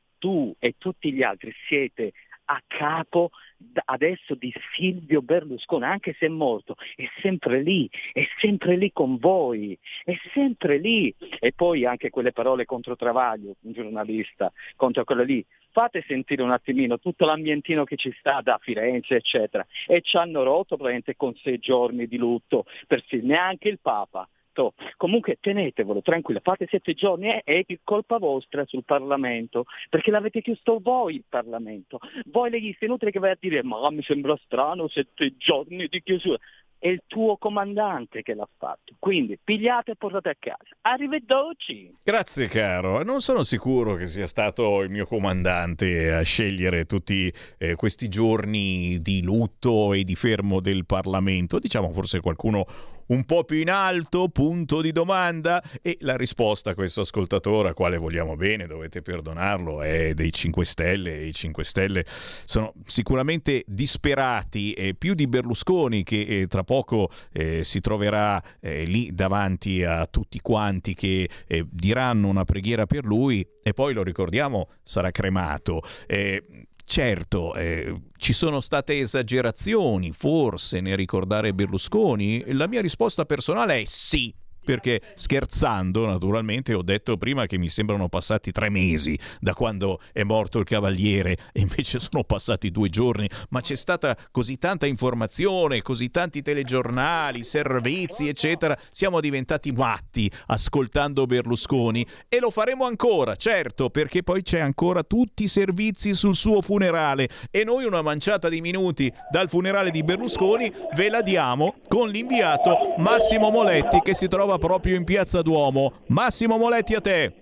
tu e tutti gli altri siete a capo adesso di Silvio Berlusconi, anche se è morto, è sempre lì, è sempre lì con voi, è sempre lì. E poi anche quelle parole contro Travaglio, un giornalista, contro quelle lì, fate sentire un attimino tutto l'ambientino che ci sta da Firenze eccetera, e ci hanno rotto praticamente con sei giorni di lutto, per neanche il Papa. Comunque tenetevelo tranquillo, fate sette giorni, eh, è colpa vostra sul Parlamento, perché l'avete chiuso voi il Parlamento, voi leghisti, inutile che vai a dire ma mi sembra strano sette giorni di chiusura, è il tuo comandante che l'ha fatto, quindi pigliate e portate a casa. Arrivederci. Grazie caro, non sono sicuro che sia stato il mio comandante a scegliere tutti eh, questi giorni di lutto e di fermo del Parlamento, diciamo forse qualcuno un po' più in alto, punto di domanda. E la risposta a questo ascoltatore, a quale vogliamo bene, dovete perdonarlo, è dei cinque Stelle. I cinque Stelle sono sicuramente disperati, e più di Berlusconi, che eh, tra poco eh, si troverà eh, lì davanti a tutti quanti che eh, diranno una preghiera per lui, e poi lo ricordiamo sarà cremato. Eh, Certo, eh, ci sono state esagerazioni, forse, nel ricordare Berlusconi? La mia risposta personale è sì. Perché scherzando naturalmente ho detto prima che mi sembrano passati tre mesi da quando è morto il Cavaliere, e invece sono passati due giorni, ma c'è stata così tanta informazione, così tanti telegiornali, servizi eccetera, siamo diventati matti ascoltando Berlusconi, e lo faremo ancora, certo, perché poi c'è ancora tutti i servizi sul suo funerale, e noi una manciata di minuti dal funerale di Berlusconi ve la diamo con l'inviato Massimo Moletti, che si trova proprio in Piazza Duomo. Massimo Moletti, a te.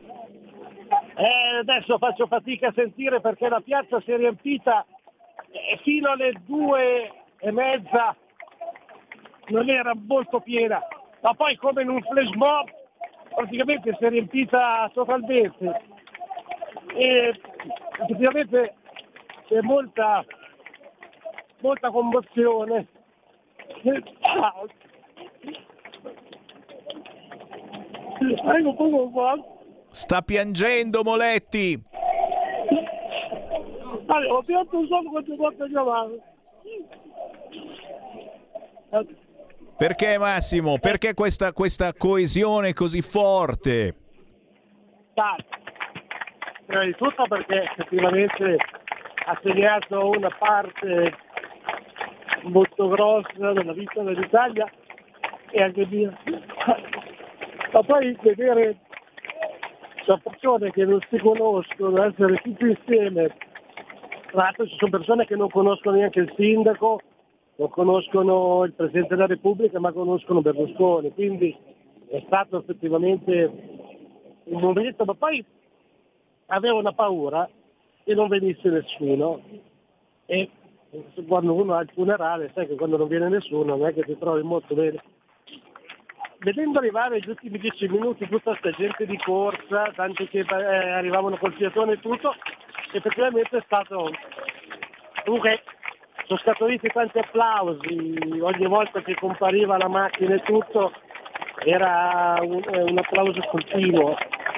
Eh, adesso faccio fatica a sentire perché la piazza si è riempita e fino alle due e mezza non era molto piena, ma poi come in un flash mob praticamente si è riempita totalmente, e effettivamente c'è molta molta commozione. Prego, prego, qua. Sta piangendo Moletti. Allora, ho pianto un solo quante volte ho chiamato. Perché Massimo? Perché questa, questa coesione così forte? Prima di tutto perché effettivamente ha segnato una parte molto grossa della vita dell'Italia e anche mia. Ma poi vedere persone che non si conoscono, essere tutti insieme, tra l'altro ci sono persone che non conoscono neanche il sindaco, non conoscono il Presidente della Repubblica, ma conoscono Berlusconi, quindi è stato effettivamente un momento, ma poi avevo una paura che non venisse nessuno, e quando uno ha il funerale sai che quando non viene nessuno non è che ti trovi molto bene. Vedendo arrivare gli ultimi dieci minuti tutta questa gente di corsa, tanti che eh, arrivavano col fiatone e tutto, effettivamente è stato, comunque sono scaturiti tanti applausi, ogni volta che compariva la macchina e tutto era un, un applauso continuo,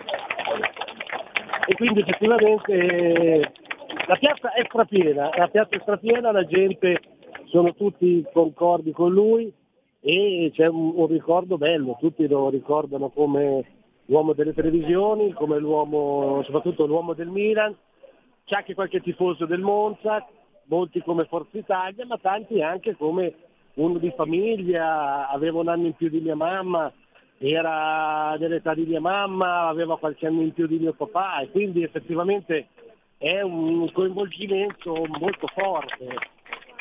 e quindi effettivamente la piazza è strapiena, la piazza è strapiena, la gente sono tutti concordi con lui e c'è un, un ricordo bello, tutti lo ricordano come l'uomo delle televisioni, come l'uomo, soprattutto l'uomo del Milan, c'è anche qualche tifoso del Monza, molti come Forza Italia, ma tanti anche come uno di famiglia, aveva un anno in più di mia mamma, era dell'età di mia mamma, aveva qualche anno in più di mio papà, e quindi effettivamente è un coinvolgimento molto forte.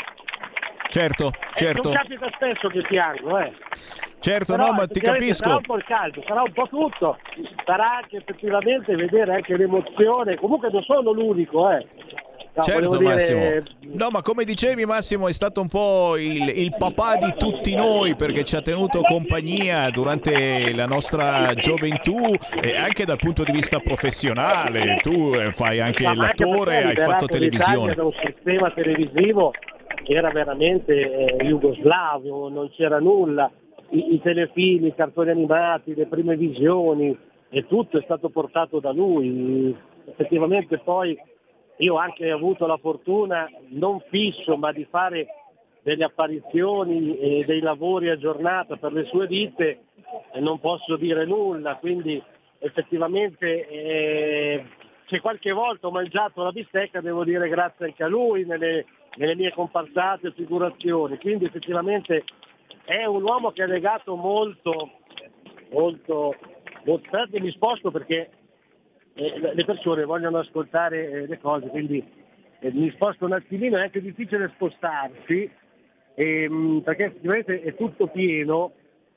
Certo, certo. Eh, non capita spesso che piango, eh. Certo, Però, no, ma ti capisco. Sarà un po' il caldo, sarà un po' tutto, sarà anche effettivamente vedere anche l'emozione, comunque non sono l'unico, eh. No, certo dire... Massimo, no, ma come dicevi Massimo è stato un po' il, il papà di tutti noi, perché ci ha tenuto compagnia durante la nostra gioventù e anche dal punto di vista professionale. Tu fai anche Ma l'attore, hai fatto televisione. Da un sistema televisivo che era veramente eh, jugoslavo, non c'era nulla, I, i telefilm, i cartoni animati, le prime visioni, e tutto è stato portato da lui. Effettivamente poi io ho anche avuto la fortuna, non fisso, ma di fare delle apparizioni e dei lavori a giornata per le sue ditte, e non posso dire nulla, quindi effettivamente eh, se qualche volta ho mangiato la bistecca devo dire grazie anche a lui nelle, nelle mie comparsate e figurazioni, quindi effettivamente è un uomo che ha legato molto, molto, molto, mi sposto perché Eh, le persone vogliono ascoltare eh, le cose, quindi eh, mi sposto un attimino, è anche difficile spostarsi ehm, perché effettivamente è tutto pieno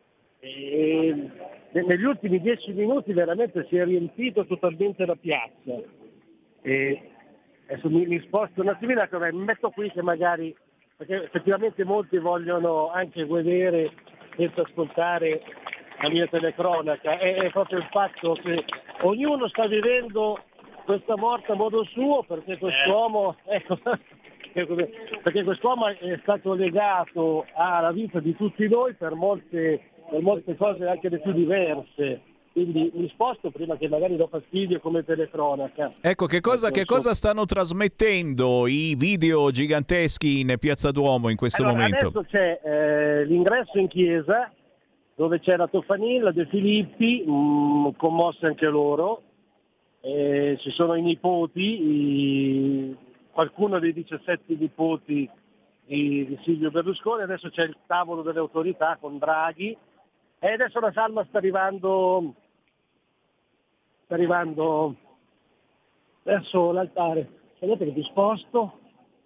e negli ultimi dieci minuti veramente si è riempito totalmente la piazza. E adesso mi, mi sposto un attimino, ecco, mi metto qui che magari, perché effettivamente molti vogliono anche vedere senza ascoltare la mia telecronaca, è, è proprio il fatto che ognuno sta vivendo questa morte a modo suo, perché quest'uomo, ecco, perché quest'uomo è stato legato alla vita di tutti noi per molte, per molte cose anche le più diverse. Quindi mi sposto prima che magari do fastidio come telecronaca. Ecco, che cosa, che cosa stanno trasmettendo i video giganteschi in Piazza Duomo in questo allora, momento? Adesso c'è eh, l'ingresso in chiesa, dove c'è la Toffanilla, De Filippi, mh, commosse anche loro, eh, ci sono i nipoti, i, qualcuno dei diciassette nipoti di, di Silvio Berlusconi, adesso c'è il tavolo delle autorità con Draghi, e adesso la salma sta arrivando, sta arrivando verso l'altare. Vedete che mi sposto?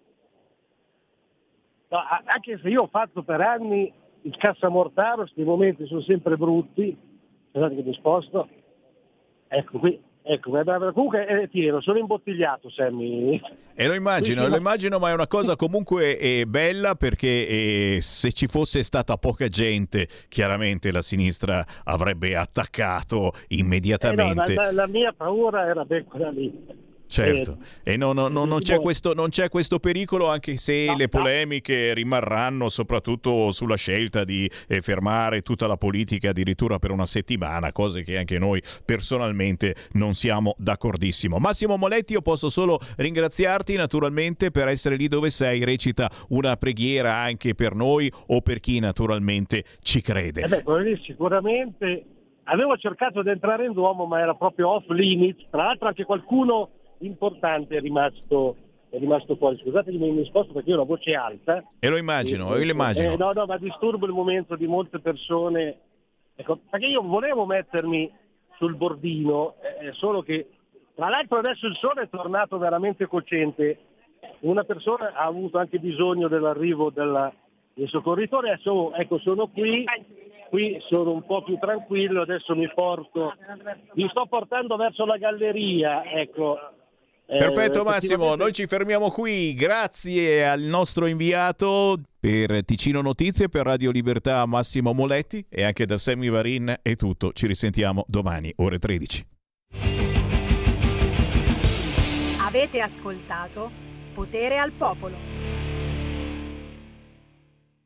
No, anche se io ho fatto per anni il Cassamortaro, questi momenti sono sempre brutti, guardate che mi sposto, ecco qui, ecco, comunque è pieno, sono imbottigliato Sammy. E lo immagino, Quindi, lo immagino, ma è una cosa comunque eh, bella, perché eh, se ci fosse stata poca gente, chiaramente la sinistra avrebbe attaccato immediatamente. Eh no, la, la, la mia paura era ben quella lì. Certo, Eh, e no, no, no, non, c'è questo, non c'è questo pericolo, anche se No, le no. polemiche rimarranno soprattutto sulla scelta di eh, fermare tutta la politica addirittura per una settimana, cose che anche noi personalmente non siamo d'accordissimo. Massimo Moletti, io posso solo ringraziarti naturalmente per essere lì dove sei. Recita una preghiera anche per noi o per chi naturalmente ci crede. Eh beh, quello lì sicuramente. Avevo cercato di entrare in Duomo, ma era proprio off limits. Tra l'altro anche qualcuno importante è rimasto, è rimasto fuori. Scusatemi, mi sposto perché io ho una voce alta. E lo immagino, E- io lo immagino. eh, no, no, ma disturbo il momento di molte persone. Ecco, perché io volevo mettermi sul bordino, eh, solo che tra l'altro adesso il sole è tornato veramente cocente. Una persona ha avuto anche bisogno dell'arrivo della, del soccorritore. Adesso ecco, sono qui. Qui sono un po' più tranquillo, adesso mi porto, mi sto portando verso la galleria, ecco. Eh, Perfetto Massimo, effettivamente- noi ci fermiamo qui, grazie al nostro inviato per Ticino Notizie, per Radio Libertà Massimo Moletti, e anche da Sammy Varin è tutto, ci risentiamo domani ore tredici. Avete ascoltato Potere al Popolo.